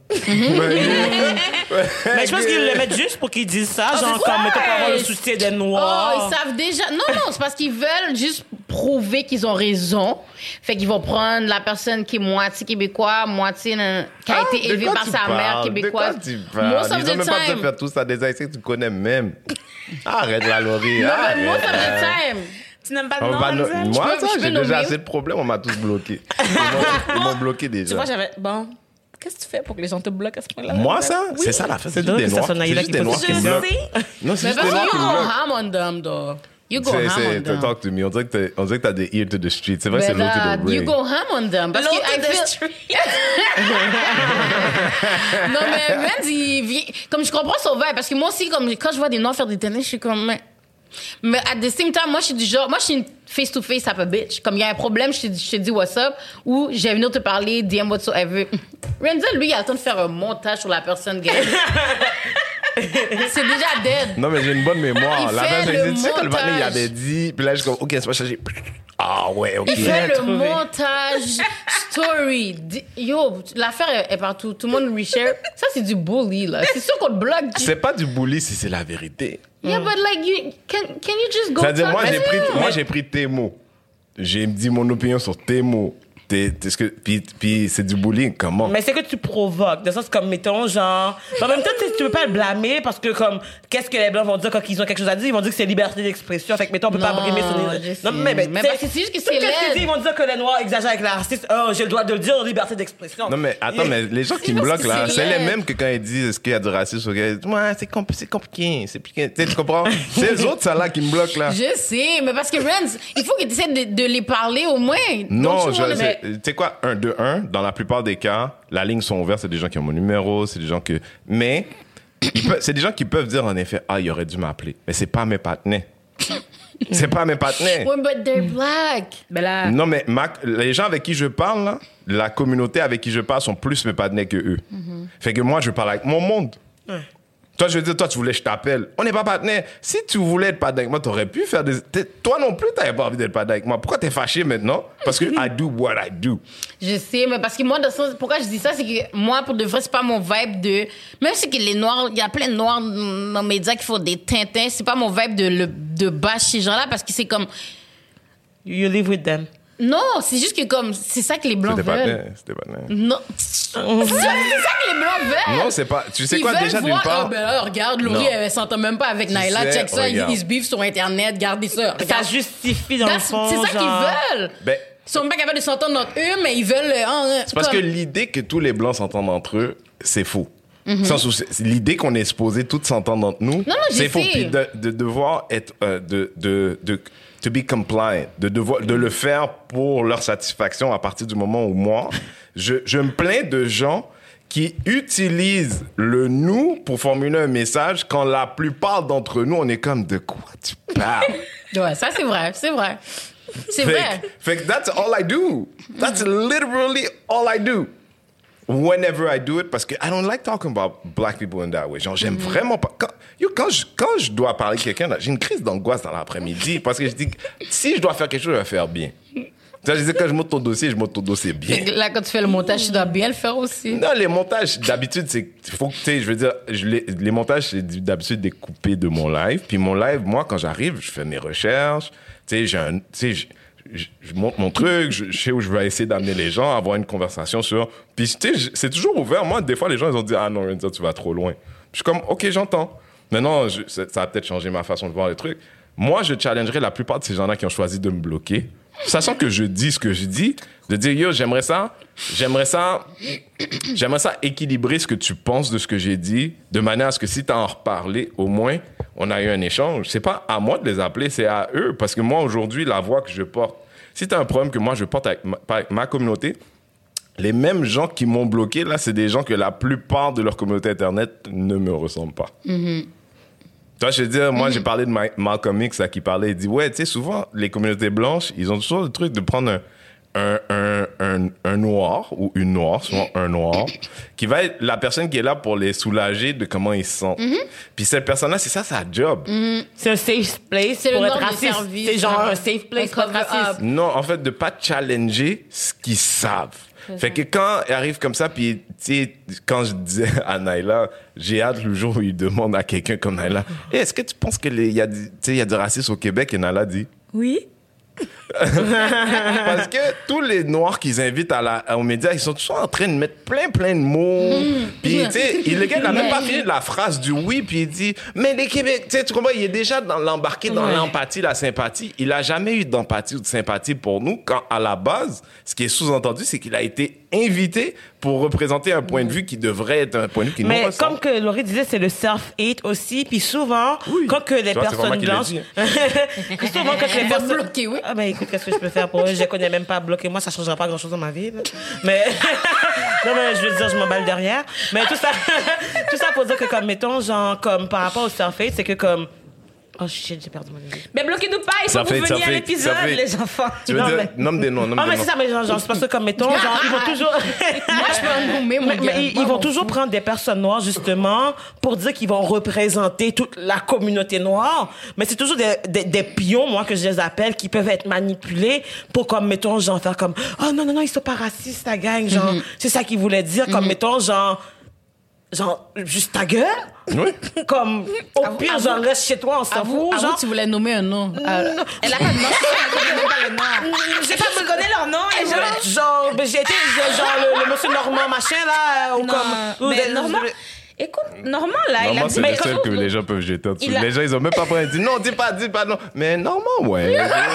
S2: Mais je pense qu'ils le mettent juste pour qu'ils disent ça, genre, oh, comme, mettons, pour avoir le soutien des noirs.
S1: Oh, ils savent déjà. Non, non, c'est parce qu'ils veulent juste prouver qu'ils ont raison. Fait qu'ils vont prendre la personne qui est moitié québécois, moitié, euh, qui a ah, été élevée par sa parles? Mère québécoise.
S4: De quoi tu parles? Ils ont même pas besoin de faire tout ça, des Haïtiens que tu connais même. Arrête la Laurie.
S1: Non, mais
S4: arrête.
S1: most of the time.
S3: Tu n'aimes pas
S4: On
S3: le nom,
S4: va no-
S3: Hansel?
S4: Moi,
S1: peux-
S4: ça,
S1: je peux
S4: j'ai
S1: nommer.
S4: déjà assez de problèmes. On m'a tous bloqué. Ils m'ont- Ils m'ont bloqué
S3: Tu
S4: déjà.
S3: vois, j'avais... Bon, qu'est-ce que tu fais pour que les gens te bloquent à ce point-là?
S4: Moi, ça,
S3: Oui.
S4: c'est ça la fin.
S2: C'est drôle
S4: des
S2: que ça
S4: noirs.
S2: soit
S4: C'est
S2: Naïla
S4: juste
S2: qui
S4: des
S2: pose
S4: noirs
S2: cette
S4: qui me
S3: Je
S2: question.
S4: bloquent.
S3: sais.
S4: Non, c'est
S1: Mais
S4: juste
S1: parce
S4: des
S1: que
S4: noirs
S1: you
S4: qui me
S1: go
S4: bloquent.
S1: ham on them, though. You go
S4: C'est,
S1: ham
S4: c'est,
S1: on them.
S4: talk to me. On dirait que t'as- on dirait que t'as des ears to the street. C'est vrai que c'est
S1: But,
S4: low to
S1: uh,
S4: the
S1: you
S4: brain.
S1: go ham on them. Parce que
S3: Low
S1: I
S3: to the
S1: feel-
S3: street.
S1: Non, mais Rand, il vient... Comme je comprends son vibe, parce que moi aussi, comme quand je vois des noirs faire des tennis, je suis comme... Mais, mais at the same time, moi, je suis du genre... Moi, je suis une face-to-face type of bitch. Comme il y a un problème, je te, je te dis what's up, ou j'ai venu te parler, D M whatsoever. Renzel, lui, il a le temps de faire un montage sur la personne gay. C'est déjà dead.
S4: Non, mais j'ai une bonne mémoire.
S1: Il
S4: La
S1: fait
S4: personne,
S1: le
S4: tu sais, quand le
S1: montage.
S4: partenaire, il avait dit, puis là, je suis comme, OK, c'est pas changé. Ah ouais, OK.
S1: Il fait le
S2: trouvé.
S1: montage story. Di- Yo, l'affaire est, est partout. Tout le monde reshare. Ça, c'est du bully, là. C'est sûr qu'on te bloque.
S4: C'est pas du bully si c'est la vérité.
S1: Yeah, but like, you, can, can you just go
S4: C'est-à-dire,
S1: talk
S4: moi,
S1: to
S4: j'ai pris,
S1: him?
S4: moi, j'ai pris tes mots. J'ai dit mon opinion sur tes mots. T'es, t'es ce que, puis, puis c'est du bullying, comment?
S2: Mais c'est que tu provoques. De sens comme, mettons, genre. En même temps, tu sais, tu peux pas le blâmer parce que, comme, qu'est-ce que les Blancs vont dire quand ils ont quelque chose à dire? Ils vont dire que c'est liberté d'expression. Fait que, mettons, on peut pas
S1: Non,
S2: brimer
S1: je
S2: sur
S1: sais.
S2: Non, mais, mais,
S1: Mais
S2: tu sais,
S1: parce que c'est juste que
S2: tu
S1: c'est
S2: sais, qu'est-ce qu'ils
S1: laid.
S2: disent? Ils vont dire que les Noirs exagèrent avec la racisme. Oh, j'ai le droit de le dire, liberté d'expression.
S4: Non, mais attends, mais les gens qui me
S1: parce
S4: bloquent,
S1: que
S4: là,
S1: c'est
S4: c'est les
S1: laid.
S4: mêmes que quand ils disent est-ce qu'il y a du racisme au Québec. Ouais, c'est, compl- c'est compliqué. C'est plus... Tu sais, tu comprends? C'est les autres, ça, là, qui me bloquent, là.
S1: Je sais, mais parce que Renz, il faut que tu essaies de, de les parler au moins.
S4: Non,
S1: Don't you
S4: je,
S1: wanna-
S4: c'est- tu sais quoi, un, deux, un, dans la plupart des cas, la ligne sont ouvertes, c'est des gens qui ont mon numéro, c'est des gens que... Mais, ils peuvent- c'est des gens qui peuvent dire, en effet, ah, il aurait dû m'appeler. Mais c'est pas mes partenaires. C'est pas mes partenaires.
S1: Ouais, but they're black.
S3: Ben là,
S4: Non, mais ma- les gens avec qui je parle, là, la communauté avec qui je parle sont plus mes partenaires que eux. Fait que moi, je parle avec mon monde. Toi, je veux dire, toi, tu voulais que je t'appelle. On n'est pas partenaires. Si tu voulais être partenaire avec moi, t'aurais pu faire des... t'es- Toi non plus, t'avais pas envie d'être partenaire avec moi. Pourquoi t'es fâché maintenant? Parce que I do what I do.
S1: Je sais, mais parce que moi, dans le sens- pourquoi je dis ça, c'est que moi, pour de vrai, c'est pas mon vibe de. Même si que les noirs, il y a plein de noirs dans les médias qui font des tintins, c'est pas mon vibe de, le, de bâcher ces gens-là parce que c'est comme.
S2: You live with them.
S1: Non, c'est juste que comme. C'est ça que les blancs
S4: C'était
S1: veulent.
S4: partenaire. C'était partenaire.
S1: Non. c'est ça c'est ça que les blancs veulent.
S4: Non, c'est pas... Tu sais
S1: Ils
S4: quoi,
S1: veulent
S4: déjà, d'une
S1: voir,
S4: part...
S1: ah, ben là, regarde, Laurie,
S4: Non.
S1: elle s'entend même pas avec
S4: Tu
S1: Naila.
S4: sais,
S1: Check ça, ils,
S4: regarde.
S1: ils se bivent sur Internet. Regardez ça.
S2: Ça
S1: Regarde.
S2: justifie, dans le
S1: That's-
S2: fond.
S1: C'est ça
S2: genre-
S1: qu'ils veulent.
S4: Ben,
S1: Ils sont même pas capables de s'entendre entre eux, mais ils veulent. euh, ah,
S4: c'est parce que
S1: comme-
S4: l'idée que tous les Blancs s'entendent entre eux, c'est faux. Sens où c'est- c'est l'idée qu'on est supposé tous s'entendre entre nous,
S1: non, je
S4: c'est faux.
S1: sais.
S4: Puis de, de devoir être, euh, de, de, de, to be compliant, de devoir, de le faire pour leur satisfaction à partir du moment où moi, je, je me plains de gens qui utilisent le nous pour formuler un message quand la plupart d'entre nous, on est comme de quoi tu parles?
S1: Ouais, ça, c'est vrai. C'est vrai. C'est
S4: Fait,
S1: vrai.
S4: que- fait que that's all I do. That's literally all I do. Whenever I do it, parce que I don't like talking about black people in that way. Genre, j'aime vraiment pas. Quand, yo, quand, je, quand je dois parler à quelqu'un, là, j'ai une crise d'angoisse dans l'après-midi parce que je dis, si je dois faire quelque chose, je vais faire bien. Ça, je dis, quand je monte ton dossier, je monte ton dossier bien.
S1: Fait que là, quand tu fais le montage, tu dois bien le faire aussi.
S4: Non, les montages, d'habitude, c'est. Faut que, tu sais, je veux dire, je les, les montages, c'est d'habitude découpé de mon live. Puis mon live, moi, quand j'arrive, je fais mes recherches. Tu sais, j'ai un. Tu sais, je, je, je monte mon truc, je, je sais où je vais essayer d'amener les gens, avoir une conversation sur. Puis, tu sais, c'est toujours ouvert. Moi, des fois, les gens, ils ont dit, ah non, Renzo, tu vas trop loin. Je suis comme, OK, j'entends. Maintenant, je, ça, ça a peut-être changé ma façon de voir les trucs. Moi, je challengerais la plupart de ces gens-là qui ont choisi de me bloquer. Sachant que je dis ce que je dis, de dire, yo, j'aimerais ça, j'aimerais ça, j'aimerais ça équilibrer ce que tu penses de ce que j'ai dit, de manière à ce que si tu as en reparlé, au moins, on a eu un échange. C'est pas à moi de les appeler, c'est à eux. Parce que moi, aujourd'hui, la voix que je porte, si tu as un problème que moi, je porte avec ma, avec ma communauté, les mêmes gens qui m'ont bloqué, là, c'est des gens que la plupart de leur communauté Internet ne me ressemblent pas.
S1: Mm-hmm.
S4: Tu vois, je veux dire, moi, j'ai parlé de Ma- Malcolm X, là, qui parlait, il dit, ouais, tu sais, souvent, les communautés blanches, ils ont toujours le truc de prendre un, un, un, un, un noir, ou une noire, souvent un noir, qui va être la personne qui est là pour les soulager de comment ils se sentent. Puis cette personne-là, c'est ça sa job.
S2: C'est un safe place
S1: C'est le
S2: pour être
S1: nom de
S2: raciste.
S1: service.
S2: C'est genre
S1: Ah.
S2: un safe place
S1: Un
S2: pour être
S1: cover-up.
S2: raciste.
S4: Non, en fait, de pas challenger ce qu'ils savent. Fait que quand il arrive comme ça, puis tu sais, quand je disais à Naila, j'ai hâte le jour où il demande à quelqu'un comme Naila, hey, est-ce que tu penses qu'il y, a du- tu sais, il y a du racisme au Québec? Et Naila dit,
S3: oui.
S4: Parce que tous les Noirs qu'ils invitent à la, aux médias, ils sont toujours en train de mettre plein, plein de mots. Puis, tu sais, le gars n'a même pas fini la phrase du oui, puis il dit, mais les Québécois, tu sais, tu comprends, il est déjà dans l'embarqué dans ouais. l'empathie, la sympathie. Il a jamais eu d'empathie ou de sympathie pour nous, quand à la base, ce qui est sous-entendu, c'est qu'il a été invité pour représenter un point de vue qui devrait être un point de vue qui nous
S2: Mais
S4: ressemble.
S2: comme que Laurie disait, c'est le self-hate aussi. Puis souvent, oui. quand que les
S4: vois,
S2: personnes blanches... souvent, quand les personnes...
S1: bloquer, oui.
S2: Ah ben écoute, qu'est-ce que je peux faire pour eux? Je connais même pas bloquer. Moi, ça changera pas grand-chose dans ma vie. Là. Mais... non, mais je veux dire, je m'emballe derrière. Mais tout ça, tout ça pour dire que, comme, mettons, genre, comme par rapport au self-hate, c'est que, comme... Oh shit, j'ai perdu mon idée.
S3: Mais bloquez-nous pas, il faut
S4: ça
S3: que
S4: fait,
S3: vous veniez
S4: fait,
S3: à l'épisode, les enfants.
S4: Tu veux
S2: non,
S4: dire,
S2: mais...
S4: nomme des noms, nomme
S2: ah,
S4: des
S2: mais
S4: noms.
S2: c'est ça, mais genre, genre c'est parce que comme mettons, genre, ils vont toujours...
S1: Moi, je peux en nommer, mon
S2: mais,
S1: gars.
S2: mais ils, ils vont toujours prendre des personnes noires, justement, pour dire qu'ils vont représenter toute la communauté noire. Mais c'est toujours des, des, des pions, moi, que je les appelle, qui peuvent être manipulés pour, comme, mettons, genre, faire comme, oh non, non, non, ils sont pas racistes, la gang, genre, mm-hmm. c'est ça qu'ils voulaient dire, comme, mm-hmm. mettons, genre, genre, juste ta gueule.
S4: Oui.
S2: Comme, au avoue, pire, genre, reste chez toi, on s'en fout, genre.
S1: tu voulais nommer un nom.
S3: Euh, elle a pas de nom, elle connaît pas le nom. J'ai pas me connais leur nom. Et
S2: genre, genre, ben, j'ai été, genre, le, le monsieur Normand, machin, là, ou
S3: non,
S2: comme...
S3: Mais ou Normand... Écoute, Normand, là,
S4: Normand,
S3: il a dit...
S4: c'est
S3: Mais
S4: le seul que les gens peuvent jeter dessus.
S3: A...
S4: Les gens, ils ont même pas pris, ils disent non, dis pas, dis pas non. Mais Normand, ouais.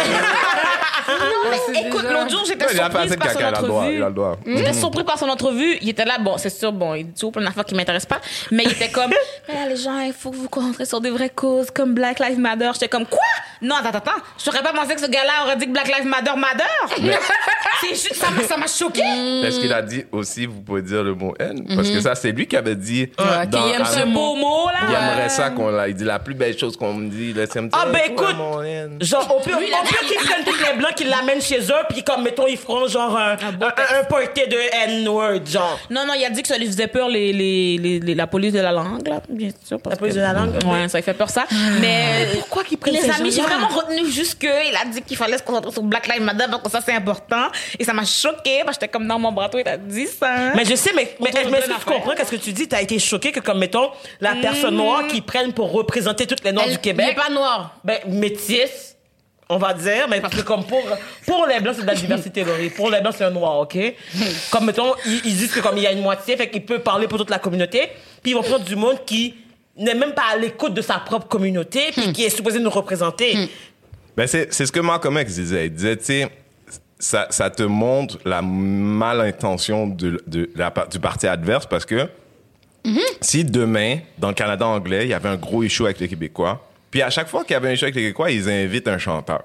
S3: non, mais écoute, déjà... l'autre jour, j'étais non, surprise par son
S4: caca,
S3: entrevue.
S4: Il a le droit.
S3: Mm. J'étais surprise par son entrevue. Il était là, bon, c'est sûr, bon, il dit toujours plein d'affaires qui m'intéressent pas. Mais il était comme, mais là, les gens, il faut que vous concentrez sur des vraies causes comme Black Lives Matter. J'étais comme, quoi? Non, attends, attends. Je n'aurais pas pensé que ce gars-là aurait dit que Black Lives Matter, Matter. Mais... c'est juste, ça, ça m'a choqué.
S4: Mm. Est-ce qu'il a dit aussi, vous pouvez dire le mot haine? Parce que ça, c'est lui qui avait dit.
S1: Ouais,
S4: dans,
S1: qui aime ce
S3: beau mot, là.
S4: Il aimerait ça qu'on l'a. Il dit la plus belle chose qu'on me dit. Là, c'est me dire,
S2: ah, ben écoute, genre, au pire, oui, au pire qu'ils prennent tous les blancs, qu'ils l'amènent chez eux, puis comme, mettons, ils feront genre un, un, un, un party de N-word, genre.
S3: Non, non, il a dit que ça lui faisait peur les, les, les, les, la police de la langue, là, bien sûr.
S2: La police de la langue?
S3: Ouais, ça lui fait peur, ça. Mais
S2: pourquoi qu'ils prennent
S3: les amis, j'ai vraiment retenu jusque, il a dit qu'il fallait se concentrer sur Black Lives Matter parce que ça, c'est important. Et ça m'a choqué parce que j'étais comme dans mon bras, toi, il a dit ça.
S2: Mais je sais, mais, mais, mais est-ce que tu comprends qu'est-ce que tu dis? T'as été choqué que, comme, mettons, la personne noire qui prenne pour représenter toutes les noirs du Québec.
S1: Elle n'est pas noire.
S2: Ben, métisse. On va dire, mais parce que comme pour, pour les Blancs, c'est de la diversité, Laurie. Pour les Blancs, c'est un noir, OK? Comme, mettons, ils, ils disent que comme il y a une moitié, fait qu'il peut parler pour toute la communauté, puis ils vont prendre du monde qui n'est même pas à l'écoute de sa propre communauté, puis hmm. qui est supposé nous représenter. Hmm.
S4: Ben, c'est, c'est ce que Malcolm X disait. Il disait, tu sais, ça, ça te montre la malintention de, de, de la, du parti adverse parce que mm-hmm. si demain, dans le Canada anglais, il y avait un gros issue avec les Québécois, puis à chaque fois qu'il y avait un issue avec les Québécois, ils invitent un chanteur.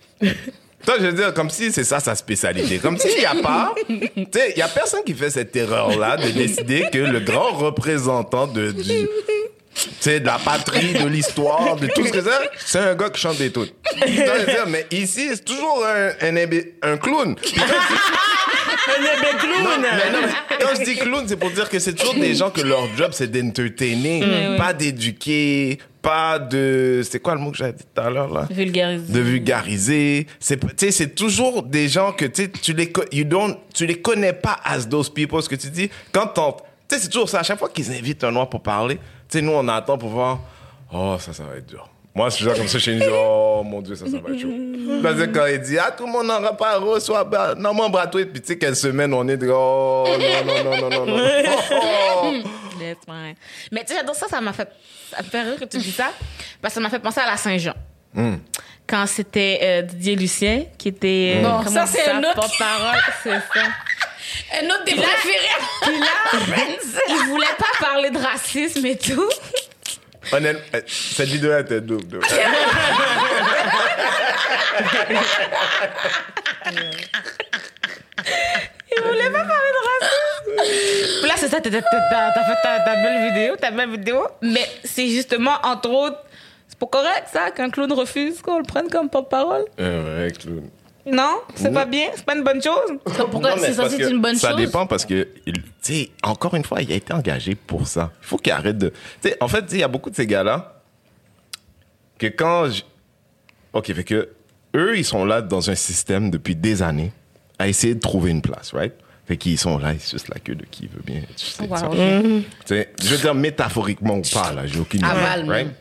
S4: Toi, je veux dire, comme si c'est ça sa spécialité. Comme s'il n'y a pas... Tu sais, il n'y a personne qui fait cette erreur-là de décider que le grand représentant de, du... Tu sais, de la patrie, de l'histoire, de tout ce que c'est, c'est un gars qui chante des tunes. Dire, mais ici, c'est toujours un, un, un clown. Puis quand je dis,
S2: un ébé clown!
S4: Non, mais non, mais quand je dis clown, c'est pour dire que c'est toujours des gens que leur job, c'est d'entertainer, mmh, pas oui. d'éduquer, pas de... C'est quoi le mot que j'avais dit tout à l'heure, là?
S3: Vulgariser.
S4: De vulgariser. C'est, tu sais, c'est toujours des gens que, tu sais, tu les, you don't, tu les connais pas as those people. Ce que tu dis, quand t'en... Tu sais, c'est toujours ça. À chaque fois qu'ils invitent un noir pour parler, tu sais, nous, on attend pour voir, oh, ça, ça va être dur. Moi, je suis genre comme ça chez nous, oh, mon Dieu, ça, ça va être chaud. Parce que quand il dit, ah, tout le monde n'aura pas reçoit, bah, non, mon bras, puis tu sais, quelle semaine, on est de, oh, non, non, non, non, non, non. Oh, oh.
S3: Mais tu sais, j'adore ça, ça m'a fait, ça me fait rire que tu dis ça, parce que ça m'a fait penser à la Saint-Jean. Mm. Quand c'était euh, Didier Lucien, qui était,
S1: mm. bon,
S3: comment
S1: ça, c'est un autre
S3: porte-parole, c'est ça.
S1: Un autre des préférés.
S3: Puis là, il voulait pas parler de racisme et tout.
S4: Honnêtement, cette vidéo était double.
S3: Il voulait pas parler de racisme. Puis là, c'est ça, t'as, t'as, t'as fait ta, ta belle vidéo, ta belle vidéo. Mais c'est justement, entre autres, c'est pas correct, ça, qu'un clown refuse qu'on le prenne comme porte-parole.
S4: Un vrai clown.
S3: Non, c'est oui. pas bien, c'est pas une bonne chose.
S1: Pourquoi non, c'est censé être une bonne
S4: ça
S1: chose?
S4: Ça dépend parce que, tu sais, encore une fois, il a été engagé pour ça. Il faut qu'il arrête de... Tu sais, en fait, il y a beaucoup de ces gars-là que quand... Je... OK, fait que eux, ils sont là dans un système depuis des années à essayer de trouver une place, right? Fait qu'ils sont là, c'est juste la queue de qui veut bien. Tu sais,
S3: wow.
S4: mm-hmm. Tu sais, je veux dire métaphoriquement ou pas, là, j'ai aucune idée,
S1: Aval,
S4: right?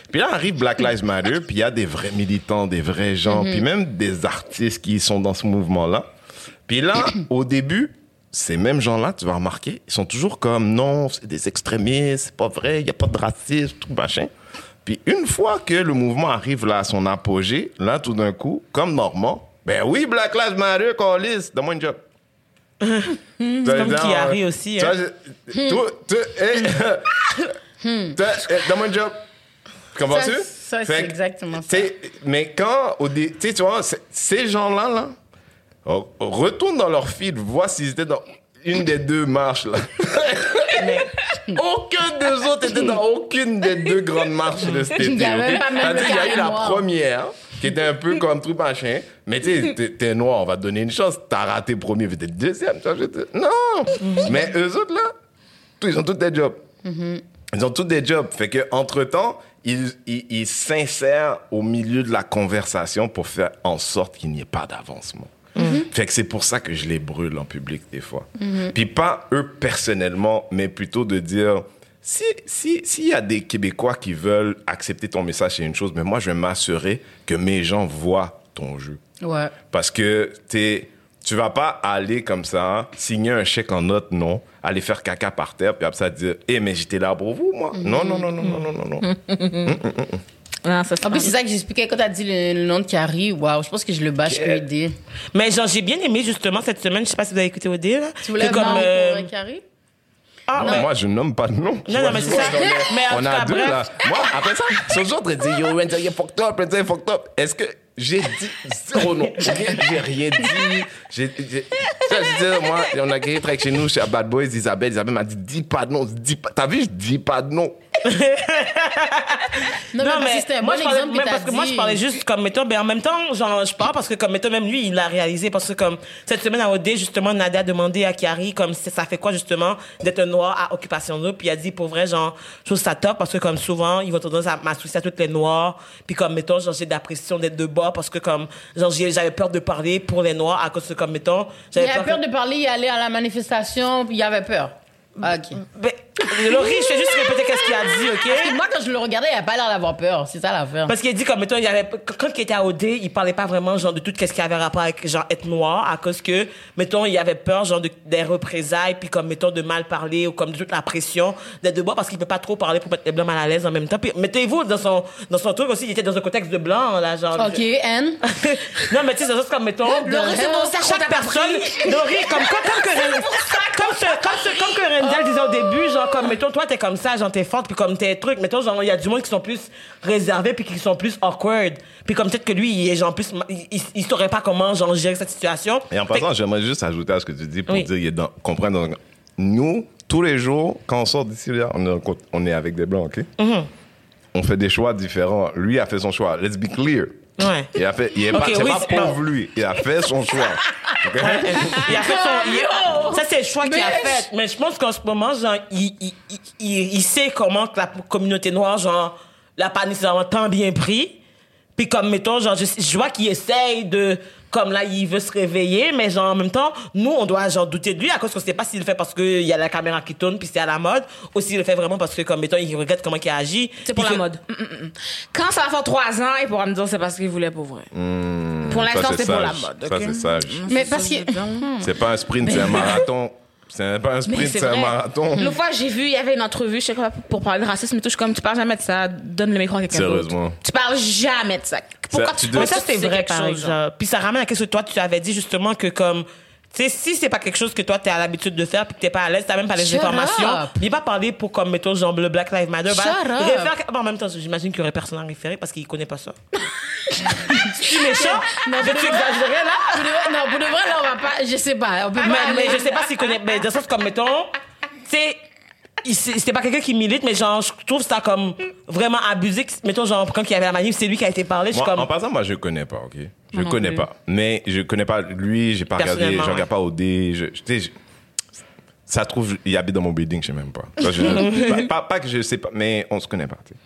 S4: Puis là arrive Black Lives Matter, puis il y a des vrais militants, des vrais gens, mm-hmm. puis même des artistes qui sont dans ce mouvement-là. Puis là, au début, ces mêmes gens-là, tu vas remarquer, ils sont toujours comme, non, c'est des extrémistes, c'est pas vrai, il n'y a pas de racisme, tout machin. Puis une fois que le mouvement arrive là à son apogée, là, tout d'un coup, comme Normand, ben oui, Black Lives Matter, Callis, donne-moi une job.
S2: C'est comme Kiari aussi. Hein.
S4: Tu vois, donne-moi une job. Comprends-tu?
S1: Ça, ça c'est exactement ça.
S4: Mais quand, au dé, tu vois, ces gens-là, là, oh, retourne dans leur feed, vois s'ils étaient dans une des deux marches, là. Mais aucun des autres était dans aucune des deux grandes marches de cet été. Il y a eu la première, qui était un peu comme tout machin. Mais tu sais, t'es, t'es noir, on va te donner une chance. T'as raté le premier, t'es deuxième. Non! Mm-hmm. Mais eux autres, là, ils ont tous des jobs. Mm-hmm. Ils ont tous des jobs. Fait qu'entre-temps, ils, ils, ils s'insèrent au milieu de la conversation pour faire en sorte qu'il n'y ait pas d'avancement. Mm-hmm. Fait que c'est pour ça que je les brûle en public des fois. Mm-hmm. Puis pas eux personnellement, mais plutôt de dire... Si, si, s'il y a des Québécois qui veulent accepter ton message, c'est une chose, mais moi, je vais m'assurer que mes gens voient ton jeu.
S1: Ouais.
S4: Parce que t'es, tu vas pas aller comme ça, signer un chèque en note, non, aller faire caca par terre, puis après ça dire, hé, hey, mais j'étais là pour vous, moi. Mm-hmm. Non, non, non, non, non, non, non, non. Mm-mm.
S1: Non, ça en plus, c'est ça que j'expliquais quand t'as dit le, le nom de Kiari. Waouh, je pense que je le bâche que O D.
S2: Mais genre, j'ai bien aimé justement cette semaine, je sais pas si vous avez écouté O D, là.
S1: Tu voulais
S2: comme
S1: euh... pour Kiari?
S4: Ah, non, mais... moi, je nomme pas de nom.
S2: Non, non, mais c'est ça. Mais
S4: on a deux, là. Moi, après ça, ce jour, tu dis, yo, Renzel, you're fucked up, Renzel, you're fucked up. Est-ce que j'ai dit zéro nom? J'ai rien dit. J'ai, j'ai... Ça, je dis, moi, on a créé très chez nous, chez Bad Boys, Isabelle. Isabelle m'a dit, dis pas de nom, dis pas. T'as vu, je dis pas de nom.
S1: non, non, mais, mais c'était un bon
S2: moi,
S1: exemple
S2: que parce que
S1: dit.
S2: moi je parlais juste comme mettons, mais en même temps genre je parle parce que comme mettons même lui il l'a réalisé parce que comme cette semaine à O D justement Nadia a demandé à Kiari comme ça fait quoi justement d'être un noir à Occupation Double, puis il a dit pour vrai genre je trouve ça top parce que comme souvent ils vont tendance à m'associer à toutes les noirs, puis comme mettons genre j'ai de la pression d'être de bas parce que comme genre j'avais peur de parler pour les noirs à cause de comme mettons
S1: j'avais il avait peur, peur que... de parler, il allait à la manifestation puis il avait peur. Ah, ok.
S2: Ben, Laurie, je fais juste répéter qu'est-ce qu'il a dit, ok?
S1: Parce que moi, quand je le regardais, il avait pas l'air d'avoir peur. C'est ça l'affaire.
S2: Parce qu'il a dit, comme, mettons, il avait, quand il était à O D, il parlait pas vraiment, genre, de tout ce qui avait rapport avec, genre, être noir, à cause que, mettons, il avait peur, genre, de, des représailles, puis comme, mettons, de mal parler, ou comme, de toute la pression d'être de bois, parce qu'il peut pas trop parler pour mettre les blancs mal à l'aise en même temps. Puis, mettez-vous, dans son, dans son truc aussi, il était dans un contexte de blanc, là, genre.
S1: Ok, N.
S2: Non, mais tu sais, c'est juste comme, mettons,
S1: Laurie, c'est bon, ça,
S2: chaque personne, Laurie, comme, comme, comme que, comme, ce, comme, ce, comme que Renzel disait au début, genre, comme, mettons, toi, t'es comme ça, genre, t'es forte, puis comme t'es truc, mettons, genre, il y a du monde qui sont plus réservés, puis qui sont plus awkward. Puis comme peut-être que lui, il est genre plus, il, il, il saurait pas comment, genre, gérer cette situation.
S4: Et en passant, que... j'aimerais juste ajouter à ce que tu dis pour oui. dire, il est dans, comprendre, nous, tous les jours, quand on sort d'ici, là, on est, on est avec des blancs, OK? Mm-hmm. On fait des choix différents. Lui a fait son choix. Let's be clear.
S2: Ouais.
S4: Il a fait, il est okay, pas, oui, c'est pas pauvre lui. Il a fait son choix. Okay?
S2: il a fait son, il, ça c'est le choix qu'il a fait. Mais je pense qu'en ce moment, genre, il, il, il, il sait comment que la communauté noire, genre, l'a pas nécessairement tant bien pris. Puis comme, mettons, genre, je, je vois qu'il essaye de, comme là, il veut se réveiller, mais genre, en même temps, nous, on doit, genre, douter de lui à cause qu'on sait pas s'il le fait parce qu'il y a la caméra qui tourne puis c'est à la mode, ou s'il le fait vraiment parce que, comme, mettons, il regrette comment il a agi.
S3: C'est pour la
S2: que...
S3: mode. Mm-mm. Quand ça va faire trois ans, il pourra me dire c'est parce qu'il voulait pour vrai.
S4: Mmh,
S3: pour l'instant, c'est,
S4: c'est
S3: pour la mode.
S4: Ça,
S3: okay?
S4: c'est sage.
S1: Mmh, mais parce que...
S4: C'est pas un sprint, c'est un marathon. C'est pas un sprint, c'est, c'est un marathon.
S3: L'autre fois, j'ai vu, il y avait une entrevue, je sais pas, pour parler de racisme et tout. Je suis comme, tu parles jamais de ça, donne le micro à quelqu'un d'autre.
S4: Sérieusement.
S3: Tu parles jamais de ça. Pourquoi
S4: ça,
S3: tu,
S4: tu
S3: penses
S2: ça,
S3: que
S2: c'est vrai, par exemple. Puis ça ramène à ce que toi, tu avais dit justement que comme... Tu sais, si c'est pas quelque chose que toi, t'es à l'habitude de faire puis que t'es pas à l'aise, t'as même pas les
S1: Shut
S2: informations.
S1: Up.
S2: Viens pas parler pour, comme, mettons, genre, le Black Lives Matter.
S1: Shut
S2: bah,
S1: up.
S2: Réfère... Bon, en même temps, j'imagine qu'il y aurait personne à référer parce qu'il connaît pas ça. Tu méchant?
S1: Non,
S2: tu exagérais, là?
S1: Pour de, non, pour de vrai, là, on va pas... Je sais pas. On peut
S2: mais,
S1: pas
S2: mais
S1: aller...
S2: je sais pas s'il connaît... Mais dans le sens comme, mettons... Tu sais... C'était pas quelqu'un qui milite, mais genre, je trouve ça comme vraiment abusé. Mettons, genre, quand il y avait la manif, c'est lui qui a été parlé.
S4: Moi,
S2: comme...
S4: En passant, moi, je connais pas, OK? Je
S3: non
S4: connais
S3: plus.
S4: pas. Mais je connais pas lui, j'ai pas regardé, je regarde pas O D. Je, je, je, ça se trouve, il habite dans mon building, je sais même pas. Ça, je, pas, pas. Pas que je sais pas, mais on se connaît pas, t'sais.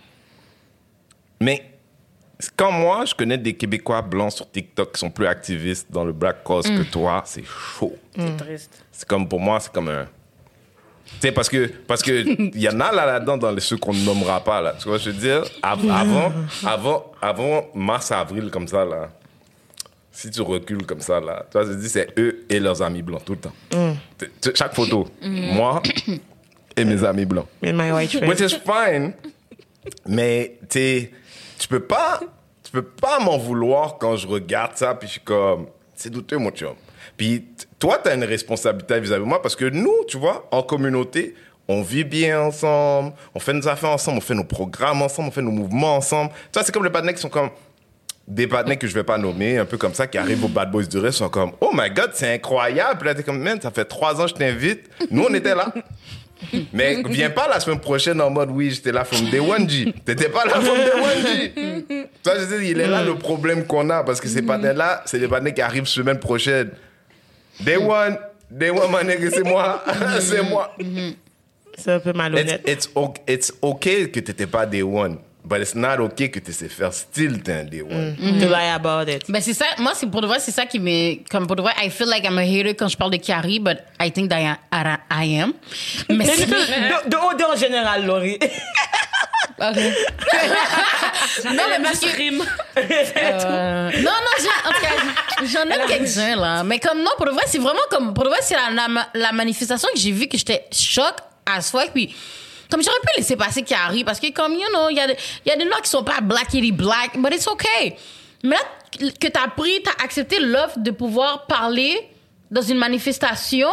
S4: Mais quand moi, je connais des Québécois blancs sur TikTok qui sont plus activistes dans le Black Cause mm. que toi, c'est chaud.
S2: C'est triste.
S4: C'est comme, pour moi, c'est comme un... Tu sais, parce que parce que il y en a là là-dedans dans les ceux qu'on ne nommera pas là. Tu vois, je veux dire, av- avant avant avant mars avril comme ça là. Si tu recules comme ça là, tu vois, je dis c'est eux et leurs amis blancs tout le temps. Mm. T- t- chaque photo, mm. moi et mes amis blancs.
S2: And my white friend.
S4: Which is fine. Mais t'es, tu peux pas, tu peux pas m'en vouloir quand je regarde ça puis je suis comme, c'est douteux mon chum. Puis t- toi t'as une responsabilité vis-à-vis de moi parce que nous, tu vois, en communauté, on vit bien ensemble, on fait nos affaires ensemble, on fait nos programmes ensemble, on fait nos mouvements ensemble. Tu vois, c'est comme les partenaires qui sont comme des partenaires que je vais pas nommer, un peu comme ça, qui arrivent au Bad Boys du Reste, sont comme, oh my God, c'est incroyable. Puis là t'es comme, man, ça fait trois ans que je t'invite. Nous on était là. Mais viens pas la semaine prochaine en mode oui, j'étais là from day one G. T'étais pas là from day one G. Toi, je dis, il est là le problème qu'on a parce que ces partenaires-là, c'est des partenaires qui arrivent semaine prochaine. Day one, day one, my nigga, c'est moi. C'est moi.
S2: C'est un peu malhonnête.
S4: It's, it's, okay, it's okay que t'étais pas day one. But it's not okay que tu sais faire still t'es un day one.
S2: Mm. To lie about it.
S1: Ben c'est ça, moi c'est pour de vrai, c'est ça qui me, comme pour de vrai, I feel like I'm a hater quand je parle de Kiari, but I think that I, I, I am. Mais c'est...
S2: de, de O D en général, Laurie.
S1: Ok. Non, mais parce que... Euh, non, non, j'ai- en tout cas, j'en ai quelques-uns, là. Mais comme, non, pour de vrai, c'est vraiment comme... Pour de vrai, c'est la, la, la manifestation que j'ai vue que j'étais choc as fuck, puis... Comme j'aurais pu laisser passer Kiari, parce que comme, you know, il y a des, il y a des noirs qui sont pas blackity black, but it's okay. Mais là, que t'as pris, t'as accepté l'offre de pouvoir parler dans une manifestation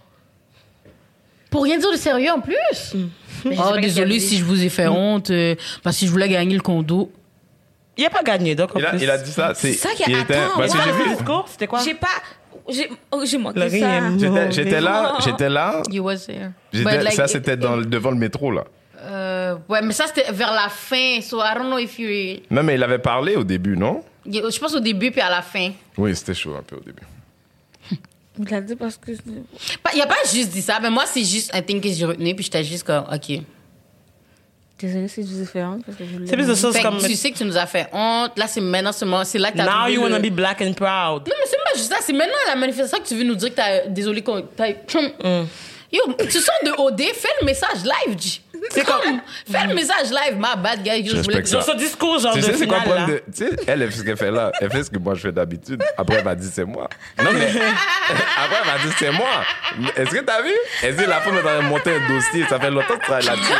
S1: pour rien dire de sérieux en plus.
S3: Mais je sais
S1: Oh,
S3: pas
S1: désolé
S3: qu'est-ce
S1: si je vous ai fait honte, euh, parce que je voulais gagner le condo.
S2: Il a pas gagné, donc en
S4: Il a,
S2: plus.
S4: il a dit ça. C'est
S3: C'est ça qui a-
S4: il était-
S3: attends,
S4: parce que
S3: wow.
S4: j'ai vu.
S2: Le discours, c'était quoi?
S3: J'ai pas. J'ai, oh, j'ai manqué
S2: Laurie
S3: ça.
S2: aime-
S4: J'étais, j'étais là,
S3: Oh.
S4: j'étais là.
S1: You was there.
S4: J'étais-
S1: But, like,
S4: ça,
S1: it-
S4: c'était dans, le- devant le métro, là.
S1: Euh, ouais, mais ça, c'était vers la fin. So, I don't know if you...
S4: Non, mais il avait parlé au début, non?
S1: Je pense au début puis à la fin.
S4: Oui, c'était chaud un peu au début.
S3: Il a dit parce que.
S1: Pas- Il a pas juste dit ça, mais moi, c'est juste un thing que j'ai retenu, puis j'étais juste comme, OK.
S3: Désolée si je vous ai fait honte parce que je l'ai.
S2: C'est plus de choses
S1: Fait
S2: comme.
S1: que tu sais que tu nous as fait honte. Là, c'est maintenant seulement... C'est là que t'as
S2: Now
S1: trouvé
S2: you
S1: le-
S2: wanna be black and proud.
S1: Non, mais c'est pas juste ça. C'est maintenant la manifestation que tu veux nous dire que t'as... Désolé qu'on... T'as... Yo, tu sors de O D, fais le message live, G.
S2: C'est comme-
S1: Fais le message live, my bad guy. Je voulais
S4: respecte
S1: dire-
S4: ça.
S2: Dans ce discours, genre
S4: Tu
S2: de
S4: sais, c'est quoi le
S2: finale,
S4: problème
S2: là.
S4: de. Tu sais, elle, elle fait ce qu'elle fait là. Elle fait ce que moi je fais d'habitude. Après, elle m'a dit c'est moi. Non, mais. Après, elle m'a dit c'est moi. Est-ce que t'as vu? Elle dit la femme est en train de monter un dossier. Ça fait longtemps que tu travailles là-dessus.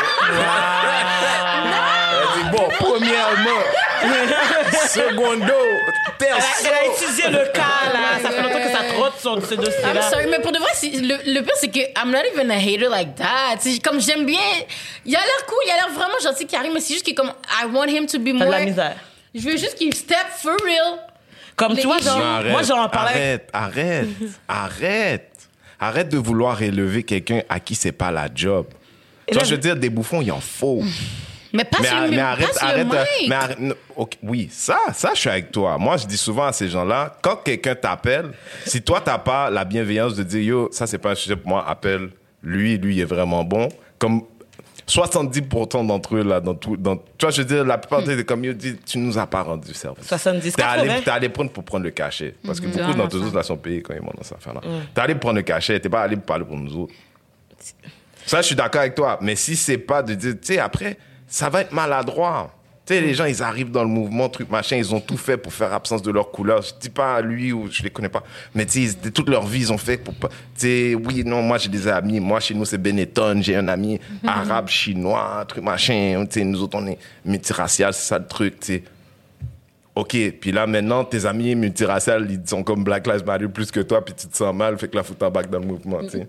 S4: Elle dit bon, premièrement. Secondo.
S2: Elle a, elle a
S4: Terceiro.
S2: étudié le cas, là. Ça fait longtemps que ça trotte sur ce
S1: I'm
S2: dossier-là.
S1: sorry, mais pour de vrai, c'est- le, le pire, c'est que I'm not even a hater like that. C'est comme j'aime bien. Il a l'air cool, il a l'air vraiment gentil, Karim, mais c'est juste que comme I want him to be
S2: T'as
S1: more.
S2: de la misère.
S1: Je veux juste qu'il step for real.
S2: Comme
S1: Les
S2: tu vois,
S1: gens-
S2: genre,
S4: Non, arrête,
S2: moi, j'en parlais.
S4: Arrête, arrête, arrête. Arrête de vouloir élever quelqu'un à qui c'est pas la job. Tu vois,
S2: là,
S4: je veux dire, des bouffons, il en faut.
S1: Mais pas
S4: Mais,
S1: sur le
S4: mais
S1: mais
S4: arrête,
S1: pas sur
S4: arrête.
S1: le
S4: euh,
S1: mic.
S4: mais arrête, non, ok, oui, ça, ça, je suis avec toi. Moi, je dis souvent à ces gens-là, quand quelqu'un t'appelle, si toi, t'as pas la bienveillance de dire, yo, ça, c'est pas un sujet pour moi, appelle lui, lui, il est vraiment bon. Comme soixante-dix pour cent d'entre eux, là, dans tout, dans, tu vois, je veux dire, la plupart des comme, yo, dis, tu nous as pas rendu service.
S2: soixante-dix,
S4: T'es allé,
S2: quatre-vingts.
S4: t'es allé prendre pour prendre le cachet. Parce que beaucoup
S3: Vraiment
S4: d'entre eux, là, sont payés quand ils vont dans cette affaire-là. T'es allé prendre le cachet, t'es pas allé pour parler pour nous autres. Ça, je suis d'accord avec toi. Mais si c'est pas de dire, tu sais, après, ça va être maladroit. Tu sais, les gens, ils arrivent dans le mouvement, truc, machin, ils ont tout fait pour faire absence de leur couleur. Je dis pas à lui ou je les connais pas. Mais tu sais, ils- toute leur vie, ils ont fait pour pas. Tu sais, oui, non, moi, j'ai des amis. Moi, chez nous, c'est Benetton. J'ai un ami arabe, chinois, truc, machin. Tu sais, nous autres, on est multiracial, c'est ça le truc, tu sais. OK, puis là, maintenant, tes amis multiraciales, ils sont comme Black Lives Matter plus que toi, puis tu te sens mal, fait que la fout en back dans le mouvement, tu sais.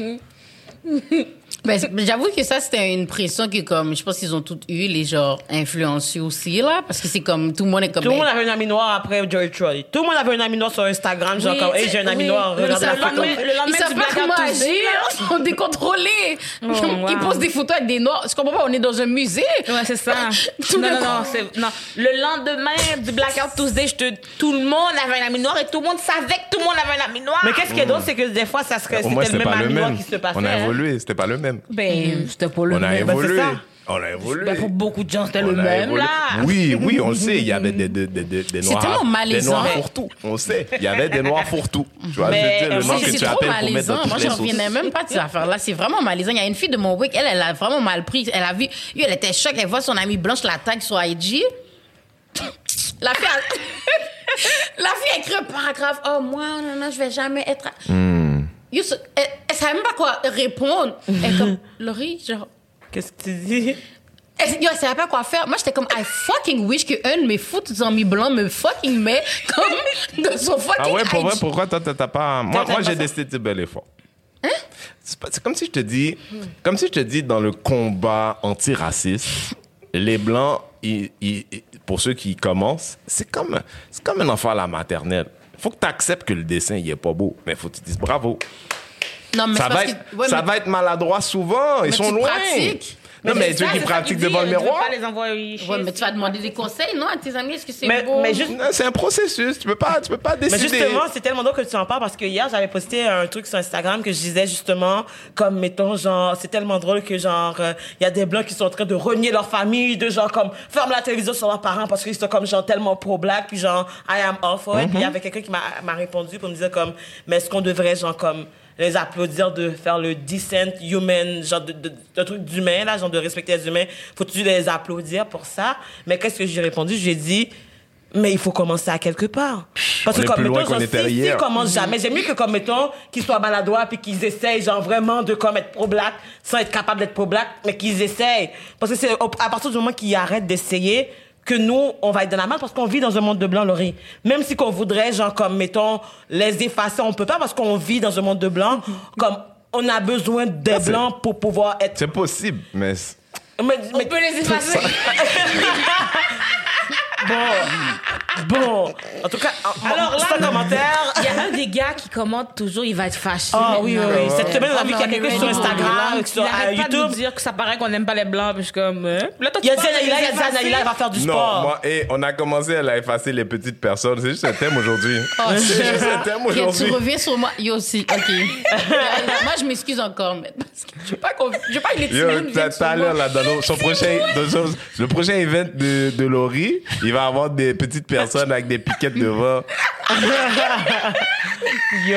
S1: Ben, c'est- j'avoue que ça, c'était une pression que, comme, je pense qu'ils ont toutes eu, les genre influencés aussi, là, parce que c'est comme, tout le monde est comme.
S2: Tout le monde
S1: ben,
S2: avait un ami noir après George Troy. Tout le monde avait un ami noir sur Instagram, genre
S1: oui,
S2: comme, hey,
S1: c'est-
S2: j'ai un ami
S1: oui.
S2: noir,
S1: Mais
S2: regarde
S1: ça,
S2: la
S1: le
S2: photo.
S1: lendemain-
S3: Le lendemain
S1: Ils savent
S3: du
S1: pas
S3: blackout
S1: comment
S3: Tuesday,
S1: agir,
S3: là.
S1: ils sont décontrôlés.
S3: Oh, wow.
S1: Ils posent des photos avec des noirs. Je comprends pas, on est dans un musée.
S3: Ouais, c'est ça.
S1: Tout
S3: non,
S1: le
S3: non, non,
S1: monde-
S3: c'est, non. Le lendemain du Blackout Tuesday, je te, tout le monde avait un ami noir et tout le monde savait que tout le monde avait un ami noir.
S2: Mais qu'est-ce qui est d'autre, c'est que des fois, ça serait,
S4: Au moins,
S2: c'était le
S4: c'était
S2: même
S4: pas le
S2: ami noir
S4: même.
S2: qui se passait.
S4: On a
S2: hein.
S4: évolué, c'était pas le même.
S1: Ben, c'était pas le
S4: On a
S1: même.
S2: ben, c'est
S4: évolué.
S2: ça.
S4: On a évolué.
S3: Ben, pour beaucoup de gens, c'était
S4: On
S3: le
S4: a
S3: même,
S4: évolué.
S3: là.
S4: Oui, oui, on le sait. Il y avait des, des, des, des, des
S1: C'est
S4: noirs.
S1: tellement
S4: Des
S1: malaisant.
S4: noirs fourre-tout. On le sait. Il y avait des noirs fourre-tout. Tu vois,
S3: Mais,
S4: je veux dire, le
S3: euh,
S4: nom
S3: moi,
S4: que
S1: C'est
S4: tu
S1: trop
S4: appelles pour mettre
S1: malaisant.
S4: dans
S1: Moi,
S4: toutes les
S1: j'en
S4: sauces.
S1: revenais même pas de ces affaires-là. C'est vraiment malaisant. Il y a une fille de mon week, elle, elle a vraiment mal pris. Elle a vu, elle était choquée. Elle voit son amie Blanche la tag sur I G. La fille, a... la fille a écrit un paragraphe. Oh, moi, non, non, je vais jamais être.
S4: Hmm.
S1: Yo, ce- elle, elle savait même pas quoi répondre. Elle est comme, Laurie, genre.
S2: Qu'est-ce que tu dis?
S1: Elle, yo, elle savait pas quoi faire. Moi, j'étais comme, I fucking wish qu'un de mes fous amis blancs me fucking met comme de son fucking
S4: Ah ouais, pour vrai,
S1: I G.
S4: pourquoi toi, t'as t'as pas... Moi,
S1: t'as
S4: moi
S1: pas
S4: j'ai
S1: ça?
S4: décidé de bel effort. C'est pas- c'est comme si je te dis... Comme si je te dis, dans le combat antiraciste, les Blancs, ils- ils- ils- pour ceux qui commencent, c'est comme, c'est comme un enfant à la maternelle. Faut que tu acceptes que le dessin, il est pas beau. Mais faut que tu te dises bravo.
S1: Non, mais
S4: Ça,
S1: c'est
S4: va
S1: parce
S4: être,
S1: que- ouais,
S4: ça
S1: mais-
S4: va être maladroit souvent. Ils
S1: mais
S4: sont
S1: tu
S4: loin.
S1: pratiques.
S4: Non, mais,
S3: c'est
S4: ceux
S3: ça,
S4: qui
S3: c'est ça
S4: pratiquent
S3: qu'il
S4: devant
S3: dit,
S4: le
S3: tu veux
S4: miroir...
S3: pas les envoyer chez-
S1: Ouais, mais tu vas demander des conseils, non, à tes amis? Est-ce que c'est
S2: Mais-
S1: beau?
S2: mais juste-
S4: Non, c'est un processus. Tu peux pas, tu peux pas
S2: Mais
S4: décider.
S2: justement, c'est tellement drôle que tu en parles parce que hier, j'avais posté un truc sur Instagram que je disais justement, comme, mettons, genre, c'est tellement drôle que, genre, il euh, y a des Blancs qui sont en train de renier leur famille, de genre, comme, fermer la télévision sur leurs parents parce qu'ils sont comme, genre, tellement pro-black, puis genre, I am all for it. Puis il y avait quelqu'un qui m'a m'a répondu pour me dire, comme, mais est-ce qu'on devrait, genre, comme, les applaudir de faire le decent human, genre de, de, de truc d'humain, là, genre de respecter les humains. Faut-tu les applaudir pour ça? Mais qu'est-ce que j'ai répondu? J'ai dit, mais il faut commencer à quelque part. Parce
S4: On
S2: que
S4: est
S2: comme,
S4: plus loin
S2: mettons,
S4: qu'on
S2: genre,
S4: était
S2: si,
S4: hier.
S2: s'ils commencent jamais, j'aime mieux que, comme, mettons, qu'ils soient maladroits puis qu'ils essayent, genre, vraiment de, comme, être pro-black sans être capables d'être pro-black, mais qu'ils essayent. Parce que c'est au- à partir du moment qu'ils arrêtent d'essayer que nous, on va être dans la merde parce qu'on vit dans un monde de blanc, Laurie. Même si qu'on voudrait, genre, comme, mettons, les effacer, on peut pas parce qu'on vit dans un monde de blanc. Comme, on a besoin des
S4: c'est-
S2: blancs pour pouvoir être...
S4: C'est possible, mais... c'est-
S2: Mais,
S1: On
S2: mais-
S1: peut les effacer.
S2: bon, bon. En tout cas, en-
S3: Alors
S2: en-
S3: là,
S2: sans commentaire...
S3: Il y a un des gars qui commente toujours, il va être fâché.
S2: Ah oui, oui,
S3: maintenant.
S2: oui. Cette semaine, on a
S1: Ah,
S2: vu
S1: mais
S2: qu'il y a
S1: on est
S2: quelqu'un sur
S1: ready.
S2: Instagram,
S3: Il
S2: sur euh,
S3: arrête pas de nous
S2: YouTube.
S3: dire que ça paraît qu'on n'aime pas les blancs, puis je suis comme, hein? Là, toi, tu
S2: Il y a
S3: parles
S2: dit
S3: de
S2: Anaïla,
S3: les
S2: il y a dit
S3: effacer.
S2: Anaïla, elle va faire du
S4: Non,
S2: sport.
S4: moi, et on a commencé à effacer les petites personnes. C'est juste un thème aujourd'hui.
S1: Oh,
S4: c'est juste un thème
S1: Ok, tu
S4: aujourd'hui.
S1: reviens sur moi. Yo aussi, ok. Moi, je m'excuse encore, mais parce que je veux pas qu'on, je veux pas que les
S4: Yo,
S1: Timonides
S4: tout
S1: viennent sur
S4: à l'heure,
S1: moi.
S4: là, dans nos- son prochain, dans son- le prochain event de, de Laurie, il va avoir des petites personnes avec des piquettes devant.
S2: Yo.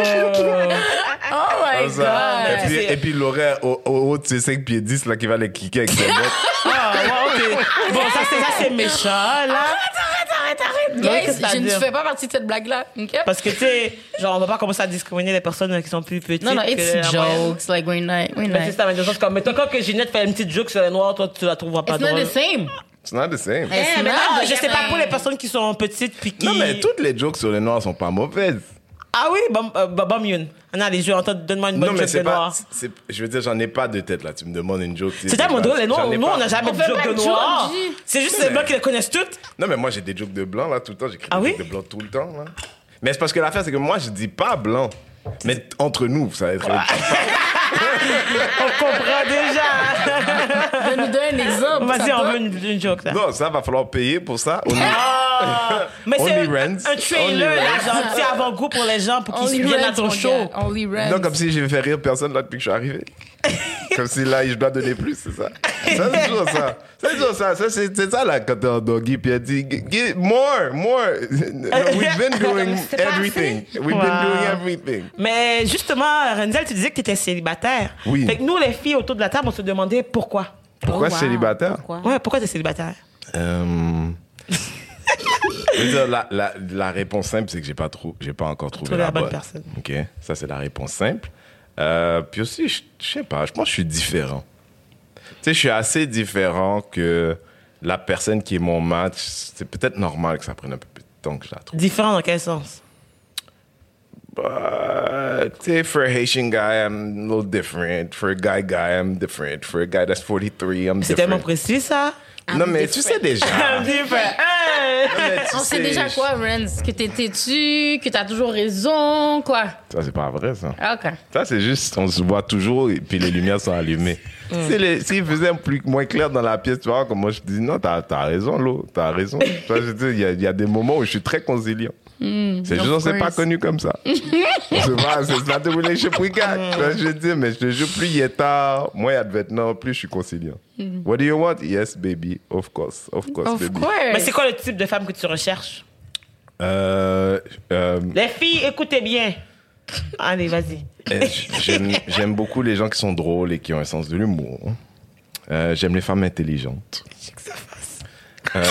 S1: Oh my
S4: Comme ça.
S1: God.
S4: Et puis,
S2: C'est-
S4: et puis Laurie, au, au haut de ses cinq pieds dix, là, qui va les cliquer avec ses bottes.
S2: Ah, ouais, ok. Bon, ça, c'est, ça, c'est méchant, là.
S1: Arrête, arrête, arrête.
S2: Non,
S1: Guys,
S2: qu'est-ce que t'as à
S1: je ne
S2: dire?
S1: fais pas partie de cette blague-là, ok?
S2: Parce que, tu sais, genre, on va pas commencer à discriminer les personnes qui sont plus petites.
S1: Non, non,
S2: que
S1: it's
S2: la moyenne.
S1: jokes. Like, we're not, we're
S2: Mais c'est
S1: not.
S2: ça, mais de sens comme, mettons, quand que Ginette fait une petite joke sur les noirs, toi, tu la trouveras pas
S1: It's not
S2: drôle.
S1: the same.
S4: It's not the same.
S1: It's
S2: Eh, mais
S1: not.
S2: non, je
S1: Yeah,
S2: sais pas
S1: man.
S2: pour les personnes qui sont petites puis qui...
S4: Non, mais toutes les jokes sur les noirs sont pas mauvaises.
S2: Ah oui, Bam euh, Bam Youn. Ah, les jeux, entends, donne-moi une bonne
S4: Non, mais
S2: joke
S4: c'est
S2: de
S4: pas.
S2: noir.
S4: c'est- je veux dire, j'en ai pas de tête, là. Tu me demandes une joke.
S2: C'est tellement drôle, les noirs.
S4: J'en ai
S2: Nous,
S4: pas.
S2: on n'a jamais
S1: On
S2: de
S1: fait
S2: joke
S1: pas
S2: de
S1: de joke,
S2: noirs.
S1: J.
S2: C'est juste
S4: Mais-
S2: les blancs qui les connaissent toutes.
S4: Non, mais moi, j'ai des jokes de blanc, là, tout le temps. J'écris
S2: Ah
S4: des
S2: oui?
S4: jokes de blanc tout le temps, là. Mais c'est parce que l'affaire, c'est que moi, je dis pas blanc. Mais t- entre nous, ça va être.
S2: On comprend déjà.
S1: De nous donner un exemple.
S2: Vas-y,
S1: ça
S2: on
S1: va?
S2: veut une, une joke, là.
S4: Non, ça va falloir payer pour ça. On est-
S2: Ah, mais c'est
S4: Only
S2: un,
S4: rents.
S2: un trailer,
S4: Only
S2: là,
S4: rents.
S2: genre, tu sais, avant-goût pour les gens, pour qu'ils
S1: Only
S2: viennent à
S1: rent,
S2: ton
S1: mon
S2: show.
S1: gars. Only rent.
S4: Non, comme si j'ai fait rire personne là depuis que je suis arrivé. Comme si là, je dois donner plus, c'est ça. Ça, c'est toujours ça. Ça, c'est toujours ça. ça c'est, c'est ça, là, quand t'es en doggy, puis elle dit, Give- more, more. We've been doing
S3: C'est pas
S4: everything. We've been
S2: Wow.
S4: doing everything.
S2: Mais justement, Renzel, tu disais que tu étais célibataire.
S4: Oui.
S2: Fait que nous, les filles autour de la table, on se demandait pourquoi.
S4: Pourquoi
S3: Oh, wow.
S4: célibataire?
S3: Pourquoi?
S2: Ouais, pourquoi tu es célibataire?
S4: Euh... je veux dire, la, la, la réponse simple, c'est que j'ai pas, trou- j'ai pas encore trouvé
S2: Trouver
S4: la,
S2: la bonne
S4: bonne
S2: personne.
S4: OK, ça, c'est la réponse simple. Euh, puis aussi, je je sais pas, je pense que je suis différent. Tu sais, je suis assez différent que la personne qui est mon match. C'est peut-être normal que ça prenne un peu plus de temps que je la trouve.
S2: Différent dans quel sens?
S4: Bah, tu sais, for a Haitian guy, I'm a little different. For a guy guy, I'm different. For a guy that's forty-three, I'm
S2: C'est
S4: different.
S2: tellement précis, ça?
S4: Non, mais tu sais déjà.
S2: I'm different. Hey!
S4: Non, mais tu
S1: On sait
S4: sais,
S1: déjà
S4: je-
S1: quoi, Renz? Que t'es têtu, que t'as toujours raison, quoi.
S4: Ça, c'est pas vrai, ça.
S1: Ah, OK.
S4: Ça, c'est juste, on se voit toujours et puis les lumières sont allumées. Si les- S'il faisait plus, moins clair dans la pièce, tu vois, comme moi, je te dis, non, t'as as raison, Lo, t'as raison. Tu vois, je dis, il y, a- il y a des moments où je suis très conciliant.
S1: Mm,
S4: c'est juste on s'est pas connus comme ça. C'est pas, c'est not the relationship we got. Mm. Je dis, mais je te jure, plus il est tard, moins il y a de vêtements, plus je suis conciliant. Mm. What do you want? Yes, baby. Of course. Of course,
S1: Of
S4: baby.
S1: course.
S2: Mais c'est quoi le type de femme que tu recherches?
S4: Euh, euh,
S2: Les filles, écoutez bien. Allez, vas-y.
S4: J'aime, j'aime beaucoup les gens qui sont drôles et qui ont un sens de l'humour. Euh, j'aime les femmes intelligentes. Euh,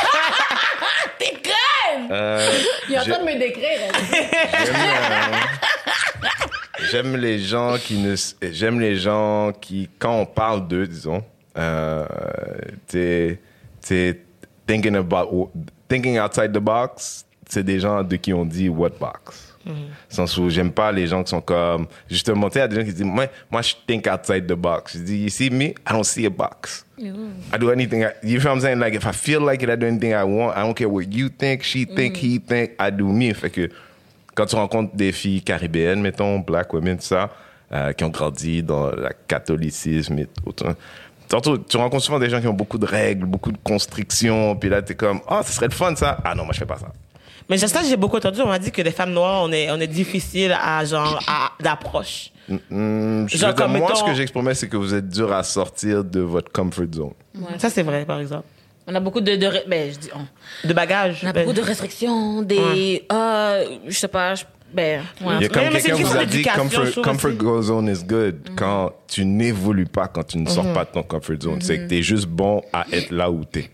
S1: T'es conne!
S4: euh,
S1: Il est en
S4: j'ai-
S1: train de me décrire.
S4: J'aime, euh, j'aime les gens qui ne, s- j'aime les gens qui, quand on parle d'eux, disons, euh, t'es, t'es thinking about, thinking outside the box. C'est des gens de qui on dit what box. Mm-hmm. Sens où j'aime pas les gens qui sont comme, justement, tu sais, il y a des gens qui disent, moi, moi, je think outside the box. Je dis, you see me? I don't see a box. I do anything. I, you feel what I'm saying? Like, if I feel like it, I do anything I want. I don't care what you think, she think, he think. I do me. Fait que quand tu rencontres des filles caribéennes, mettons, black women, tout ça, euh, qui ont grandi dans le catholicisme et tout, tantôt, tu rencontres souvent des gens qui ont beaucoup de règles, beaucoup de constrictions, puis là, t'es comme, oh, ça serait le fun, ça. Ah non, moi, je fais pas ça.
S2: Mais juste ça, j'ai beaucoup entendu, on m'a dit que les femmes noires, on est, on est difficile à, genre, à, d'approche.
S4: Mm, je
S2: Genre
S4: veux dire,
S2: comme
S4: moi,
S2: mettons-
S4: ce que j'exprimais, c'est que vous êtes dur à sortir de votre comfort zone.
S2: Ça, c'est vrai, par exemple.
S3: On a beaucoup de, de re- ben, je dis, on,
S2: De bagages.
S3: on a
S2: ben,
S3: beaucoup de restrictions, des, ah, je sais pas, je- ben, ouais.
S4: Il y a comme
S2: mais c'est
S4: quelqu'un
S2: une
S4: vous a
S2: question
S4: dit
S2: d'éducation, je
S4: comfort,
S2: trouve
S4: comfort
S2: aussi.
S4: goes zone is good quand tu n'évolues pas, quand tu ne sors pas de ton comfort zone. C'est que t'es juste bon à être là où t'es.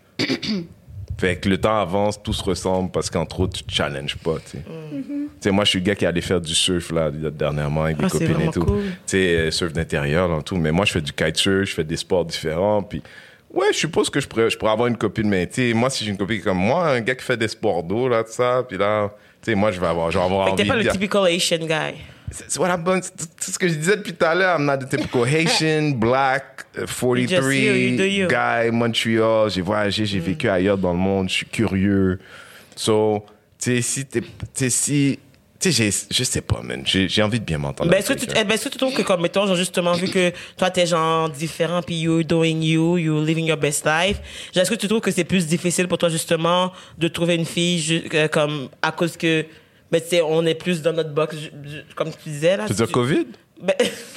S4: Fait que le temps avance, tout se ressemble parce qu'entre autres, tu te challenges pas, tu sais. Tu sais, moi, je suis le gars qui allait faire du surf, là, dernièrement, avec des
S2: Ah, c'est
S4: copines et
S2: vraiment
S4: tout.
S2: cool.
S4: Tu sais, euh, surf d'intérieur, là, tout. Mais moi, je fais du kitesurf, je fais des sports différents, puis... Ouais, je suppose que je pourrais, je pourrais avoir une copine, mais tu sais, moi, si j'ai une copine comme moi, un gars qui fait des sports d'eau, là, tout ça, puis là, tu sais, moi, je vais avoir, je vais avoir
S2: Fait que
S4: envie
S2: t'es pas
S4: de
S2: le
S4: dire...
S2: typical Asian guy.
S4: C'est c'est what I'm- c'est c'est ce que je disais depuis tout à l'heure. I'm not the typical Haitian, black, uh,
S2: You just you, you do
S4: forty-three
S2: you.
S4: guy, Montreal. J'ai voyagé, j'ai vécu ailleurs dans le monde. Je suis curieux. So, tu sais, si t'es, tu sais, si, tu sais, j'ai- je sais pas, man. J'ai j'ai envie de bien m'entendre.
S2: Ben, est-ce que
S4: avec
S2: tu,
S4: quelqu'un.
S2: eh ben, est-ce que tu trouves que, comme, mettons, genre, justement, vu que toi, t'es, genre, différent, puis you're doing you, you're living your best life, genre, est-ce que tu trouves que c'est plus difficile pour toi, justement, de trouver une fille, ju- euh, comme, à cause que, ben, tu sais, on est plus dans notre box, ju- ju- comme tu disais, là.
S4: Tu veux dire
S2: tu-
S4: COVID?
S2: Ben,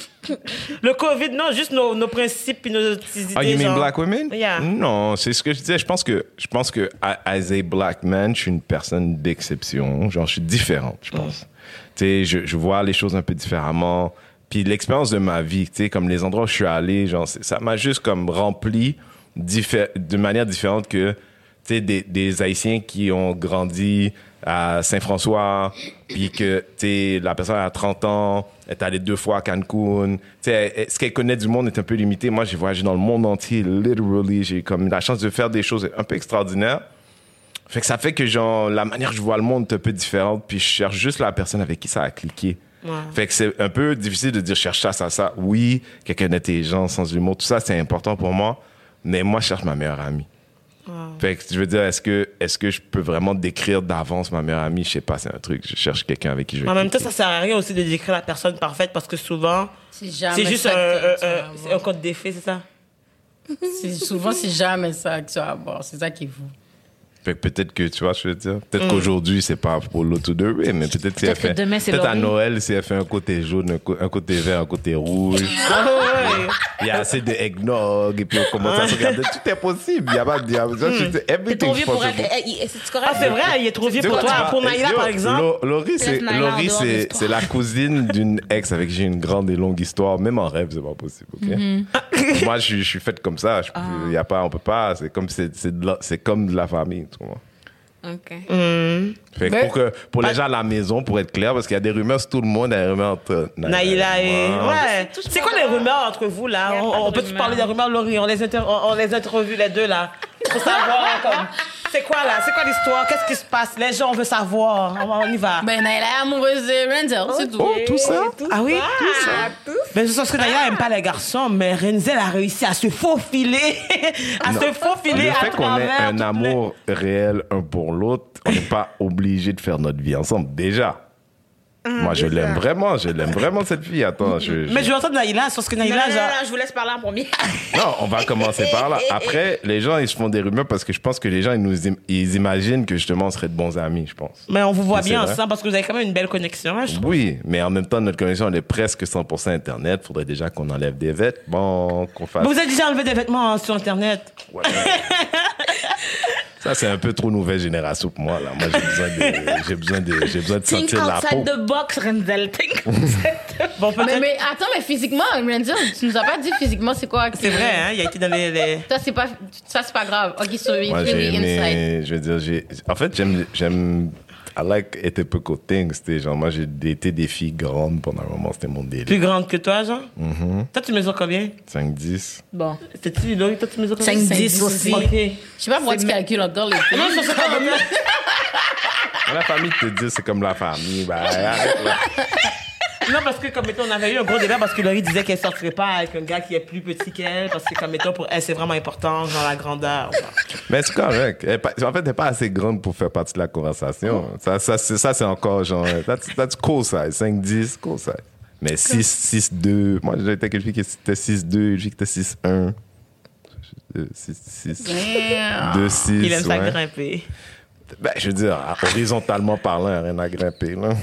S2: le Covid, non, juste nos, nos principes puis nos petites idées.
S4: Ah, you mean
S2: genre.
S4: black women?
S2: Yeah.
S4: Non, c'est ce que je disais. Je pense que, je pense que, a- as a black man, je suis une personne d'exception. Genre, je suis différente, je pense. Tu sais, je, je vois les choses un peu différemment. Puis l'expérience de ma vie, tu sais, comme les endroits où je suis allé, genre, c'est- ça m'a juste comme rempli diffé- de manière différente que, tu sais, des, des Haïtiens qui ont grandi à Saint-François, puis que, tu sais, la personne a trente ans, est allée deux fois à Cancun. Tu sais, elle- elle- ce qu'elle connaît du monde est un peu limité. Moi, j'ai voyagé dans le monde entier, literally. J'ai comme la chance de faire des choses un peu extraordinaires. Fait que ça fait que, genre, la manière que je vois le monde est un peu différente, puis je cherche juste la personne avec qui ça a cliqué.
S2: Ouais.
S4: Fait que c'est un peu difficile de dire, cherche ça, ça, ça. Oui, quelqu'un d'intelligent, sans humour, tout ça, c'est important pour moi. Mais moi, je cherche ma meilleure amie. Fait que je veux dire, est-ce que, est-ce que je peux vraiment décrire d'avance ma meilleure amie? Je sais pas, c'est un truc. Je cherche quelqu'un avec qui je vais
S2: En même temps,
S4: cliquer.
S2: ça sert à rien aussi de décrire la personne parfaite parce que souvent,
S1: C'est jamais
S2: c'est juste
S1: ça
S2: un,
S1: que
S2: un,
S1: tu vas
S2: un-
S1: avoir.
S2: c'est un conte d'effet, c'est ça?
S1: C'est souvent, c'est jamais ça que tu vas avoir. C'est ça qui est fou.
S4: Fait que peut-être que, tu vois, je veux dire, peut-être qu'aujourd'hui, c'est pas pour l'auto de Ray, mais peut-être si elle
S3: Peut-être que
S4: fait,
S3: demain, c'est
S4: peut-être à
S3: Laurie.
S4: Noël, si elle fait un côté jaune, un, co- un côté vert, un côté rouge.
S2: Ah ouais.
S4: Il y a assez de eggnog, et puis on commence à se regarder. Tout est possible. Il y a pas de diable.
S3: T'es trop
S4: Everything's
S3: vieux pour
S4: possible.
S3: être, eh, eh, c'est correct?
S2: Ah, c'est vrai, il est trop vieux
S4: Tu
S2: pour
S4: vois,
S2: toi.
S4: tu vois,
S2: Pour Naïla,
S4: yo,
S2: par exemple.
S4: Lo- Laurie, c'est,
S3: Laisse Naïla en
S4: Laurie,
S3: dehors de
S4: c'est,
S3: l'histoire.
S4: c'est la cousine d'une ex avec qui j'ai une grande et longue histoire. Même en rêve, c'est pas possible, ok?
S3: Mm-hmm.
S4: Moi, je, suis- je suis faite comme ça. Je peux-
S3: Ah.
S4: y a pas, on peut pas. C'est comme, c'est, c'est, de la, c'est comme de la famille, tu vois.
S3: OK.
S4: Fait que
S1: Mais-
S4: pour, que, pour les gens à la maison, pour être clair, parce qu'il y a des rumeurs sur tout le monde, il y a des rumeurs entre
S2: Naïla et...
S4: moi.
S2: Ouais. C'est quoi les rumeurs entre vous, là?
S3: Il y a
S2: On,
S3: pas de
S2: on peut-tu
S3: rumeurs.
S2: parler des rumeurs, Laurie? On les, inter... on, on les interviewe, les deux, là. Pour savoir, comme... C'est quoi, là? C'est quoi l'histoire? Qu'est-ce qui se passe? Les gens veulent savoir. On, on y va.
S1: Ben, Naila est amoureuse de Renzel, c'est tout.
S4: Oh, tout ça?
S2: Ah oui? Tout ça. Mais c'est parce que Naïla aime pas les garçons, mais Renzel a réussi à se faufiler, à se faufiler
S4: Le
S2: à
S4: fait qu'on ait
S2: travers
S4: un
S2: toutes les-
S4: amour réel un pour l'autre, on n'est pas obligé de faire notre vie ensemble. Déjà. Moi, je l'aime vraiment, je l'aime vraiment, cette fille. Attends, je... je...
S2: Mais je vais entendre Naïla, parce que
S3: Non,
S2: Naïla,
S3: non, non,
S2: genre...
S3: non, je vous laisse parler en premier.
S4: Non, on va commencer par là. Après, les gens, ils se font des rumeurs parce que je pense que les gens, ils nous im- ils imaginent que justement, on serait de bons amis, je pense.
S2: Mais on vous voit
S4: C'est
S2: bien
S4: vrai.
S2: ensemble, parce que vous avez quand même une belle connexion, hein, je trouve.
S4: Oui, mais en même temps, notre connexion, elle est presque cent pour cent Internet. Faudrait déjà qu'on enlève des vêtements, qu'on fasse...
S2: Vous avez déjà enlevé des vêtements hein, sur Internet.
S4: Ouais. Ça, c'est un peu trop nouvelle génération pour moi, là. Moi, j'ai besoin de, j'ai besoin de, j'ai besoin de
S3: Think
S4: sentir la peau.
S3: outside the box, Renzel. Think outside the
S2: Bon,
S1: Mais,
S2: peut-être...
S1: mais attends, mais physiquement, Renzel, tu nous as pas dit physiquement c'est quoi? que-
S2: C'est vrai, hein, il a été dans les... les...
S1: Ça, c'est pas, ça, c'est pas grave. Ok, so it's
S4: Moi, j'ai
S1: really inside.
S4: aimé, je veux dire, j'ai, en fait, j'aime, j'aime, I like atypical things. C'était genre, moi, j'ai été des filles grandes pendant un moment, c'était mon délire.
S2: Plus grande que toi, genre?
S4: Mm-hmm.
S2: Toi, tu mesures combien?
S4: cinq dix.
S3: Bon.
S2: C'est-tu, Laurie, toi, tu mesures combien?
S3: cinq dix aussi.
S2: OK.
S1: Je sais pas pourquoi tu calcules encore les filles.
S2: Non, je sais pas combien.
S4: La famille te dit, c'est comme la famille. Bah, arrête, là.
S2: Non, parce que, comme mettons, on avait eu un gros débat parce que Laurie disait qu'elle sortirait pas avec un gars qui est plus petit qu'elle parce que, comme mettons, pour elle, c'est vraiment important, genre la grandeur.
S4: Mais c'est correct. Elle est pas- en fait, elle n'est pas assez grande pour faire partie de la conversation. Ça, ça, c'est, ça, c'est encore genre, that's, that's cool size. cinq dix, cool size. Mais six, six deux. Moi, j'ai été avec une fille qui était six deux, une fille qui était six un. six six. deux six.
S2: Il aime ça
S4: ouais.
S2: grimper.
S4: Ben, je veux dire, horizontalement parlant, il n'y a rien à grimper, là.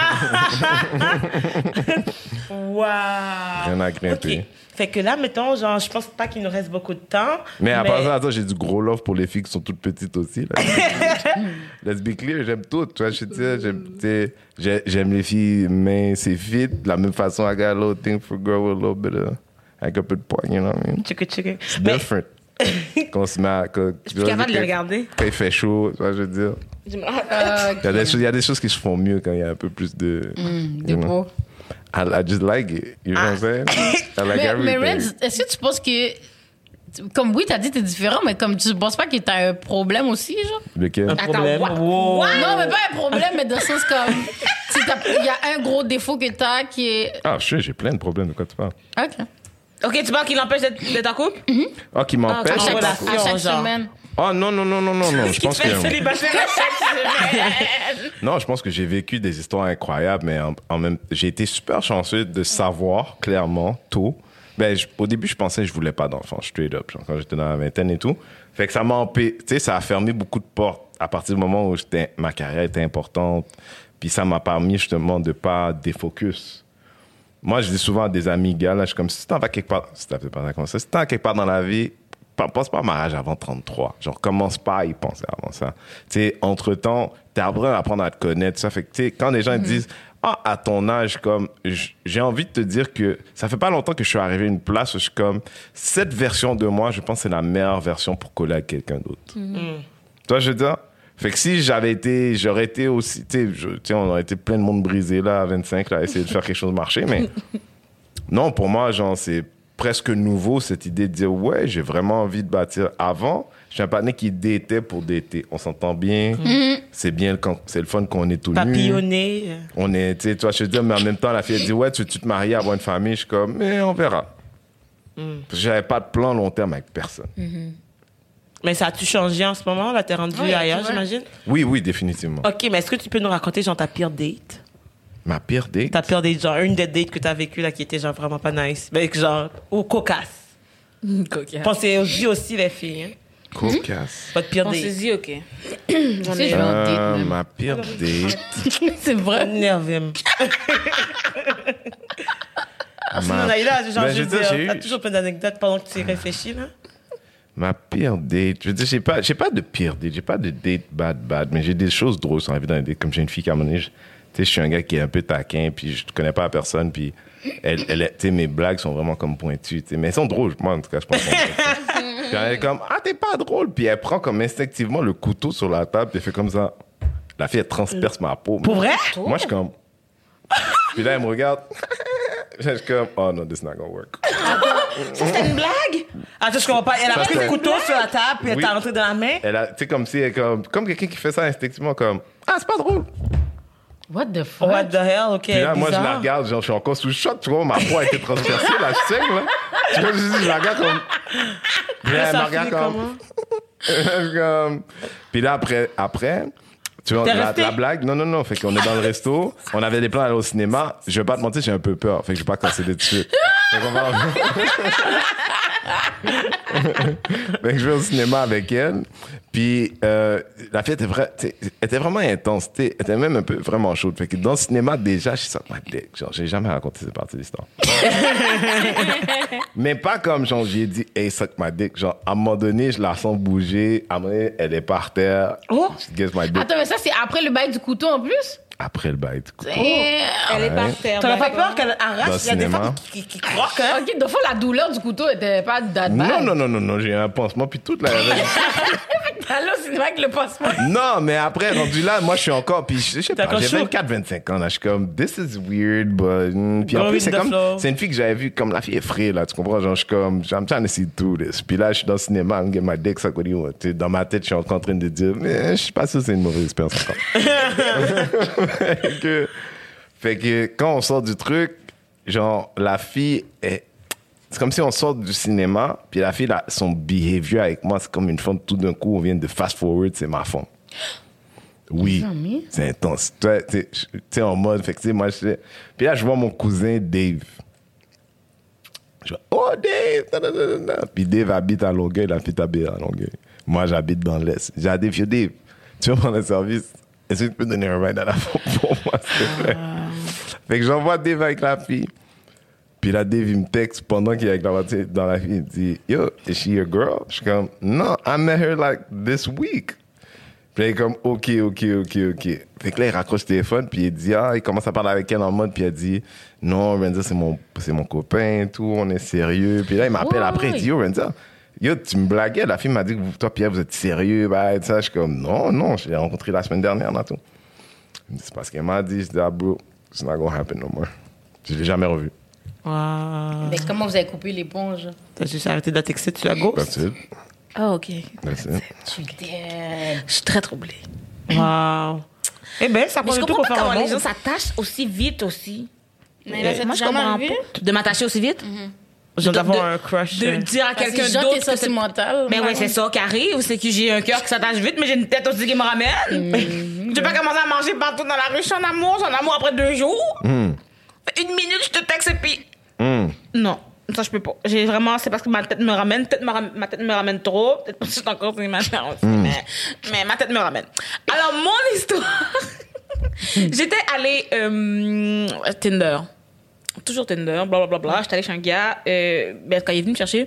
S2: Waouh!
S4: Rien à grimper.
S2: OK. Fait que là, mettons, genre, je pense pas qu'il nous reste beaucoup de temps.
S4: Mais à part ça, attends, j'ai du gros love pour les filles qui sont toutes petites aussi. Là. Let's be clear, j'aime toutes. Tu vois, je te dis, j'aime, tu sais, j'ai- j'aime les filles minces et fit. De la même façon, I got a little thing for girl with a little bit of, avec un peu de poigne, you know what I mean?
S2: Tchic, tchic.
S4: It's
S2: Mais
S4: different. Quand on se met à, quand,
S3: Je suis capable de les regarder.
S4: Quand il fait chaud, tu vois, je veux dire.
S1: Euh,
S4: Il y, a des choses, il y a des choses qui se font mieux quand il y a un peu plus de...
S1: de
S4: you know.
S1: beau.
S4: I, I just like it. You know what I'm saying? I like
S1: Mais, mais
S4: everything.
S1: Red, est-ce que tu penses que. Comme oui, t'as dit que t'es différent, mais comme tu penses pas que t'as un problème aussi, genre?
S4: Lequel?
S2: un problème.
S3: what?
S2: Wow.
S1: Non, mais pas un problème, mais dans le sens comme. si t'as- Il y a un gros défaut que t'as qui est.
S4: Ah, je sais, j'ai plein de problèmes. De quoi tu parles?
S1: Ok.
S3: OK, tu penses qu'il empêche d'être d'être en couple?
S4: Ah, qui m'empêche?
S1: À chaque,
S2: relation,
S1: à chaque
S2: genre.
S1: semaine.
S4: Oh non, non, non, non, non, non. Je pense que...
S3: célibataire à chaque semaine.
S4: Non, je pense que j'ai vécu des histoires incroyables, mais en, en même j'ai été super chanceux de savoir clairement tôt. Ben, je- au début, je pensais que je voulais pas d'enfants, straight up, genre, quand j'étais dans la vingtaine et tout. Fait que ça m'a empêché, tu sais, ça a fermé beaucoup de portes à partir du moment où j'étais, ma carrière était importante. Puis ça m'a permis justement de pas défocus. Moi, je dis souvent à des amis gars, là, je suis comme, si tu t'en vas quelque part, si t'as fait pas comme ça, si tu t'en vas quelque part dans la vie, pa- pense pas au mariage avant trente-trois. Genre, commence pas à y penser avant ça. Tu sais, entre-temps, t'es appris à apprendre à te connaître, ça fait que, tu sais, quand les gens disent, ah, à ton âge, comme, j- j'ai envie de te dire que ça fait pas longtemps que je suis arrivé à une place où je suis comme, cette version de moi, je pense que c'est la meilleure version pour coller avec quelqu'un d'autre. Toi, je veux dire, fait que si j'avais été, j'aurais été aussi, tu sais, je- tu sais, on aurait été plein de monde brisé là, à vingt-cinq, là, à essayer de faire quelque chose marcher, mais non, pour moi, genre, c'est presque nouveau cette idée de dire, ouais, j'ai vraiment envie de bâtir. Avant, j'ai un partenaire qui datait pour dater. On s'entend bien, c'est bien, quand, c'est le fun qu'on est tout nus.
S2: Papillonner.
S4: On est, tu sais, toi, je te dis, mais en même temps, la fille, elle dit, ouais, tu veux-tu te marier, avoir une famille? Je suis comme, mais on verra. Parce que j'avais pas de plan long terme avec personne.
S2: Mais ça a-tu changé en ce moment? Là, t'es rendu
S1: Oui,
S2: ailleurs,
S1: tu vois.
S2: j'imagine?
S4: Oui, oui, définitivement.
S2: OK, mais est-ce que tu peux nous raconter, genre, ta pire date?
S4: Ma pire date?
S2: Ta pire date, genre, une des dates que t'as vécues, là, qui était, genre, vraiment pas nice. Mais, genre, ou cocasse.
S3: Cocasse.
S2: Pensez-y aussi, les filles, hein.
S4: Cocasse.
S2: Votre pire date.
S3: Pensez-y, OK.
S1: Tu sais, je vais en
S4: Euh,
S1: date, même.
S4: ma pire date.
S1: C'est vrai.
S2: Énervé.
S4: ma...
S2: Naïla, genre,
S4: Ben,
S2: je
S4: je
S2: veux
S4: veux dire,
S2: dire,
S4: j'ai
S2: t'as
S4: eu-
S2: toujours plein d'anecdotes pendant que tu réfléchis, là.
S4: Ma pire date, je veux dire, j'ai pas, j'ai pas de pire date, j'ai pas de date bad bad, mais j'ai des choses drôles sur la vie dans les dates. Comme j'ai une fille qui a mon âge, tu sais, je suis un gars qui est un peu taquin, puis je connais pas la personne, puis elle, elle, est- tu sais, mes blagues sont vraiment comme pointues, tu sais, mais elles sont drôles, moi en tout cas, je pense. qu'elles sont drôles. Puis elle est comme, ah, t'es pas drôle, puis elle prend comme instinctivement le couteau sur la table, puis elle fait comme ça. La fille, elle transperce ma peau.
S2: Pour vrai?
S4: Moi, je suis comme. Puis là, elle me regarde. Je suis comme, oh non, this is not gonna work.
S3: Ça, c'était une blague?
S2: Attends, je comprends pas. Elle a
S4: Ça,
S2: pris le
S4: c'est-
S2: couteau sur la table, puis elle
S4: Oui.
S2: t'a rentré dans la main.
S4: Elle a, tu sais, comme si, elle, comme, comme quelqu'un qui fait ça instinctivement, comme, ah, c'est pas drôle.
S1: What the fuck?
S2: What the hell? OK,
S4: Puis là, moi, je la
S2: bizarre.
S4: regarde, genre, je suis encore sous choc, tu vois, ma peau a été transpercée, là, je saigne, là. Tu vois, je, dis, je la regarde comme. Puis là, elle
S2: Ça
S4: me regarde
S2: finit
S4: comme.
S2: comment?
S4: Je suis comme- Puis là, après, après, Tu vois,
S3: T'es
S4: la,
S3: resté?
S4: la blague, non, non, non. Fait qu'on est dans le resto, on avait des plans à aller au cinéma. Je vais pas te mentir, j'ai un peu peur. Fait que je vais pas casser des dessus. Fait qu'on va... fait que je vais au cinéma avec elle. Puis euh, la fille était, vrai, était vraiment intense. Elle était même un peu vraiment chaude. Fait que dans le cinéma, déjà, je suis sorti ma dick. Genre, j'ai jamais raconté cette partie de l'histoire. Mais pas comme, genre, j'ai dit, hey, suck my dick. Genre, à un moment donné, je la sens bouger. À un moment donné, elle est par terre.
S1: Oh.
S4: She gets my dick.
S1: Attends, mais ça, c'est après le bail du couteau en plus?
S4: Après le bail, du coup.
S1: Et...
S3: Elle est
S4: Ouais.
S3: par terre.
S2: T'aurais pas
S3: d'accord.
S2: peur qu'elle
S4: Dans
S2: arrache?
S4: le
S2: Il y a des
S4: cinéma.
S2: femmes qui, qui, qui croquent, hein?
S1: Ok, donc la douleur du couteau était pas that bad.
S4: Non, non, non, non, non, j'ai un pansement, puis toute la...
S1: Allô, c'est vrai que le pansement.
S4: Non, mais après, rendu là, moi, je suis encore, puis je sais
S2: T'es
S4: pas,
S2: encore
S4: j'ai
S2: chaud.
S4: vingt-quatre, vingt-cinq ans, là, je suis comme, this is weird, but... mm. Puis en
S2: Go
S4: plus,
S2: with
S4: c'est
S2: the
S4: comme,
S2: flow.
S4: c'est une fille que j'avais vue, comme la fille est frée, là, tu comprends? Genre, je suis comme, I'm trying to see through this. Puis là, je suis dans le cinéma, I'm getting my dick sucked, what do you want? Tu sais, dans ma tête, je suis encore en train de dire, mais je suis pas sûr que c'est une mauvaise expérience encore. fait, que, fait que quand on sort du truc, genre, la fille est... C'est comme si on sort du cinéma, puis la fille, là, son behavior avec moi, c'est comme une femme, tout d'un coup, on vient de fast-forward, c'est ma femme. Oui, c'est intense. Tu sais, en mode, fait que, tu sais, moi, je sais. Puis là, je vois mon cousin Dave. Je vois, oh, Dave! Da, da, da, da, da. Puis Dave habite à Longueuil, la fille habite à Longueuil. Moi, j'habite dans l'Est. J'ai dit, Dave, yo, Dave, tu veux prendre un service? Est-ce que tu peux donner un ride à la femme pour moi, s'il te plaît? Fait que j'envoie Dave avec la fille. Puis là, Dave, il me texte pendant qu'il est avec la voiture dans la fille. Il dit, yo, is she your girl? Je suis comme, non, I met her like this week. Puis là, il est comme, ok, ok, ok, ok. Fait que là, il raccroche le téléphone, puis il dit, ah, il commence à parler avec elle en mode, puis il dit, non, Renza, c'est mon, c'est mon copain, et tout, on est sérieux. Puis là, il m'appelle
S1: Ouais,
S4: après, il
S1: ouais.
S4: dit, yo, Renza, yo, tu me blaguais, la fille m'a dit que vous, toi, Pierre, vous êtes sérieux, bah, et ça. Je suis comme, non, non, je l'ai rencontré la semaine dernière, là, tout. Il me dit, c'est parce qu'elle m'a dit, je dis, ah, bro, it's not gonna happen no more. Je l'ai jamais revu.
S2: Wow.
S1: Mais comment vous avez coupé l'éponge?
S2: T'as juste arrêté de la texter, tu la ghost?
S4: That's it.
S3: Ah, OK.
S4: That's it.
S1: Je suis dead.
S3: Je suis très troublée.
S2: Wow. Eh ben, ça
S3: Mais
S2: prend
S3: je
S2: le tout
S3: comprends
S2: pour
S3: pas
S2: faire
S3: comment
S2: un
S3: les gens
S2: bon.
S3: s'attachent aussi vite aussi.
S1: Mais là, c'est
S3: Moi, je
S1: jamais
S3: comprends
S1: arrivé?
S3: pas. De m'attacher aussi vite?
S2: Je viens
S3: de-
S2: d'avoir
S3: de-
S2: un crush.
S3: De
S2: euh,
S3: dire à
S1: Parce que
S3: quelqu'un
S1: Jean,
S3: d'autre
S1: t'es
S3: que c'est...
S1: sentimental.
S3: Mais ouais, c'est ça qui arrive, c'est que j'ai un cœur qui s'attache vite, mais j'ai une tête aussi qui me ramène. Je vais pas commencer à manger partout dans la rue, je suis en amour, je suis en amour après deux jours. Fait Une minute, je te texte et puis...
S4: Mm.
S3: Non, ça je peux pas. J'ai vraiment, c'est parce que ma tête me ramène, peut-être ma, ram- ma tête me ramène trop, peut-être parce que c'est encore c'est ma aussi, mais, mais ma tête me ramène. Alors, mon histoire, j'étais allée euh, Tinder. Toujours Tinder, blablabla. Bla, bla. J'étais allée chez un gars, euh, ben, quand il est venu me chercher,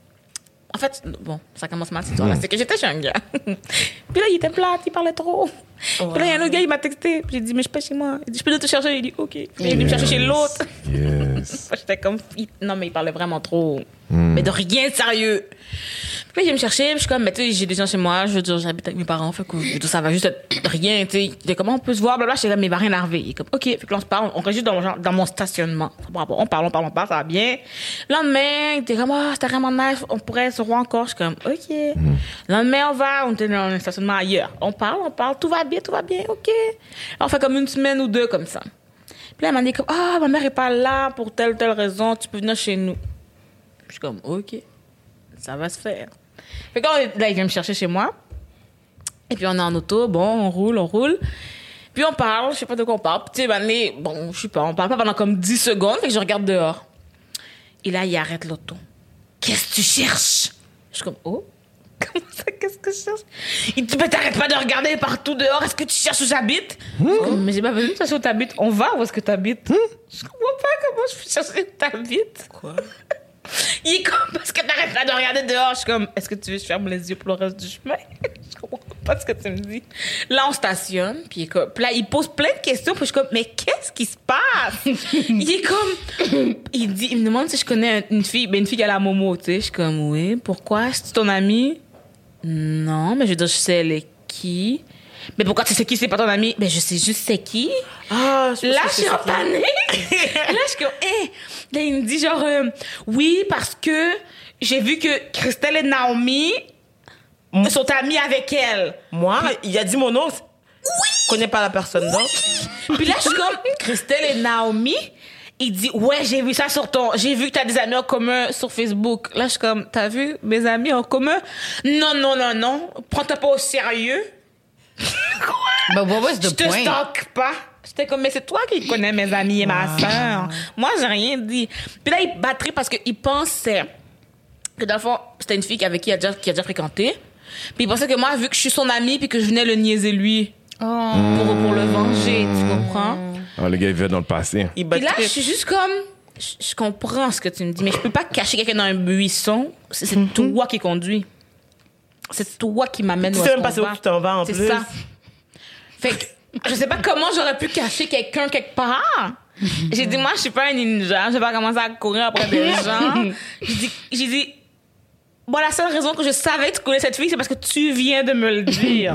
S3: en fait, bon, ça commence mal cette histoire-là. C'est que j'étais chez un gars. Puis là, il était plate, il parlait trop. Puis là, il y a un autre gars, il m'a texté. Puis j'ai dit, mais je suis pas chez moi. Il dit, je peux te chercher. Il dit, OK. Puis il est venu me chercher chez l'autre.
S4: Yes.
S3: J'étais comme, il- non, mais il parlait vraiment trop. Mais de rien de sérieux. Puis là, il vient me chercher. Puis je suis comme, mais tu sais, j'ai des gens chez moi. Je veux dire, j'habite avec mes parents. Fait que je veux dire, ça va juste être rien, tu sais. Il dit, comment on peut se voir? Blablabla. J'étais comme, mais il va rien arriver. Il est comme, OK. Fait que là, on se parle. On reste juste dans mon, genre- dans mon stationnement. Bon, on parle, on parle, on parle, ça va bien. Le lendemain, il était comme, ah, c'était vraiment nice. On pourrait se voir encore. Je suis comme, OK. Le lendemain, on va. On était dans un stationnement ailleurs. On parle, on parle. Tout va bien, tout va bien. OK. Là, on fait comme une semaine ou deux comme ça. Puis là, elle m'a dit comme, ah, ma mère est pas là pour telle ou telle raison, tu peux venir chez nous. Je suis comme, OK, ça va se faire. Fait que là, là, il vient me chercher chez moi. Et puis, on est en auto, bon, on roule, on roule. Puis, on parle, je sais pas de quoi on parle. Puis, tu sais, ben, les- bon, je sais pas, on parle pas pendant comme dix secondes, fait que je regarde dehors. Et là, il arrête l'auto. Qu'est-ce que tu cherches? Je suis comme, oh, comment ça, qu'est-ce que je cherche? Il dit, mais t'arrêtes pas de regarder partout dehors, est-ce que tu cherches où j'habite? Je suis comme, mais j'ai pas besoin de chercher où t'habites, on va où est-ce que t'habites? Je comprends pas comment je peux chercher où t'habites.
S2: Quoi?
S3: Il est comme, parce que t'arrêtes pas de regarder dehors. Je suis comme, est-ce que tu veux que je ferme les yeux pour le reste du chemin? Je comprends pas ce que tu me dis. Là, on stationne, puis il est comme, puis là, il pose plein de questions, puis je suis comme, mais qu'est-ce qui se passe? Il est comme, il dit, il me demande si je connais une fille, ben une fille qui a la Momo, tu sais. Je suis comme, oui, pourquoi? C'est ton amie? Non, mais je veux dire, je sais elle est qui? Mais pourquoi tu sais qui, c'est pas ton ami? Ben, je sais juste c'est qui.
S2: Ah, je pense
S3: Là,
S2: que
S3: je
S2: c'est
S3: suis en
S2: ça.
S3: panique. Là, je suis comme, hé. Là, il me dit genre, euh, oui, parce que j'ai vu que Christelle et Naomi sont amies avec elle.
S2: Moi, il a dit mon nom. Oui! Je connais pas la personne d'autre.
S3: Puis là, je suis comme, Christelle et Naomi. Il dit, ouais, j'ai vu ça sur ton... J'ai vu que t'as des amis en commun sur Facebook. Là, je suis comme, t'as vu mes amis en commun? Non, non, non, non. Prends-toi pas au sérieux. Quoi?
S1: But what was
S3: Je
S1: the
S3: te
S1: point?
S3: stocke pas. J'étais comme, mais c'est toi qui connais mes amis et ma sœur. Moi, j'ai rien dit. Puis là, il batterait parce qu'il pensait que dans le fond, c'était une fille avec qui il a déjà, qui a déjà fréquenté. Puis il pensait que moi, vu que je suis son amie, puis que je venais le niaiser lui.
S1: Oh.
S3: Pour, pour le venger, tu comprends?
S4: Ah, le gars, il vit dans le passé.
S2: Il
S3: Puis là,
S2: battait.
S3: je suis juste comme... Je, je comprends ce que tu me dis, mais je peux pas cacher quelqu'un dans un buisson. C'est, c'est
S2: Mm-hmm.
S3: toi qui conduis. C'est toi qui m'amène
S2: Tu
S3: où
S2: sais
S3: est-ce
S2: même pas
S3: qu'on
S2: c'est où
S3: va.
S2: tu t'en vas en
S3: C'est
S2: plus.
S3: ça. Fait que je sais pas comment j'aurais pu cacher quelqu'un quelque part. J'ai dit, moi, je suis pas un ninja. Je vais pas commencer à courir après des gens. J'ai dit, j'ai dit, bon, la seule raison que je savais que tu connais cette fille, c'est parce que tu viens de me le dire.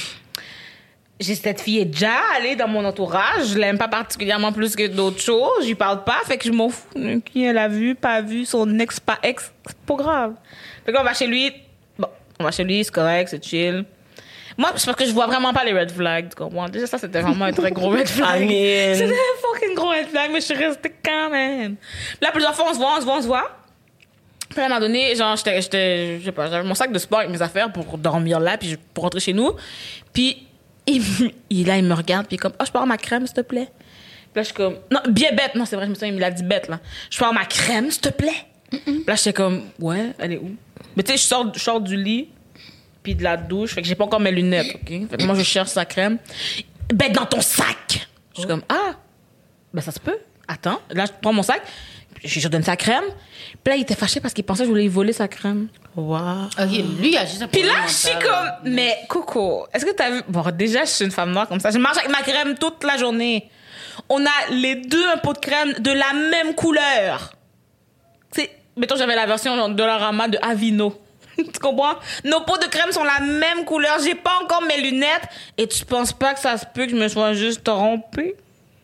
S3: J'ai cette fille est déjà allée dans mon entourage. Je l'aime pas particulièrement plus que d'autres choses. Je lui parle pas. Fait que je m'en fous de qui elle a vu, pas vu, son ex, pas ex. C'est pas grave. Fait qu'on va chez lui. Bon, on va chez lui, c'est correct, c'est chill. Moi, c'est parce que je vois vraiment pas les red flags, tu comprends? Déjà, ça, c'était vraiment un très gros red flag.
S2: I mean-
S3: C'était un fucking gros red flag, mais je suis restée quand même. Là, plusieurs fois, on se voit, on se voit, on se voit. Puis à un moment donné, genre, j'étais, j'étais, je sais pas, j'avais mon sac de sport avec mes affaires pour dormir là, puis je- pour rentrer chez nous. Puis, il, me- il, là, il me regarde, puis il est comme, oh, je peux avoir ma crème, s'il te plaît? Puis là, je suis comme, non, bien bête, non, c'est vrai, je me souviens, il me l'a dit bête, là. Je peux avoir ma crème, s'il te plaît? Puis là, j'étais comme, ouais, elle est où? Mais tu sais, je sors, je sors du lit, puis de la douche, fait que j'ai pas encore mes lunettes, OK? Fait que moi, je cherche sa crème. Ben, dans ton sac! Je suis comme, ah, ben, ça se peut. Attends, là, je prends mon sac, puis je lui donne sa crème. Puis là, il était fâché parce qu'il pensait que je voulais lui voler sa crème.
S2: Wow.
S1: OK, lui, il a juste un
S3: Puis là,
S1: problème
S3: je suis
S1: mental.
S3: comme, mais Coco, est-ce que t'as vu? Bon, déjà, je suis une femme noire comme ça. Je mange avec ma crème toute la journée. On a les deux un pot de crème de la même couleur. C'est, mettons, j'avais la version genre, Dollarama de Avino. Tu comprends? Nos pots de crème sont la même couleur. J'ai pas encore mes lunettes. Et tu penses pas que ça se peut que je me sois juste trompée?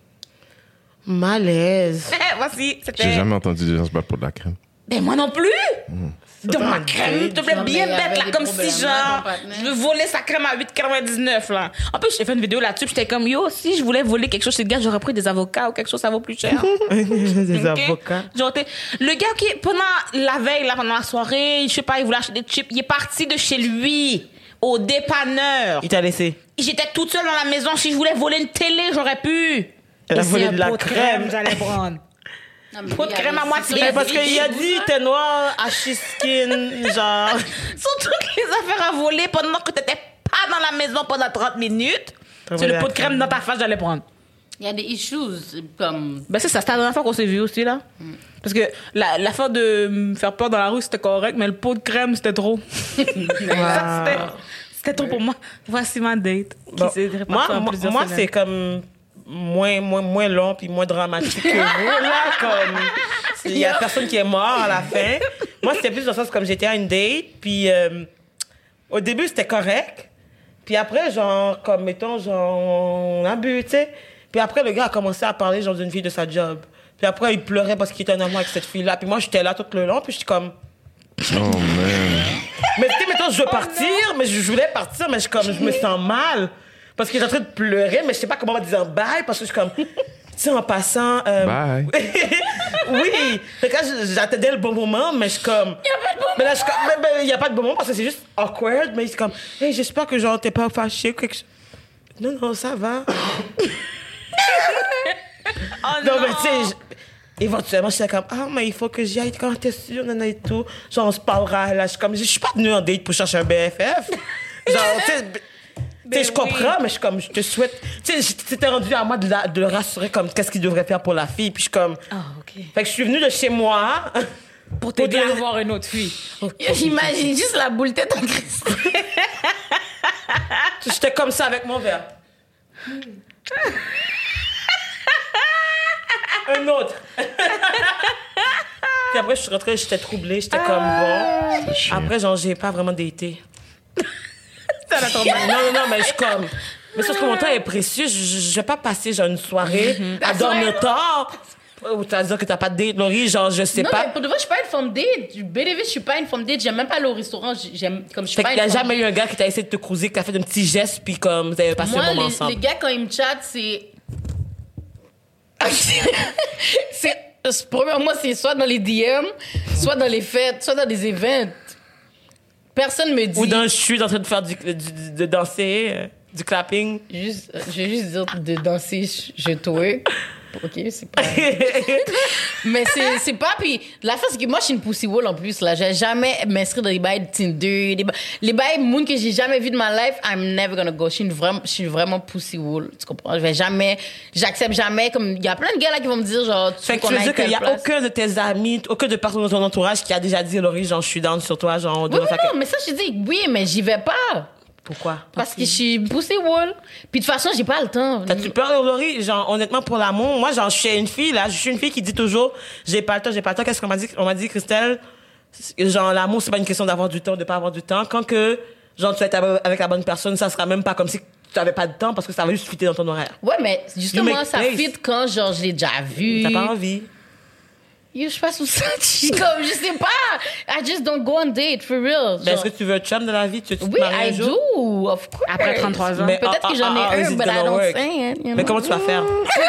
S2: Malaise.
S3: Voici, c'était...
S4: J'ai jamais entendu des gens se battre pour de la crème.
S3: Ben moi non plus. De ma
S2: un
S3: crème, s'il te plaît,
S1: Non, mais
S3: bien
S1: il y avait
S3: bête, là,
S1: des
S3: comme
S1: problèmes,
S3: si,
S1: hein,
S3: genre,
S1: ton partenaire.
S3: je veux voler sa crème à huit quatre-vingt-dix-neuf, là. En plus, j'ai fait une vidéo là-dessus, puis j'étais comme, yo, si je voulais voler quelque chose chez le gars, j'aurais pris des avocats ou quelque chose, ça vaut plus cher.
S2: Des
S3: Ok?
S2: avocats.
S3: Genre, t'es- le gars qui, pendant la veille, là, pendant la soirée, je sais pas, il voulait acheter des chips, il est parti de chez lui, au dépanneur.
S2: Il t'a laissé.
S3: J'étais toute seule dans la maison, si je voulais voler une télé, j'aurais pu.
S2: Elle a
S3: Et
S2: volé
S3: c'est
S2: de
S3: un
S2: la
S3: pot
S2: crème.
S3: j'allais prendre.
S1: Non, mais
S3: Pot de
S1: lui, il
S3: crème
S1: avait-
S3: à moitié.
S1: c'est
S2: Mais
S1: ça,
S2: parce
S1: il
S2: qu'il a
S1: dit-
S2: dit, t'es noir, ashy skin, genre.
S3: Sont toutes les affaires à voler pendant que t'étais pas dans la maison pendant trente minutes.
S2: T'as
S3: C'est
S2: volé
S3: le
S2: la
S3: pot de crème
S2: crème.
S3: dans ta face, j'allais prendre.
S1: Il y a des issues, comme...
S3: Ben c'est ça, c'était la dernière fois qu'on s'est vu aussi, là. Parce que la, l'affaire de me faire peur dans la rue, c'était correct, mais le pot de crème, c'était trop. Ça, c'était, c'était trop pour moi. Voici ma date. Qui
S2: Bon,
S3: s'est répartie
S2: moi,
S3: en
S2: moi,
S3: plusieurs
S2: moi,
S3: semaines.
S2: c'est comme moins, moins, moins long puis moins dramatique que vous, là, comme il y a personne qui est mort à la fin. Moi, c'était plus dans le sens comme j'étais à une date, puis euh, au début, c'était correct. Puis après, genre, comme, mettons, genre, on a bu, tu sais. Puis après, le gars a commencé à parler, genre, d'une fille de sa job. Puis après, il pleurait parce qu'il était en amour avec cette fille-là. Puis moi, j'étais là tout le long, puis j'étais comme...
S4: Oh, man.
S2: Mais tu sais, mettons, je veux partir, mais je voulais partir, mais je, comme, je me sens mal. Parce que j'étais en train de pleurer, mais je sais pas comment dire bye, parce que je suis comme... Tu sais, en passant... euh,
S4: Bye.
S2: oui! Fait que là, je- j'attendais le bon moment, mais je suis comme... Il y a pas de bon moment! Mais là, je suis comme... Mais, mais, il y a pas de bon moment, parce que c'est juste awkward, mais c'est comme... Hey, j'espère que genre, t'es pas fâché ou quelque chose. Non, non, ça va.
S3: Oh
S2: Non, mais tu sais... je- Éventuellement, j'étais comme, ah, mais il faut que j'y aille quand t'es sûr, non, et tout. Genre, on se parlera, là. Je suis comme, je suis pas venue en date pour chercher un B F F. Genre, tu sais, tu sais, je comprends, mais je suis comme, je te souhaite. Tu sais, c'était rendu à moi de, la- de le rassurer, comme, qu'est-ce qu'il devrait faire pour la fille. Puis je suis comme.
S3: Ah, OK.
S2: Fait que je suis venue de chez moi.
S3: Pour t'aider
S2: Pour
S3: à
S2: te-
S3: voir une autre fille.
S1: J'imagine juste la boule tête en Christ.
S2: J'étais comme ça avec mon verre. Un autre. Puis après, je suis rentrée, j'étais troublée, j'étais comme bon. Après, genre, j'ai pas vraiment daté.
S3: Ça l'a tombé.
S2: Non, non, non, mais je suis comme. Mais sauf que mon temps est précieux, je, je, je vais pas passer genre une soirée à dormir tard. Ou t'as dit que t'as pas de date, Laurie, genre, je sais
S1: Non,
S2: pas.
S1: mais pour de vrai, je suis pas une femme date. Du B D V, je suis pas une femme date. J'aime même pas aller au restaurant. J'aime, comme je suis
S2: Fait
S1: pas
S2: qu'il y a
S1: une femme
S2: jamais eu un gars qui t'a essayé de te cruiser, qui t'a fait un petit geste, puis comme vous avez passé
S1: Moi,
S2: un moment
S1: les,
S2: ensemble.
S1: les gars, quand ils me chattent, c'est. c'est. c'est- Premièrement, c'est soit dans les D M, soit dans les fêtes, soit dans des événements. Personne me dit.
S2: Ou dans je suis en train de faire du, du- de danser. euh. Du clapping.
S1: Juste, euh, je vais juste dire de danser, je, je twerk. Ok, c'est pas. Mais c'est, c'est pas. Puis la chose, c'est que moi, je suis une pussy wall en plus. Là, j'ai jamais m'inscrit dans les bails de Tinder. Les bails, les bails moon que j'ai jamais vu de ma life, I'm never gonna go. Je suis une vraiment, je suis vraiment pussy wall. Tu comprends? Je vais jamais, j'accepte jamais. Comme il y a plein de gars là qui vont me dire genre. Tu
S2: Fait que tu veux dire qu'il y a aucun de tes amis, aucun de personnes dans ton entourage qui a déjà dit Laurie, genre je suis down sur toi, genre.
S1: Oui, mais non, mais ça, je dis oui, mais j'y vais pas.
S2: Pourquoi?
S1: Parce que je suis pussy wall. Puis de toute façon, j'ai pas le temps.
S2: T'as-tu peur, Laurie? Genre, honnêtement, pour l'amour, moi, genre, je suis une fille, là, je suis une fille qui dit toujours, j'ai pas le temps, j'ai pas le temps. Qu'est-ce qu'on m'a dit? On m'a dit, Christelle, genre, l'amour, c'est pas une question d'avoir du temps, de pas avoir du temps. Quand que, genre, tu vas être avec la bonne personne, ça sera même pas comme si tu avais pas de temps parce que ça va juste fitter dans ton horaire.
S1: Ouais, mais justement,
S2: make
S1: ça
S2: place.
S1: fit quand, genre, je l'ai déjà vu.
S2: T'as pas envie?
S1: Yo, je suis pas sous ça. Je suis comme, je sais pas. I just don't go on date, for real.
S2: Ben, est-ce
S1: Genre,
S2: que tu veux un chum de la vie? Tu veux te
S1: oui,
S2: marier un
S1: I
S2: jour?
S1: do, of course.
S3: Après trente-trois ans.
S2: Mais,
S1: Peut-être
S2: ah,
S1: que j'en ai
S2: ah, ah,
S1: un,
S2: is it
S1: but I
S2: gonna
S1: don't
S2: work?
S1: say it. you
S2: Mais
S1: know?
S2: comment tu vas faire?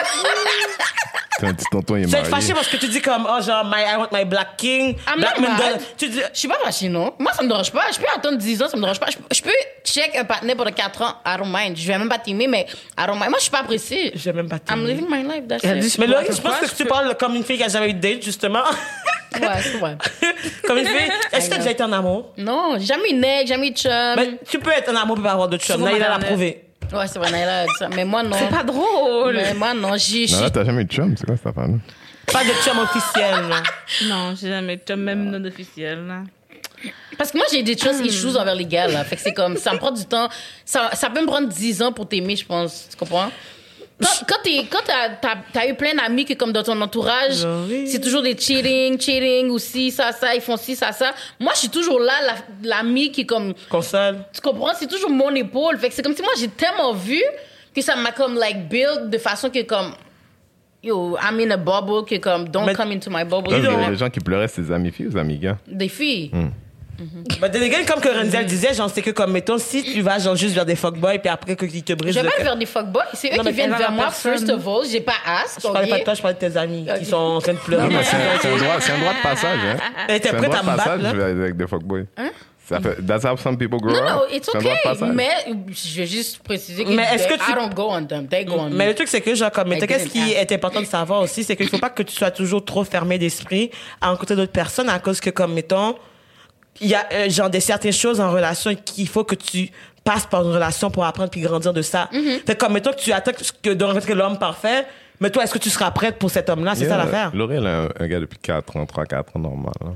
S4: Ton petit tonton, il est
S2: Tu vas être
S4: marié.
S2: fâché parce que tu dis comme, oh, genre, my, I want my black king.
S1: I'm
S2: black
S1: not
S2: man
S1: mad.
S2: doll- Tu dis,
S1: Je suis pas fâchée, non. Moi, ça me dérange pas. Je peux attendre dix ans, ça me dérange pas. Je, je peux check un partenaire pendant quatre ans, I don't mind. Je vais même pas t'aimer, mais I don't mind. Moi, je suis pas pressée.
S2: je vais même pas
S1: I'm
S2: t'aimer.
S1: living my life, that's
S3: Elle
S1: it.
S3: dit,
S2: Mais Laurie,
S3: Ouais,
S2: je pense
S3: moi,
S2: que
S3: je
S2: tu
S3: peux-
S2: parles comme une fille qui a jamais eu de date, justement.
S1: Ouais, c'est vrai.
S2: Comme une fille. Est-ce que
S1: I
S2: t'as
S1: know.
S2: déjà été en amour?
S1: Non, j'ai jamais eu nec, jamais eu de chum.
S2: Mais tu peux être en amour et pas avoir de chum.
S3: Souvent,
S2: Là, il a
S3: madame,
S2: prouvé.
S1: Ouais, c'est vrai, Naila a dit ça. Mais moi, non.
S3: C'est pas drôle.
S1: Mais moi, non. J'ai,
S4: Non,
S1: j'ai-
S4: là, t'as jamais eu de chum, c'est quoi cette affaire-là?
S2: Pas de chum officiel, non.
S3: Non, j'ai jamais été même non officiel, là.
S1: Parce que moi, j'ai des trust issues envers les gars, là. Fait que c'est comme, ça me prend du temps. Ça, ça peut me prendre dix ans pour t'aimer, je pense. Tu comprends? Quand, quand, t'es, quand t'as, t'as, t'as eu plein d'amis que, comme dans ton entourage,
S2: Oui.
S1: c'est toujours des cheating, cheating, ou ci, ça, ça, ils font ci, ça, ça. Moi, je suis toujours là, la, l'ami qui est comme,
S2: Console.
S1: tu comprends? C'est toujours mon épaule. Fait que c'est comme si moi, j'ai tellement vu que ça m'a comme, like, build de façon que, comme, yo, I'm in a bubble, que, comme, don't
S2: Mais-
S1: come into my bubble.
S4: Là,
S1: You know?
S4: les gens qui pleuraient, c'est des amis filles ou des amis gars?
S1: Des filles.
S2: Bah, then again, comme que Renzel disait, genre, c'est que comme, mettons, si tu vas, genre, juste vers des fuckboys, puis après, qu'ils te brisent
S1: Je vais
S2: le
S1: pas
S2: cœur.
S1: vers des fuckboys. C'est eux
S2: Non,
S1: qui
S2: mais
S1: viennent
S3: elle va
S1: vers
S3: vers
S1: moi,
S3: personne.
S1: first of all. J'ai pas ask.
S2: Je parlais pas de
S1: ok?
S2: toi, je parlais de tes amis qui
S1: Ok.
S2: sont en train de pleurer.
S4: Non, mais c'est c'est un droit, c'est un droit de passage, hein?
S2: Elle était
S4: C'est un
S2: prête
S4: droit
S2: à
S4: de
S2: me battre,
S4: passage,
S2: là.
S4: je vais avec des fuckboys. Ça fait, that's how some people grow
S1: Non,
S4: up.
S1: non, it's
S4: C'est un droit de
S1: okay.
S4: passage.
S1: Mais je vais juste préciser que,
S2: Mais est-ce que
S1: they-
S2: tu-
S1: I don't go on them. They go on
S2: Mais
S1: me.
S2: le truc, c'est que, genre, comme, mais
S1: I
S2: qu'est-ce
S1: didn't
S2: qui
S1: ask.
S2: est important de savoir aussi, c'est qu'il faut pas que tu sois toujours trop fermé d'esprit à rencontrer d'autres personnes à cause que, comme, mettons, il y a, euh, genre, des certaines choses en relation qu'il faut que tu passes par une relation pour apprendre puis grandir de ça.
S1: Mm-hmm.
S2: Fait que, comme, mettons que tu attends que de rencontrer l'homme parfait, mais toi, est-ce que tu seras prête pour cet homme-là? C'est
S4: Yeah,
S2: ça l'affaire.
S4: Laurie, elle a un, un gars depuis quatre ans, trois quatre ans, normal. Hein.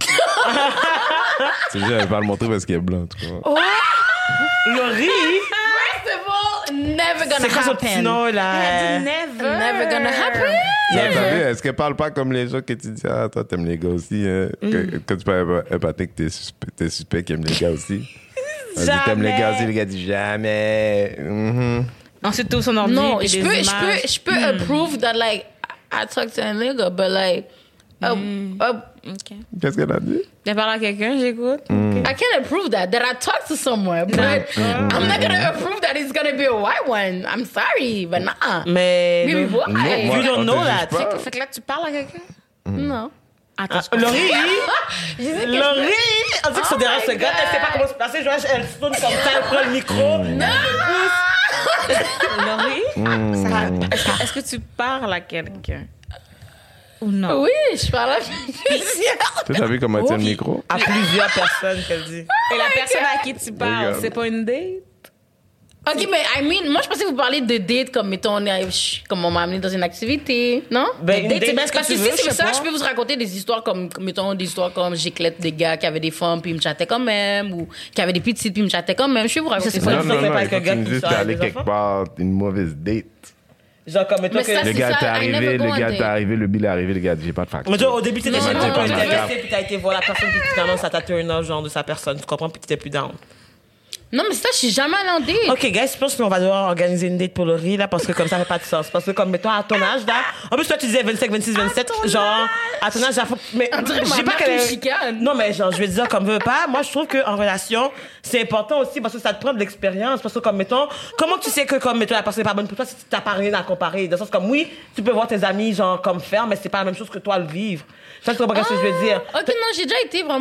S4: C'est juste, elle veut pas le montrer parce qu'il est blanc, tu vois.
S2: Laurie,
S1: First of all, never
S2: c'est
S1: gonna
S2: quoi son petit
S1: happen.
S2: nom, là?
S3: Never.
S1: Never gonna happen.
S4: T'as vu, est-ce qu'elle parle pas comme les gens que tu dis, ah, toi, t'aimes les gars aussi, hein? que, que tu peux épater que t'es suspect, t'es suspect qui aime les gars aussi. Elle dit, t'aimes les gars aussi, le gars dit jamais. Mhm.
S3: Ensuite, tout son ordi.
S1: Non,
S3: puis
S1: je
S3: des
S1: peux, je
S3: images.
S1: peux, je peux approve that, like, I talk to a nigga, but, like, uh, uh,
S3: OK.
S4: Qu'est-ce qu'elle a dit?
S3: T'as parlé à quelqu'un, j'écoute.
S1: I can't approve that, that I talk to someone, but I'm not gonna approve that it's gonna be a white one. I'm sorry, but nah.
S2: Mais.
S1: Maybe
S2: le-
S1: why?
S4: moi-
S2: You don't
S4: on te
S2: know
S4: juge
S2: that.
S4: pas.
S3: Fait que, fait que là, tu parles à quelqu'un?
S1: Non.
S3: Attends, je
S2: Ah, Laurie,
S1: Je sais que
S2: Laurie, on dit que c'est
S1: Oh
S2: derrière
S1: my
S2: ce gars, elle sait pas
S1: God.
S2: comment se placer, je vois, elle se tourne comme ça, elle prend le micro.
S3: Laurie, ça- est-ce que- est-ce que tu parles à quelqu'un? Ou non?
S1: Oui, je parle à plusieurs.
S4: Tu as vu comment elle tient le micro?
S2: À plusieurs personnes qu'elle dit.
S3: Et la personne à qui tu parles,
S4: Regarde.
S3: c'est pas une date?
S1: Ok, mais I mean, moi je pensais que vous parliez de date comme mettons, on est, chut, comme on m'a amené dans une activité, non?
S2: Ben, une
S1: Date,
S2: date,
S1: c'est bien
S2: ce que
S1: parce que
S2: tu
S1: si
S2: veux,
S1: c'est
S2: je sais
S1: ça,
S2: pas.
S1: je peux vous raconter des histoires comme, comme, mettons, des histoires comme j'éclate des gars qui avaient des femmes puis ils me chattaient quand même, ou qui avaient des petites puis ils me chattaient quand même. Je peux vous raconter
S2: c'est
S1: ça.
S2: pas
S4: Non,
S2: une
S4: non,
S2: fois,
S4: non,
S2: pas
S4: il
S2: avec
S4: faut
S2: un
S4: que
S2: gars
S4: tu me
S2: qui
S4: dises
S2: sort
S4: t'es
S2: avec
S4: allé
S2: des
S4: quelque
S2: enfants.
S4: part, une mauvaise date.
S2: Genre, comme, mettons
S1: Mais
S2: que.
S1: ça,
S4: Le
S1: c'est
S4: gars
S1: ça,
S4: t'est
S1: I never
S4: arrivé,
S1: go
S4: le
S1: on
S4: gars
S1: date.
S4: t'est arrivé, le bill est arrivé, le gars dit j'ai pas de facture.
S2: Mais tu vois, au début, t'étais
S1: Non,
S2: chez
S1: non,
S2: toi,
S1: non,
S2: t'es
S1: non, non.
S2: resté, puis t'as été voir la personne, puis finalement, ça t'a turn off, genre, de sa personne. Tu comprends, puis t'étais plus down.
S1: Non, mais ça, je suis jamais allée en date.
S2: Ok, guys, je pense qu'on va devoir organiser une date pour Laurie, là, parce que comme ça fait pas de sens. Parce que, comme, mettons, à ton âge, là. En plus, toi, tu disais vingt-cinq, vingt-six, vingt-sept. Genre, à ton âge, là, faut- mais.
S1: On dirait ma
S2: j'ai pas
S1: mère
S2: qu'elle
S1: qui me
S2: est-
S1: chicane.
S2: Non, mais genre, je vais dire, comme veut pas. Moi, je trouve qu'en relation, c'est important aussi parce que ça te prend de l'expérience. Parce que, comme, mettons, comment tu sais que, comme, mettons, la personne n'est pas bonne pour toi si t'as pas rien à comparer? Dans le sens, comme, oui, tu peux voir tes amis, genre, comme faire, mais c'est pas la même chose que toi le vivre. Ça, tu comprends ce que je veux dire?
S1: Ok, non, j'ai déjà été vraiment.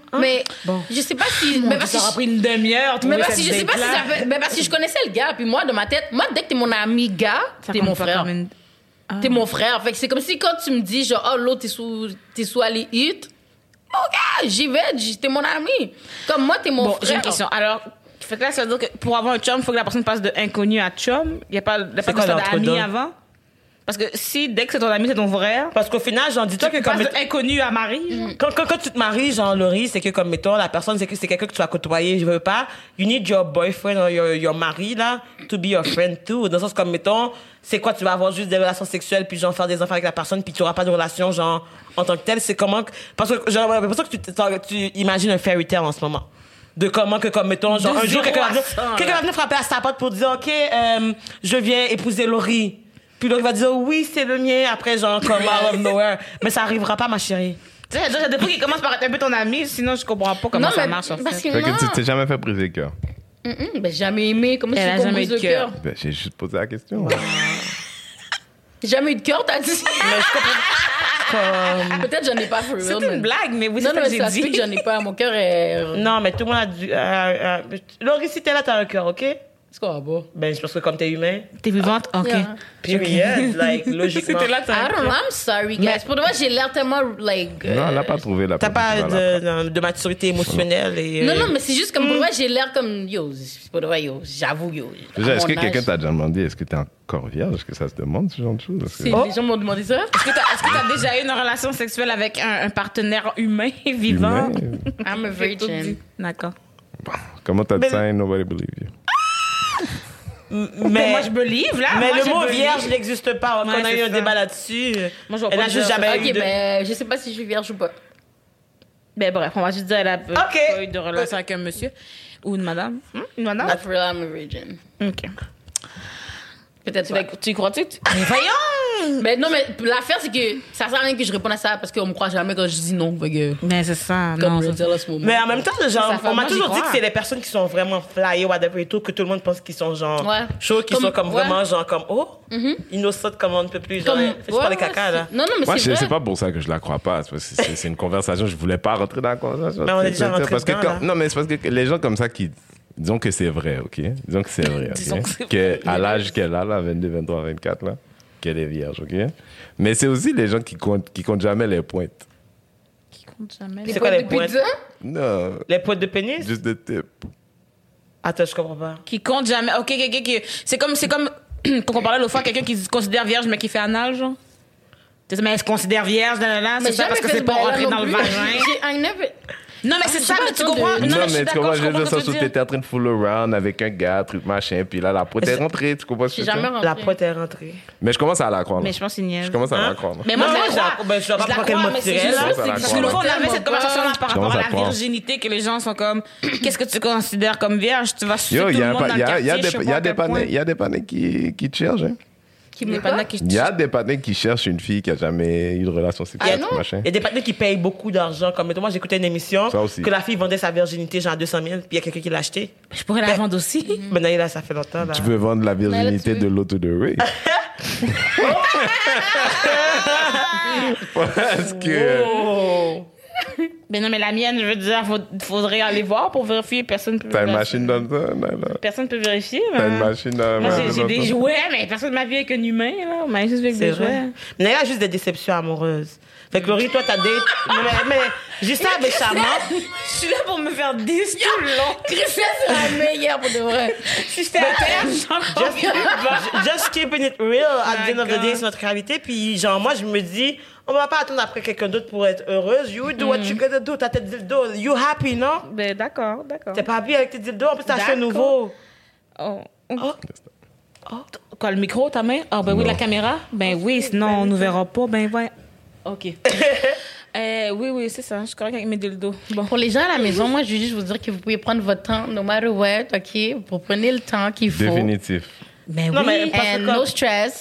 S1: Mais
S2: Bon.
S1: je sais pas si. mais parce
S3: Ça
S1: que
S3: aura
S1: je-
S3: pris une demi-heure.
S1: mais
S3: trouver
S1: parce que
S3: cette
S1: je sais pas si
S3: date-là.
S1: ça fait. Mais parce que je connaissais le gars, puis moi, dans ma tête, moi, dès que t'es mon ami gars,
S3: Ça
S1: t'es
S3: compte
S1: mon
S3: pas
S1: frère.
S3: comme une-
S1: T'es mon frère. Fait que c'est comme si quand tu me dis, genre, oh, l'autre, t'es sous, t'es sous Ali Hit. Oh, gars, j'y vais, j- t'es mon ami. Comme moi, t'es mon
S3: Bon, j'ai
S1: frère.
S3: une question. Alors, fait que là, ça veut dire que pour avoir un chum, il faut que la personne passe de inconnu à chum. Il n'y a pas, y a pas
S2: C'est
S3: que
S2: quoi
S3: ça
S2: l'entre-deux?
S3: d'ami avant. Parce que si, dès que c'est ton ami, c'est ton frère,
S2: Parce qu'au final, genre, dis-toi que
S3: tu
S2: comme...
S3: passes de inconnu à mari. genre.
S2: Quand, quand, quand tu te maries, genre, Laurie, c'est que, comme, mettons, la personne, c'est que c'est quelqu'un que tu as côtoyé, je veux pas. You need your boyfriend or your, your mari, là, to be your friend too. Dans le sens, comme, mettons, c'est quoi, tu vas avoir juste des relations sexuelles, puis, genre, faire des enfants avec la personne, puis tu auras pas de relation, genre, en tant que telle. C'est comment que, parce que, genre, j'ai l'impression que tu, t'en- tu imagines un fairy tale en ce moment. De comment que, comme, mettons, genre,
S3: De
S2: un jour,
S3: zéro
S2: quelqu'un va
S3: à
S2: venir,
S3: cent,
S2: quelqu'un
S3: là.
S2: va venir frapper à sa porte pour dire, OK, euh, je viens épouser Laurie. Puis Laurie va dire, oui, c'est le mien. Après, genre, comme, out of nowhere. Mais ça arrivera pas, ma chérie.
S3: Tu sais, il y a des fois qu'il commence par être un peu ton ami, sinon je comprends pas comment
S1: non,
S3: ça
S1: mais
S3: marche en
S1: parce
S3: fait.
S1: que
S4: Fait que
S1: non.
S4: tu t'es jamais fait briser le cœur.
S1: Mm-mm, ben, jamais aimé. Comment
S3: Elle
S1: tu
S3: a
S1: sais qu'on
S3: jamais
S1: brise
S3: eu de
S1: le
S3: cœur.
S1: cœur?
S4: Ben, j'ai juste posé la question.
S1: Jamais eu de cœur, t'as dit?
S2: Comme...
S1: Peut-être j'en ai pas for real.
S3: C'est
S1: mais-
S3: une blague, mais oui,
S1: Non,
S3: c'est
S1: non,
S3: ça
S1: mais
S3: que
S1: ça
S3: j'ai
S1: se peut
S3: dit.
S1: que j'en ai pas. Mon cœur est.
S2: Non, mais tout le monde a dû... Euh, euh, Laurie, si t'es là, t'as un cœur, OK?
S1: C'est quoi, bon?
S2: Ben, c'est parce que comme t'es humain,
S3: T'es vivante? Ok.
S1: Yeah.
S2: period, like, logiquement.
S3: C'était là, t'as
S1: I
S3: un
S1: don't know, I'm sorry, guys. Pour de vrai, j'ai l'air tellement, like...
S4: Non, elle
S1: euh,
S4: n'a pas trouvé la
S2: T'as pas
S4: position, elle a
S2: de, de, de maturité émotionnelle et...
S1: Non,
S2: euh,
S1: non, mais c'est juste comme, pour de vrai, j'ai l'air comme, yo, c'est pour de vrai, yo, j'avoue, yo.
S4: Déjà,
S1: à
S4: est-ce que
S1: mon
S4: quelqu'un
S1: âge.
S4: t'a déjà demandé, est-ce que t'es encore vierge? Est-ce que ça se demande, ce genre de choses? Est-ce que-
S1: C'est-
S2: Oh.
S1: Les gens m'ont demandé ça.
S3: Est-ce que t'as est-ce que t'as déjà eu une relation sexuelle avec un, un partenaire humain vivant?
S4: Humain?
S1: I'm a
S3: J'ai tout
S1: virgin.
S3: dit. D'accord.
S4: Comment t'as dit
S2: Mais-
S4: ça? Ain't nobody believe you.
S2: Mais,
S3: Moi, je believe, là.
S2: mais
S3: Moi,
S2: le
S3: je
S2: mot
S3: believe.
S2: vierge n'existe pas.
S3: Ouais,
S2: On a
S3: c'est
S2: eu un
S3: ça.
S2: débat là-dessus.
S3: Moi, je vois
S2: Elle
S3: pas
S2: a
S3: de
S2: juste
S3: genre-
S2: jamais
S1: Ok,
S2: eu de...
S1: ben, je sais pas si je suis vierge ou pas.
S3: Ben bref, on va juste dire qu'elle a peu-
S2: Ok.
S3: pas eu de relation avec un monsieur ou une madame. Hmm? Une madame?
S1: But for real, I'm a virgin.
S3: Ok.
S1: Peut-être
S3: Tu,
S1: pas.
S3: vas- tu y crois-tu? tu- Mais voyons!
S1: Mais non, mais l'affaire, c'est que ça sert à rien que je réponde à ça parce qu'on me croit jamais quand je dis non. Fait que,
S3: Mais c'est ça,
S1: comme
S3: non.
S1: je
S3: c'est-
S1: disais à ce moment.
S2: Mais en même temps, genre,
S3: Ça fait-
S2: on m'a
S3: moi, j'y
S2: toujours dit
S3: crois.
S2: que c'est les personnes qui sont vraiment flyées, whatever et tout, que tout le monde pense qu'ils sont genre
S1: Ouais.
S2: chauds, qui
S1: Comme-
S2: sont comme
S1: ouais.
S2: vraiment genre comme, oh, innocentes comme on ne peut plus. Genre,
S1: Comme-
S2: fais pas
S1: ouais,
S2: les caca,
S1: ouais,
S2: là.
S1: c'est- Non, non, mais
S4: Moi,
S1: c'est
S4: c'est
S1: vrai.
S4: c'est pas pour ça que je la crois pas. C'est parce que c'est c'est une conversation. Je voulais pas rentrer dans la conversation.
S2: Mais on est
S4: C'est-
S2: déjà
S4: c'est-
S2: rentré
S4: parce que
S2: dedans,
S4: quand-
S2: là.
S4: Non, mais c'est parce que les gens comme ça qui. Disons que c'est vrai, OK? Disons que c'est vrai,
S3: Disons
S4: OK?
S3: que c'est
S4: Que
S3: vrai.
S4: à l'âge qu'elle a, là, vingt-deux, vingt-trois, vingt-quatre, là, qu'elle est vierge, OK? Mais c'est aussi les gens qui comptent, qui comptent jamais les pointes.
S3: Qui compte jamais.
S2: C'est quoi les points?
S1: pizza?
S4: Non,
S2: Les pointes de pénis?
S4: juste des tips.
S2: Attends, je comprends pas.
S3: Qui compte jamais. Ok, ok, ok. ok. C'est comme, c'est comme quand on parlait l'autre fois, quelqu'un qui se considère vierge mais qui fait anal, genre. Tu sais, mais elle se considère vierge, là, là, là,
S1: Mais
S3: c'est ça
S1: jamais
S3: parce que
S1: fait
S3: c'est
S1: ce
S3: pas
S1: bail-là
S3: rentré
S1: non
S3: dans le
S1: plus.
S3: vagin.
S1: J'ai- I never-
S3: Non, mais c'est
S1: Ah,
S3: ça,
S1: j'ai
S3: mais
S1: pas
S3: tu
S1: le temps
S3: comprends?
S1: de-
S3: Non,
S4: Non,
S3: mais je suis
S4: mais tu comprends,
S3: d'accord, je
S4: je veux
S3: comprends
S4: dire
S3: ce que
S4: ça,
S3: tu
S4: où
S3: dis.
S4: t'étais en train de fool around avec un gars, truc machin, puis là, la pointe est rentrée, tu comprends ce que
S1: J'ai
S4: je veux
S1: jamais
S4: dire?
S1: rentré.
S2: La pointe est rentrée.
S4: Mais je commence à la croire. là.
S3: Mais je pense qu'il niaise.
S4: Je commence à
S2: Hein?
S4: la croire. là.
S3: Mais moi,
S2: Non,
S3: je
S2: moi,
S3: la
S2: je la-
S3: crois.
S2: ben, je dois pas
S3: la
S2: prendre quelle
S3: crois,
S2: mot
S3: mais c'est
S2: tirer,
S3: juste
S2: là.
S3: que
S4: Ça, la
S3: Parce
S4: croix,
S3: que l'autre fois, on
S1: là.
S3: avait cette conversation-là par
S4: Je
S3: rapport
S4: commence
S3: à
S4: à
S3: la
S4: croire.
S3: virginité, que les gens sont comme, qu'est-ce que tu considères comme vierge? Tu vas sucer
S4: Yo,
S3: tout
S4: il y
S3: le
S4: a,
S3: monde
S4: pas-
S3: dans
S4: il y
S3: le
S4: a, il y a
S3: quartier,
S4: des,
S3: je sais
S4: il y a
S3: pas
S4: des
S3: à quel point.
S4: panneaux, il y a des panneaux qui, qui te cherchent, hein.
S1: Qui
S3: Les
S1: me
S3: panneaux
S1: pas?
S3: qui
S4: Il y a des panneaux qui cherchent une fille qui a jamais eu de relation sexuelle,
S1: Ah non?
S4: truc machin.
S2: Il y a des partenaires qui payent beaucoup d'argent. Comme mettons, moi, j'écoutais une émission
S4: Ça aussi.
S2: que la fille vendait sa virginité genre à deux cent mille, puis il y a quelqu'un qui l'a acheté.
S3: Je pourrais la vendre aussi.
S2: Maintenant, là, ça fait longtemps. Là.
S4: Tu veux vendre la virginité
S1: tu
S4: de
S1: veux-
S4: l'auto de Ray? Parce que...
S2: Oh!
S3: Mais non, mais la mienne, je veux dire, faut- faudrait aller voir pour vérifier. Personne peut
S4: T'as une
S3: vérifier.
S4: machine dans le temps, là, là.
S3: Personne peut vérifier.
S4: T'as
S3: mais-
S4: une machine dans la
S3: Moi,
S4: main.
S3: j'ai- j'ai des jouets, mais personne m'a vu avec un humain, là. On m'a juste vu avec
S2: C'est
S3: des
S2: vrai.
S3: jouets.
S2: Mais il y a juste des déceptions amoureuses. Fait que Laurie, toi, t'as des. Mais, mais, mais Justin est charmant.
S3: Je suis là pour me faire dix tout le long.
S1: Christelle, c'est la meilleure pour de vrai.
S3: Si j'étais à terre, j'en
S2: Just, just keeping it real. At the end of the day,
S3: D'accord.
S2: c'est notre réalité. Puis, genre, moi, je me dis, on va pas attendre après quelqu'un d'autre pour être heureuse. You do what you gotta do. T'as tes dildos. You happy, non?
S3: Ben, d'accord, d'accord.
S2: T'es pas happy avec tes dildos. En plus, t'as acheté un
S3: D'accord.
S2: nouveau.
S3: Oh.
S2: Oh.
S3: Quoi, le micro, ta main? Ah, ben oui,
S4: Non.
S3: la caméra? Ben oui, sinon on nous verra pas. Ben ouais. OK. euh, oui, oui, c'est ça. Je suis correcte avec mes dildos. Bon.
S1: Pour les gens à la maison, moi, je veux juste vous dire que vous pouvez prendre votre temps, no matter what, OK? Vous prenez le temps qu'il faut.
S4: Définitif.
S3: Ben
S2: Non,
S3: oui.
S2: mais- parce que
S1: And
S2: comme-
S1: no stress.
S4: Chaque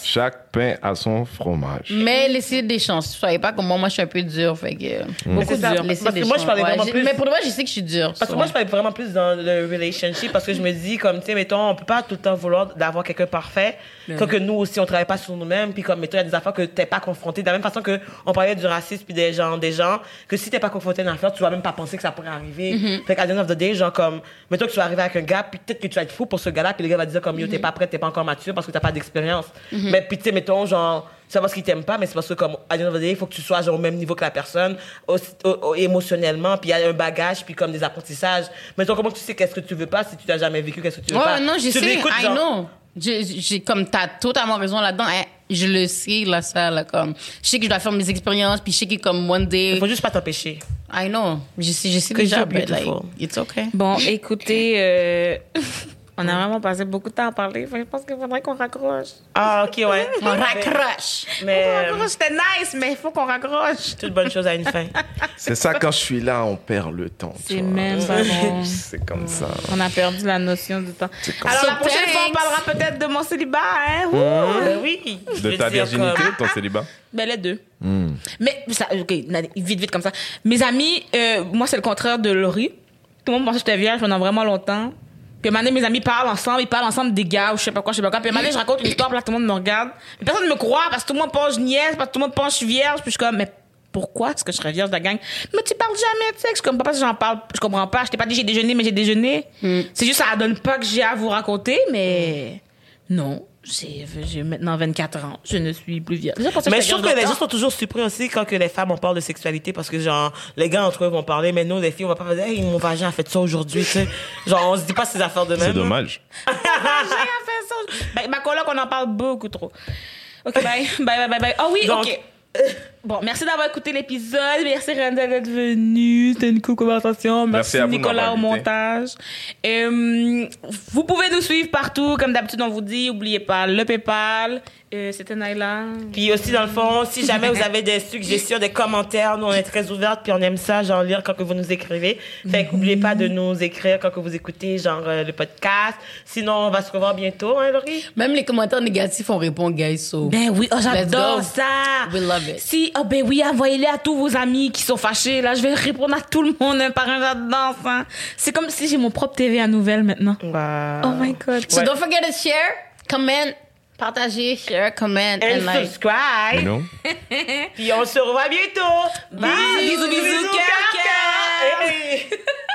S4: pain à son fromage.
S1: Mais laissez des chances. Soyez pas comme moi. Moi, je suis un peu dure. Fait que, beaucoup
S2: c'est ça.
S1: dur. Laissez
S2: Parce
S1: des
S2: que moi, je
S1: chances.
S2: parlais
S1: Ouais,
S2: vraiment
S1: j'ai-
S2: plus-
S1: Mais pour le moment, je sais que je suis dure.
S2: Parce que moi, je parlais vraiment plus dans le relationship parce que je me dis, comme, tu sais, mettons, on peut pas tout le temps vouloir d'avoir quelqu'un parfait. Comme que nous aussi, on travaille pas sur nous-mêmes. Puis comme, mettons, il y a des affaires que t'es pas confronté. De la même façon que on parlait du racisme puis des gens, des gens, que si t'es pas confronté à une affaire, tu vas même pas penser que ça pourrait arriver. Fait qu'à the end of the day, genre, comme, mettons que tu vas arriver avec un gars, puis peut-être que tu vas être fou pour ce gars-là, puis le gars va te dire, comme, yo, t'es pas prêt, t'es pas encore mature parce que t'as pas d'expérience. Mais puis, tu sais, mettons, genre, c'est parce qu'il t'aime pas, mais c'est parce que, comme, à the end of the day, il faut que tu sois, genre, au même niveau que la personne, aussi, au- au- émotionnellement, puis il y a un bagage, puis comme des apprentissages. Mettons, comment tu sais qu'est-ce que tu veux pas si tu n'as jamais vécu, qu'est-ce que tu veux
S1: Ouais,
S2: pas?
S1: non, je
S2: Tu
S1: sais.
S2: l'écoutes,
S1: I
S2: genre,
S1: know. J'ai, j'ai, comme, t'as totalement raison là-dedans. Hein, je le sais, là, ça, là, comme. Je sais que je dois faire mes expériences, puis je sais que, comme, one day.
S2: Il faut juste pas t'empêcher.
S1: I know. Je sais, je sais
S2: Que
S1: déjà,
S2: you're
S1: but, like,
S2: beautiful.
S1: it's okay.
S3: Bon, écoutez, euh, on a vraiment passé beaucoup de temps à parler. Fait que je pense qu'il faudrait qu'on raccroche.
S2: Ah, ok, ouais.
S1: On raccroche.
S2: Mais,
S3: On
S2: euh,
S3: raccroche, c'était nice, mais il faut qu'on raccroche.
S2: toute bonne chose a une fin.
S4: C'est ça, quand je suis là, on perd le temps. tu
S3: C'est
S4: vois.
S3: même pas bon.
S4: C'est comme ça.
S3: On a perdu la notion du temps.
S4: comme
S3: Alors,
S1: ça.
S3: la prochaine
S1: So
S3: fois, on
S1: thanks.
S3: parlera peut-être de mon célibat, hein? Ouh.
S2: Ben oui. Je
S4: De
S2: veux
S4: ta
S2: dire,
S4: virginité,
S2: comme-
S4: de ton célibat?
S3: Ben, les deux. Mais, ça, OK, vite, vite, comme ça. Mes amis, euh, moi, c'est le contraire de Laurie. Tout le monde pensait que j'étais vierge pendant vraiment longtemps. Puis, un moment donné, mes amis parlent ensemble, ils parlent ensemble des gars, ou je sais pas quoi, je sais pas quoi. Puis, un moment donné, je raconte une histoire, puis là, tout le monde me regarde. Mais personne ne me croit, parce que tout le monde pense que je niaise, parce que tout le monde pense que je suis vierge. Puis, je suis comme, mais pourquoi est-ce que je serais vierge de la gang? Mais tu parles jamais de sexe. Je suis comme, papa, si j'en parle, je comprends pas. Je t'ai pas dit j'ai déjeuné, mais j'ai déjeuné. C'est juste, ça donne pas que j'ai à vous raconter, mais non. J'ai, j'ai maintenant vingt-quatre ans. Je ne suis plus vierge.
S2: Mais je trouve que les gens sont toujours surpris aussi quand que les femmes on parle de sexualité parce que genre les gars entre eux vont parler mais nous les filles on va pas dire hey mon vagin a fait ça aujourd'hui tu sais genre on se dit pas ces affaires de même.
S4: C'est dommage.
S3: J'ai fait ça. Ben, ma coloc, on en parle beaucoup trop. OK, bye. Bye, bye, bye, bye. Oh oui,
S2: Donc-
S3: OK. Bon, merci d'avoir écouté l'épisode. Merci, Randa, d'être venue. C'était une cool conversation. Merci,
S4: Merci à vous de
S3: Nicolas, au
S4: m'avoir
S3: montage. Euh, vous pouvez nous suivre partout. Comme d'habitude, on vous dit, n'oubliez pas le PayPal. Euh, C'était Naila.
S2: Puis aussi dans le fond si jamais vous avez des suggestions des commentaires nous on est très ouvertes puis on aime ça genre lire quand que vous nous écrivez. Fait que n'oubliez pas de nous écrire quand que vous écoutez genre euh, le podcast. Sinon on va se revoir bientôt hein Laurie.
S1: Même les commentaires négatifs, on répond, guys. So.
S3: Ben oui, oh, j'adore
S1: go.
S3: ça.
S1: We love it.
S3: Si, oh ben oui, envoyez-les à tous vos amis qui sont fâchés. Là, je vais répondre à tout le monde un par un, j'adore ça. C'est comme si j'ai mon propre T V à nouvelles maintenant.
S2: Wow.
S3: Oh my God.
S1: So
S2: Ouais.
S1: don't forget to share, comment, partager, share, comment,
S2: And
S1: and like.
S2: subscribe.
S4: You know?
S2: Puis on se revoit bientôt.
S3: Bye. Bisous, bisous,
S2: bisous,
S3: cœur,
S2: cœur,
S3: cœur.
S2: cœur. Hey.